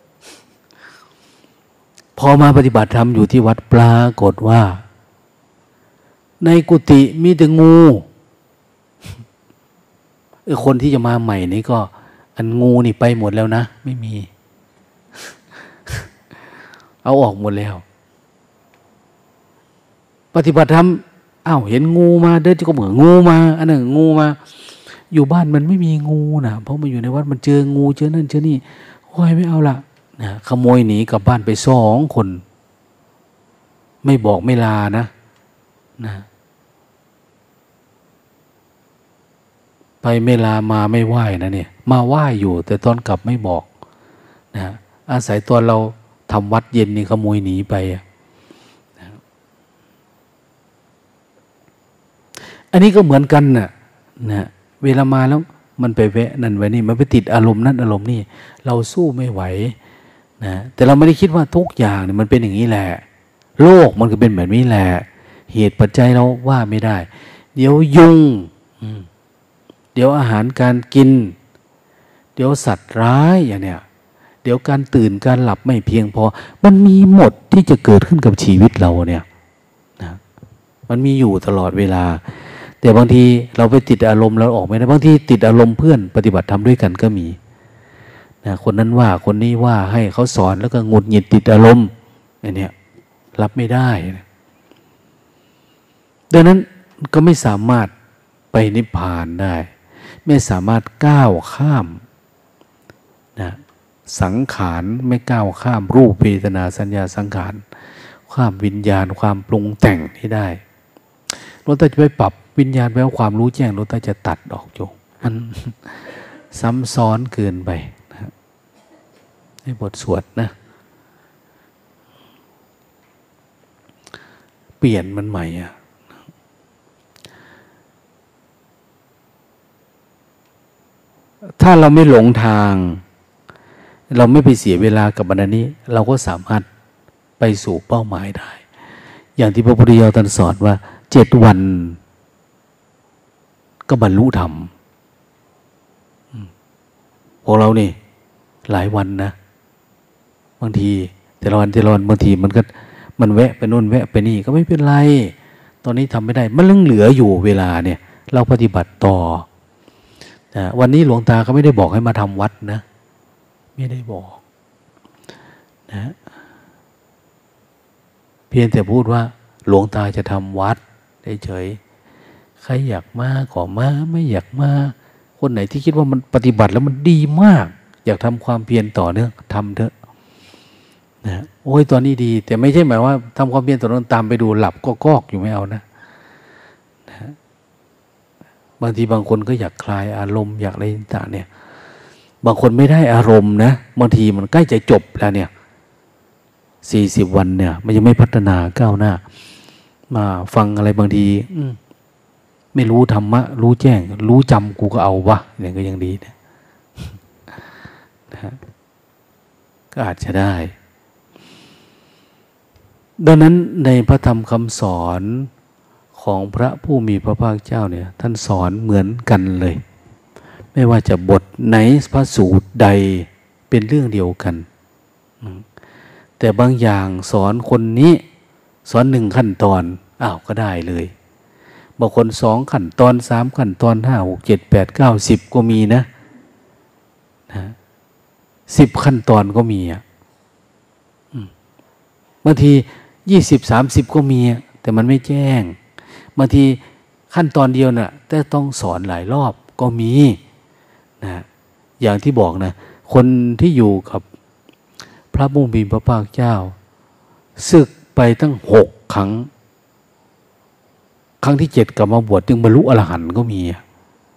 พอมาปฏิบัติธรรมอยู่ที่วัดปรากฏว่าในกุฏิมีแต่งูเออคนที่จะมาใหม่นี่ก็อันงูนี่ไปหมดแล้วนะไม่มี เอาออกหมดแล้วปฏิบัติธรรมอ้าวเห็นงูมาเดินก็เหมือนงูมาอันหนึ่งงูมาอยู่บ้านมันไม่มีงูนะเพราะมาอยู่ในวัดมันเจองูเจอนั่นเจอนี่โอ้ยไม่เอาละนะขโมยหนีกลับบ้านไปสองคนไม่บอกไม่ลานะนะไปไม่ลามาไม่ไหว้นะเนี่ยมาไหว้อยู่แต่ตอนกลับไม่บอกนะอาศัยตอนเราทำวัดเย็นนี่ขโมยหนีไปนะอันนี้ก็เหมือนกันน่ะนะเวลามาแล้วมันไปแวะนั่นไว้นี่มันไปติดอารมณ์นั่นอารมณ์นี่เราสู้ไม่ไหวนะแต่เราไม่ได้คิดว่าทุกอย่างเนี่ยมันเป็นอย่างนี้แหละโลกมันก็เป็นแบบนี้แหละเหตุปัจจัยเราว่าไม่ได้เดี๋ยวยุงเดี๋ยวอาหารการกินเดี๋ยวสัตว์ร้ายอย่างเนี้ยเดี๋ยวการตื่นการหลับไม่เพียงพอมันมีหมดที่จะเกิดขึ้นกับชีวิตเราเนี่ยนะมันมีอยู่ตลอดเวลาแต่บางทีเราไปติดอารมณ์เราออกไม่ได้บางทีติดอารมณ์เพื่อนปฏิบัติธรรมด้วยกันก็มีนะคนนั้นว่าคนนี้ว่าให้เขาสอนแล้วก็หงุดหงิดติดอารมณ์อย่างเนี้ยรับไม่ได้นะดังนั้นก็ไม่สามารถไปนิพพานได้ไม่สามารถก้าวข้ามนะสังขารไม่ก้าวข้ามรูปเวทนาสัญญาสังขารความวิญญาณความปรุงแต่งที่ได้หลวงตาจะไปปรับวิญญาณแปลว่าความรู้แจ้งหลวงตาจะตัดออกโยมมันซ้ำซ้อนเกินไปนะในบทสวดนะเปลี่ยนมันใหม่อ่ะถ้าเราไม่หลงทางเราไม่ไปเสียเวลากับอันนี้เราก็สามารถไปสู่เป้าหมายได้อย่างที่พระพุทธเจ้าตรัสสอนว่าเจ็ดวันก็บรรลุธรรมพวกเรานี่หลายวันนะบางทีแต่ละวันแต่ละวันบางทีมันก็มันแวะไปโน่นแวะไปนี่ก็ไม่เป็นไรตอนนี้ทำไม่ได้มันยังเหลืออยู่เวลาเนี่ยเราปฏิบัติต่อนะวันนี้หลวงตาก็ไม่ได้บอกให้มาทำวัดนะไม่ได้บอกนะเพียงแต่พูดว่าหลวงตาจะทำวัดเฉยใครอยากมาขอมาไม่อยากมาคนไหนที่คิดว่ามันปฏิบัติแล้วมันดีมากอยากทำความเพียรต่อเนื่องทำเถอะนะโอ้ยตอนนี้ดีแต่ไม่ใช่หมายว่าทำความเพียรต่อเนื่องตามไปดูหลับก็กอกอยู่ไม่เอานะนะบางทีบางคนก็อยากคลายอารมณ์อยากอะไรต่างเนี่ยบางคนไม่ได้อารมณ์นะบางทีมันใกล้จะจบแล้วเนี่ยสี่สิบวันเนี่ยมันยังไม่พัฒนาก้าวหน้ามาฟังอะไรบางทีไม่รู้ธรรมะรู้แจ้งรู้จำกูก็เอาวะเนี่ยก็ยังดีนะนะก็อาจจะได้ดังนั้นในพระธรรมคำสอนของพระผู้มีพระภาคเจ้าเนี่ยท่านสอนเหมือนกันเลยไม่ว่าจะบทไหนพระสูตรใดเป็นเรื่องเดียวกันแต่บางอย่างสอนคนนี้สอนหนึ่งขั้นตอนอ้าวก็ได้เลยบางคนสองขั้นตอนสามขั้นตอนห้าหกเจ็ดแปดเก้าสิบก็มีนะนะสิบขั้นตอนก็มีอ่ะบางทียี่สิบสามสิบก็มีแต่มันไม่แจ้งบางทีขั้นตอนเดียวน่ะแต่ต้องสอนหลายรอบก็มีนะอย่างที่บอกนะคนที่อยู่กับพระผู้มีพระภาคเจ้าศึกไปตั้งหกครั้งครั้งที่เจ็ดกลับมาบวชจึงบรรลุอรหันต์ก็มีนะ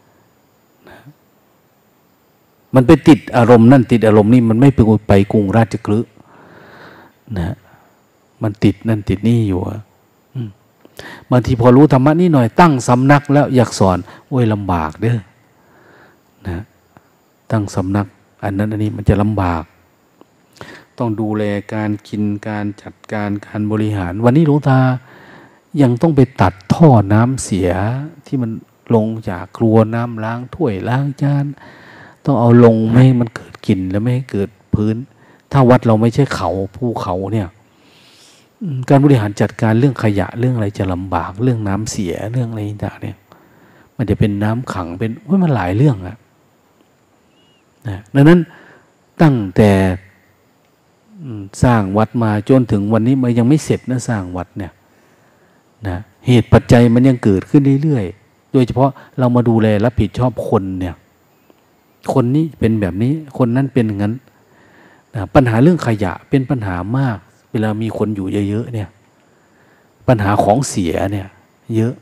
มันไปติดอารมณ์นั่นติดอารมณ์นี่มันไม่ไปไปกรุงราชคฤห์นะมันติดนั่นติดนี่อยู่บางทีพอรู้ธรรมะนี่หน่อยตั้งสำนักแล้วอยากสอนโอ้ยลำบากเด้อนะตั้งสำนักอันนั้นอันนี้มันจะลำบากต้องดูแลการกินการจัดการการบริหารวันนี้หลวงตายังต้องไปตัดท่อน้ำเสียที่มันลงจากครัวน้ำล้างถ้วยล้างจานต้องเอาลงไม่ให้มันเกิดกลิ่นและไม่ให้เกิดพื้นถ้าวัดเราไม่ใช่เขาภูเขาเนี่ยการบริหารจัดการเรื่องขยะเรื่องอะไรจะลำบากเรื่องน้ำเสียเรื่องอะไรต่างเนี่ยมันจะเป็นน้ำขังเป็นว่ามันหลายเรื่องอะนะดังนั้นตั้งแต่สร้างวัดมาจนถึงวันนี้มันยังไม่เสร็จนะสร้างวัดเนี่ยนะเหตุปัจจัยมันยังเกิดขึ้นเรื่อยๆโดยเฉพาะเรามาดูแลรับผิดชอบคนเนี่ยคนนี้เป็นแบบนี้คนนั้นเป็นอย่างนั้นนะปัญหาเรื่องขยะเป็นปัญหามากเวลามีคนอยู่เยอะๆเนี่ยปัญหาของเสียเนี่ยเยอะ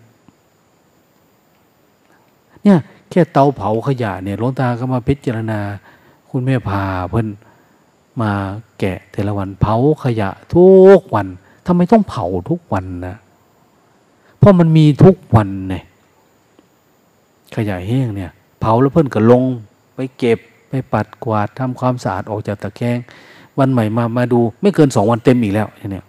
เนี่ยแค่เตาเผาขยะเนี่ยหลวงตาก็มาพิจารณาคุณแม่พาเพิ่นมาแกะแต่ละวันเผาขยะทุกวันทำไมต้องเผาทุกวันนะเพราะมันมีทุกวันเนี่ยขยะแห้งเนี่ยเผาแล้วเพิ่นก็ลงไปเก็บไปปัดกวาดทำความสะอาดออกจากตะแกรงวันใหม่มามาดูไม่เกินสองวันเต็มอีกแล้วเนี่ย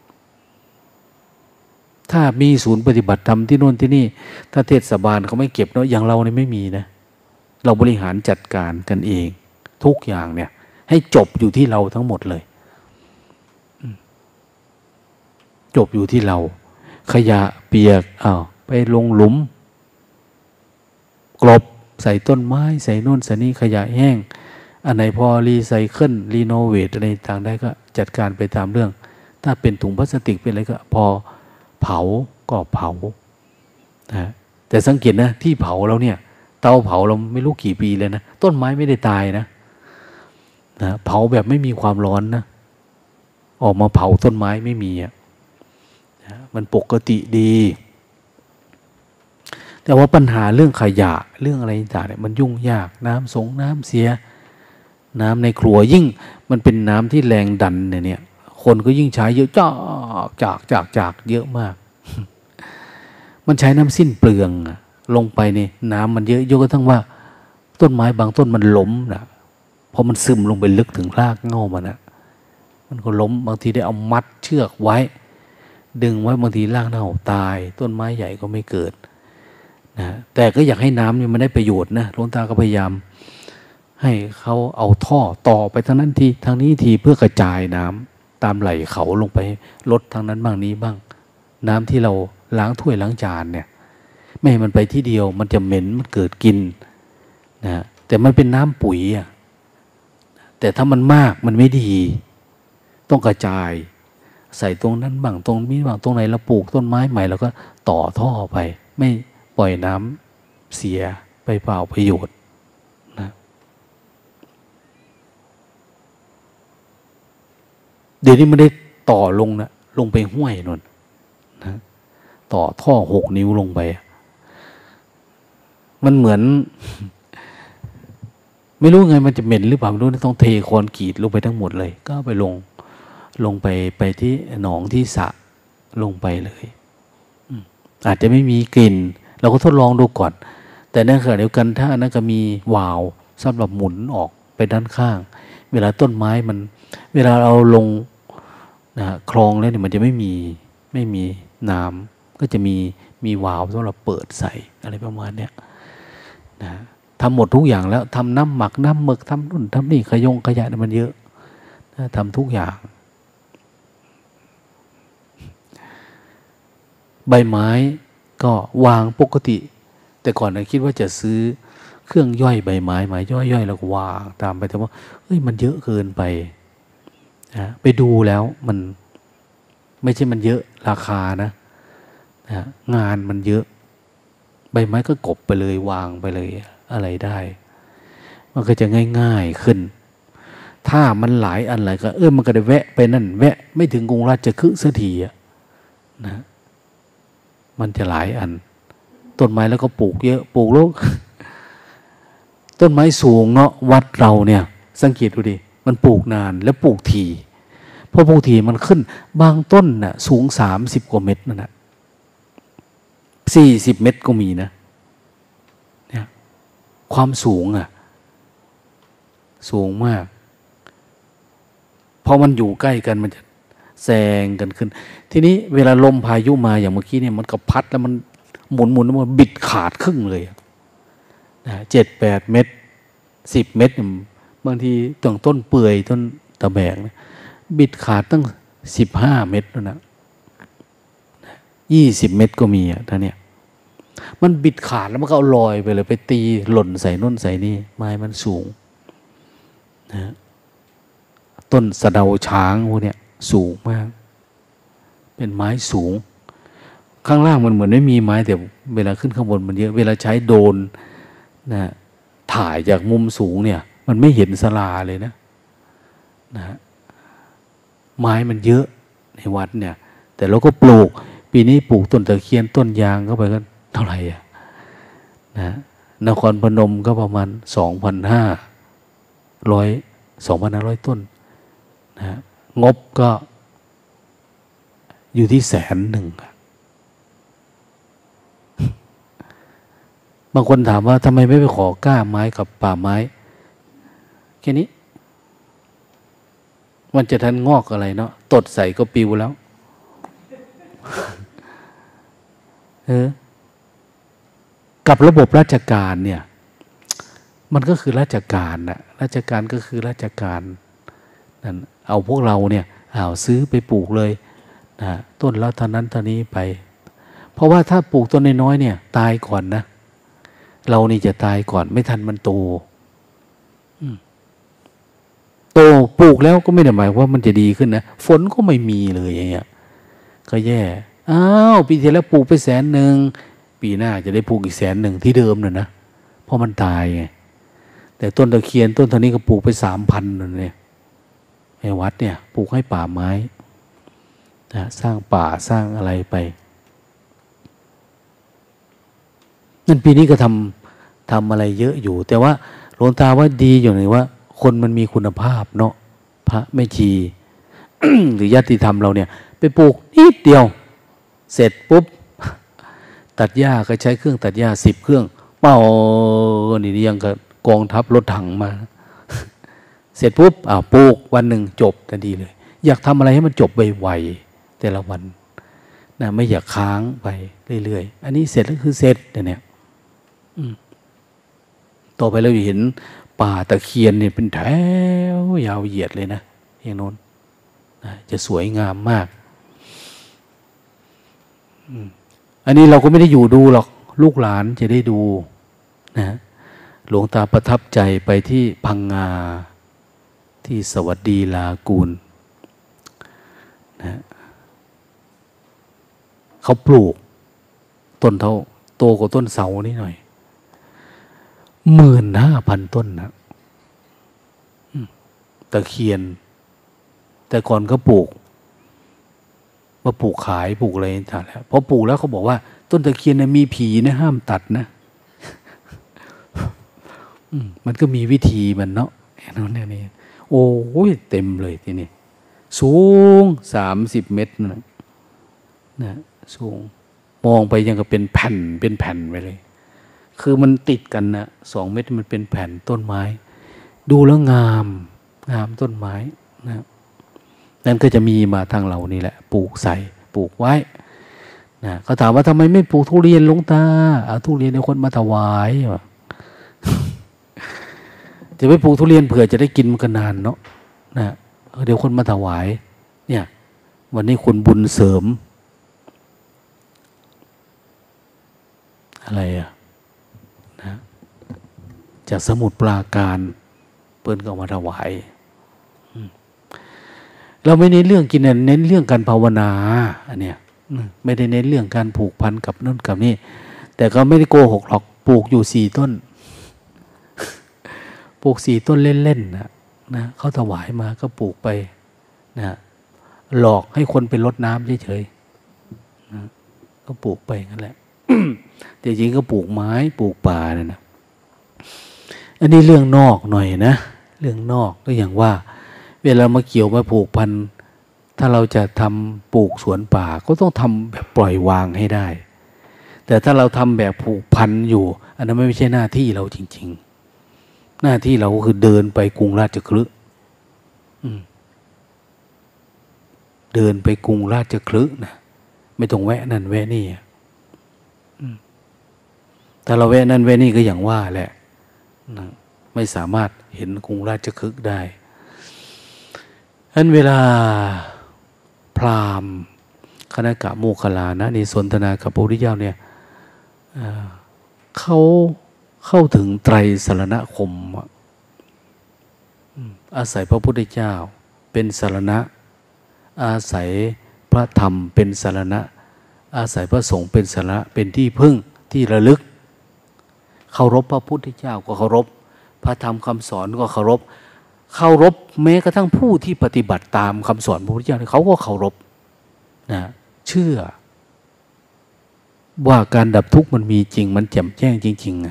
ถ้ามีศูนย์ปฏิบัติธรรมที่โน่นที่นี่ถ้าเทศบาลเขาไม่เก็บเนาะอย่างเราเนี่ยไม่มีนะเราบริหารจัดการกันเองทุกอย่างเนี่ยให้จบอยู่ที่เราทั้งหมดเลยจบอยู่ที่เราขยะเปียกอ้าวไปลงหลุมกลบใส่ต้นไม้ใส่โน่นใส่นี่ขยะแห้งอันไหนพอรีไซเคิลรีโนเวทอะไรต่างได้ก็จัดการไปตามเรื่องถ้าเป็นถุงพลาสติกเป็นอะไรก็พอเผาก็เผานะแต่สังเกตนะที่เผาเราเนี่ยเตาเผาเราไม่รู้กี่ปีเลยนะต้นไม้ไม่ได้ตายนะนะเผาแบบไม่มีความร้อนนะออกมาเผาต้นไม้ไม่มีอ่ะนะมันปกติดีแต่ว่าปัญหาเรื่องขยะเรื่องอะไรต่างเนี่ยมันยุ่งยากน้ำสงน้ำเสียน้ำในครัวยิ่งมันเป็นน้ำที่แรงดันเนี่ยเนี่ยคนก็ยิ่งใช้เยอะจากจากจากจากเยอะมาก มันใช้น้ำสิ้นเปลืองลงไปเนี่ยน้ำมันเยอะยกกระทั่งว่าต้นไม้บางต้นมันล้มนะเพราะมันซึมลงไปลึกถึงรากเหง้ามันนะมันก็ล้มบางทีได้เอามัดเชือกไว้ดึงไว้บางทีรากเน่าตายต้นไม้ใหญ่ก็ไม่เกิดนะแต่ก็อยากให้น้ำเนี่ยมันได้ประโยชน์นะหลวงตาก็พยายามให้เขาเอาท่อต่อไปทางนั้นทีทางนี้ทีเพื่อกระจายน้ำตามไหลเขาลงไปลดทางนั้นบ้างนี้บ้างน้ำที่เราล้างถ้วยล้างจานเนี่ยไม่ให้มันไปที่เดียวมันจะเหม็นมันเกิดกินนะแต่มันเป็นน้ำปุ๋ยอ่ะแต่ถ้ามันมากมันไม่ดีต้องกระจายใส่ตรงนั้นบ้างตรงนี้บ้างตรงไหนเราปลูกต้นไม้ใหม่เราก็ต่อท่อไปไม่ปล่อยน้ำเสียไปเปล่าประโยชน์นะเดี๋ยวนี้มันได้ต่อลงนะลงไปห้วยนนนะต่อท่อหกนิ้วลงไปมันเหมือนไม่รู้ไงมันจะเหม็นหรือเปล่าไม่รู้ต้องเทคอนกรีตลงไปทั้งหมดเลยก็ไปลงลงไปไปที่หนองที่สระลงไปเลยอาจจะไม่มีกลิ่นเราก็ทดลองดูก่อนแต่ในขณะเดียวกันถ้าอันนั้นก็มีวาล์วสำหรับหมุนออกไปด้านข้างเวลาต้นไม้มันเวลาเราลงนะคลองแล้วเนี่ยมันจะไม่มีไม่มีน้ำก็จะมีมีวาล์วสำหรับเปิดใส่อะไรประมาณเนี้ยนะทำหมดทุกอย่างแล้วทำน้ำหมักน้ำหมึกทำนู่นทำนี่ขยงขยะมันเยอะนะทำทุกอย่างใบไม้ก็วางปกติแต่ก่อนเราคิดว่าจะซื้อเครื่องย่อยใบไม้มาย่อยๆแล้วก็วางตามไปแต่ว่าเฮ้ยมันเยอะเกินไปนะไปดูแล้วมันไม่ใช่มันเยอะราคานะนะงานมันเยอะใบไม้ก็กบไปเลยวางไปเลยอะไรได้มันก็จะง่ายๆขึ้นถ้ามันหลายอันหลายก็เออมันก็ได้แวะไปนั่นแวะไม่ถึงกรุงราชคฤห์สักทีนะมันจะหลายอันต้นไม้แล้วก็ปลูกเยอะปลูกแล้วต้นไม้สูงเนาะวัดเราเนี่ยสังเกตดูดิมันปลูกนานแล้วปลูกทีพอปลูกทีมันขึ้นบางต้นน่ะสูงสามสิบกว่าเมตรนั่นแหละสี่สิบเมตรก็มีนะเนี่ยความสูงอ่ะสูงมากพอมันอยู่ใกล้กันมันจะแซงกันขึ้นทีนี้เวลาลมพายุมาอย่างเมื่อกี้เนี่ยมันก็พัดแล้วมันหมุนหมุนมันบิดขาดครึ่งเลยนะเจ็ดแปดเมตรสิบเมตรบางทีต้นต้นเปื่อยต้นตะแบกนะบิดขาดตั้งสิบห้าเมตรแล้วนะยี่สิบเมตรก็มีอ่ะท่าเนี่ยมันบิดขาดแล้วมันก็เอาลอยไปเลยไปตีหล่นใส่น่นใส่นี่ไม้มันสูงนะต้นสะเดาช้างพวกเนี้ยสูงมากเป็นไม้สูงข้างล่างมันเหมือนไม่มีไม้แต่เวลาขึ้นข้างบนมันเยอะเวลาใช้โดรนนะถ่ายจากมุมสูงเนี่ยมันไม่เห็นศาลาเลยนะนะไม้มันเยอะในวัดเนี่ยแต่เราก็ปลูกปีนี้ปลูกต้นตะเคียนต้นยางเข้าไปก็เท่าไหร่อะนะนครพนมก็ประมาณสองพันห้าร้อยสองพันห้าร้อยต้นนะงบก็อยู่ที่แสนหนึ่งบางคนถามว่าทำไมไม่ไปขอก้าไม้กับป่าไม้แค่นี้มันจะทันงอกอะไรเนาะตดใส่ก็ปิวแล้วเออกับระบบราชการเนี่ยมันก็คือราชการนะราชการก็คือราชการนั่นเอาพวกเราเนี่ยเอาซื้อไปปลูกเลยนะต้นละเท่านั้นเท่านี้ไปเพราะว่าถ้าปลูกต้นน้อยๆเนี่ยตายก่อนนะเรานี่จะตายก่อนไม่ทันมันโตโตปลูกแล้วก็ไม่ได้หมายว่ามันจะดีขึ้นนะฝนก็ไม่มีเลยอย่างเงี้ยก็แย่อ้าวปีที่แล้วปลูกไปแสนหนึ่งปีหน้าจะได้ปลูกอีกแสนหนึ่งที่เดิมน่ะนะเพราะมันตายไงแต่ต้นตะเคียนต้นเท่านี้ก็ปลูกไปสามพันนั่นเลยไอ้วัดเนี่ยปลูกให้ป่าไม้นะสร้างป่าสร้างอะไรไปนั่นปีนี้ก็ทำทำอะไรเยอะอยู่แต่ว่าหลวงตาว่าดีอยู่หนึ่งว่าคนมันมีคุณภาพเนาะพระแม่ชี หรือญาติธรรมเราเนี่ยไปปลูกนิดเดียวเสร็จปุ๊บตัดหญ้าก็ใช้เครื่องตัดหญ้าสิบเครื่องเป่านี่ยังกับกองทัพรถถังมา เสร็จปุ๊บอ้าวปลูกวันหนึ่งจบทันทีเลยอยากทำอะไรให้มันจบไวๆแต่ละวันนะไม่อยากค้างไปเรื่อยๆอันนี้เสร็จแล้วคือเสร็จเนี่ยต่อไปเราจะเห็นป่าตะเคียนเนี่ยเป็นแถวยาวเหยียดเลยนะอย่างโน้นนะจะสวยงามมากอันนี้เราก็ไม่ได้อยู่ดูหรอกลูกหลานจะได้ดูนะหลวงตาประทับใจไปที่พังงาที่สวัสดีลากูลนะเขาปลูกต้นเท่าโตกว่าต้นเสานี่หน่อยหมื่นห้าพันต้นนะตะเคียนแต่ก่อนก็ปลูกมาปลูกขายปลูกอะไรต่างๆแล้วพอปลูกแล้วเขาบอกว่าต้นตะเคียนนะมีผีนะห้ามตัดนะ มันก็มีวิธีมันเนาะนั่นนี่โอ้ยเต็มเลยทีนี้สูงสามสิบเมตรนะนะสูงมองไปยังก็เป็นแผ่นเป็นแผ่นไปเลยคือมันติดกันนะสองเมตรมันเป็นแผ่นต้นไม้ดูแล้วงามงามต้นไม้นะนั่นก็จะมีมาทางเรานี่แหละปลูกใส่ปลูกไว้นะเขาถามว่าทำไมไม่ปลูกทุเรียนหลวงตาเอาทุเรียนให้คนมาถวายจะไปปลูกทุเรียนเผื่อจะได้กินมันกันนานเนาะนะเดี๋ยวคนมาถวายเนี่ยวันนี้คุณบุญเสริมอะไรอะนะจากสมุทรปราการเปิ้นก็มาถวายเราไม่เน้นเรื่องกินเน้นเรื่องการภาวนาอันเนี้ยไม่ได้เน้นเรื่องการผูกพันกับนั่นกับนี่แต่ก็ไม่ได้โกหกหรอกปลูกอยู่สี่ต้นปลูกสี่ต้นเล่นๆนะนะเขาถวายมาก็ปลูกไปนะหลอกให้คนไปรดน้ำเฉยๆนะก็ปลูกไปงั้นแหละ แต่จริงก็ปลูกไม้ปลูกป่าเนี่ยนะอันนี้เรื่องนอกหน่อยนะเรื่องนอกก็อย่างว่าเวลามาเกี่ยวมาผูกพันถ้าเราจะทำปลูกสวนป่าก็ต้องทำแบบปล่อยวางให้ได้แต่ถ้าเราทำแบบผูกพันอยู่อันนั้นไม่ใช่หน้าที่เราจริงๆหน้าที่เราคือเดินไปกรุงราชคฤห์เดินไปกรุงราชคฤห์นะไม่ต้องแวะนั่นแวะนี่ถ้าเราแวะนั่นแวะนี่ก็อย่างว่าแหละนะไม่สามารถเห็นกรุงราชคฤห์ได้ฉะนั้นเวลาพราหมณ์คณกะโมคคัลลานะนี่สนทนากับพระพุทธเจ้าเนี่ยเขาเข้าถึงไตรสรณคมอาศัยพระพุทธเจ้าเป็นสรณะอาศัยพระธรรมเป็นสรณะอาศัยพระสงฆ์เป็นสรณะเป็นที่พึ่งที่ระลึกเคารพพระพุทธเจ้าก็เคารพพระธรรมคำสอนก็เคารพเคารพแม้กระทั่งผู้ที่ปฏิบัติตามคำสอนพระพุทธเจ้าเขาก็เคารพนะเชื่อว่าการดับทุกข์มันมีจริงมันแจ่มแจ้งจริงๆนะ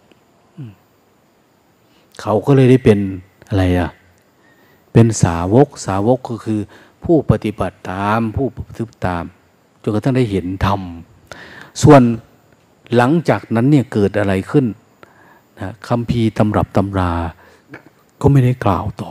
เขาก็เลยได้เป็นอะไรอ่ะเป็นสาวกสาวกก็คือผู้ปฏิบัติตามผู้ปฏิบัติตามจนกระทั่งได้เห็นธรรมส่วนหลังจากนั้นเนี่ยเกิดอะไรขึ้นนะคัมภีร์ตำรับตำราก็ไม่ได้กล่าวต่อ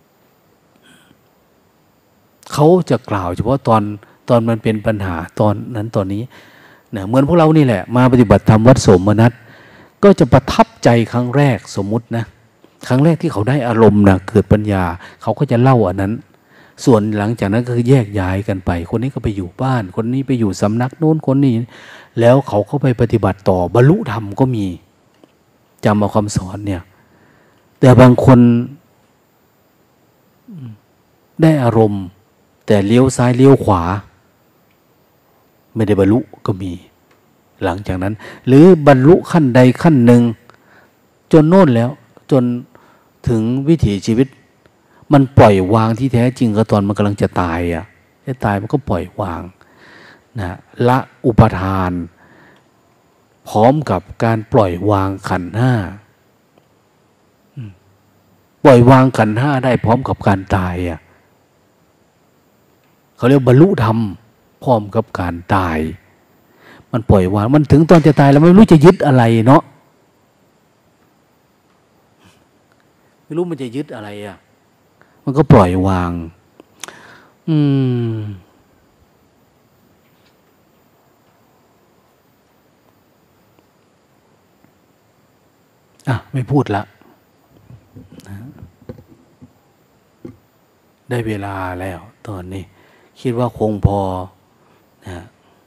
เขาจะกล่าวเฉพาะตอนตอนมันเป็นปัญหาตอนนั้นตอนนี้นะเหมือนพวกเรานี่แหละมาปฏิบัติธรรมวัดโสมนัสก็จะประทับใจครั้งแรกสมมุตินะครั้งแรกที่เขาได้อารมณ์นะเกิดปัญญาเขาก็จะเล่าอันนั้นส่วนหลังจากนั้นก็คือแยกย้ายกันไปคนนี้ก็ไปอยู่บ้านคนนี้ไปอยู่สำนักโน้นคนนี้แล้วเขาก็ไปปฏิบัติต่อบรรลุธรรมก็มีจำเอาคำสอนเนี่ยแต่บางคนได้อารมณ์แต่เลี้ยวซ้ายเลี้ยวขวาไม่ได้บรรลุก็มีหลังจากนั้นหรือบรรลุขั้นใดขั้นหนึ่งจนโน่นแล้วจนถึงวิถีชีวิตมันปล่อยวางที่แท้จริงก็ตอนมันกำลังจะตายอ่ะจะตายมันก็ปล่อยวางนะละอุปทานพร้อมกับการปล่อยวางขันธ์ห้าปล่อยวางขันธ์ห้าได้พร้อมกับการตายอ่ะเขาเรียกบรรลุธรรมพร้อมกับการตายมันปล่อยวางมันถึงตอนจะตายแล้วไม่รู้จะยึดอะไรเนาะไม่รู้มันจะยึดอะไรอ่ะมันก็ปล่อยวางอืมอ่ะไม่พูดละนะได้เวลาแล้วตอนนี้คิดว่าคงพอนะ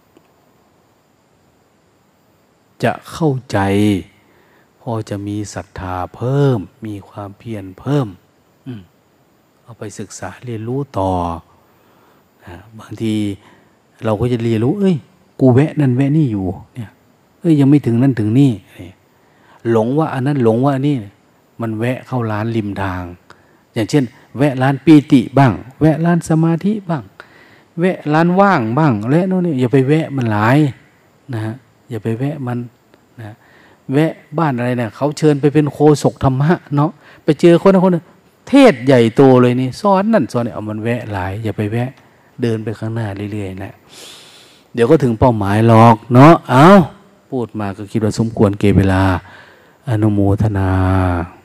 จะเข้าใจพอจะมีศรัทธาเพิ่มมีความเพียรเพิ่มเอาไปศึกษาเรียนรู้ต่อนะบางทีเราก็จะเรียนรู้เอ้ยกูแวะนั่นแวะนี่อยู่เนี่ยเอ้ยยังไม่ถึงนั่นถึงนี่หลงว่าอันนั้นหลงว่าอันนี้มันแวะเข้าร้านริมทางอย่างเช่นแวะร้านปีติบ้างแวะร้านสมาธิบ้างแวะร้านว่างบ้างและโน่นนี่อย่าไปแวะมันหลายนะฮะอย่าไปแวะมันนะแวะบ้านอะไรเนี่ยเขาเชิญไปเป็นโฆษกธรรมะเนาะไปเจอคนคนนึงเทศใหญ่โตเลยนี่สอนนั่นสอนนี่เอามันแวะหลายอย่าไปแวะเดินไปข้างหน้าเรื่อยๆนะเดี๋ยวก็ถึงเป้าหมายหรอกเนาะเอาพูดมาก็คิดว่าสมควรเก็บเวลาอนุโมทนา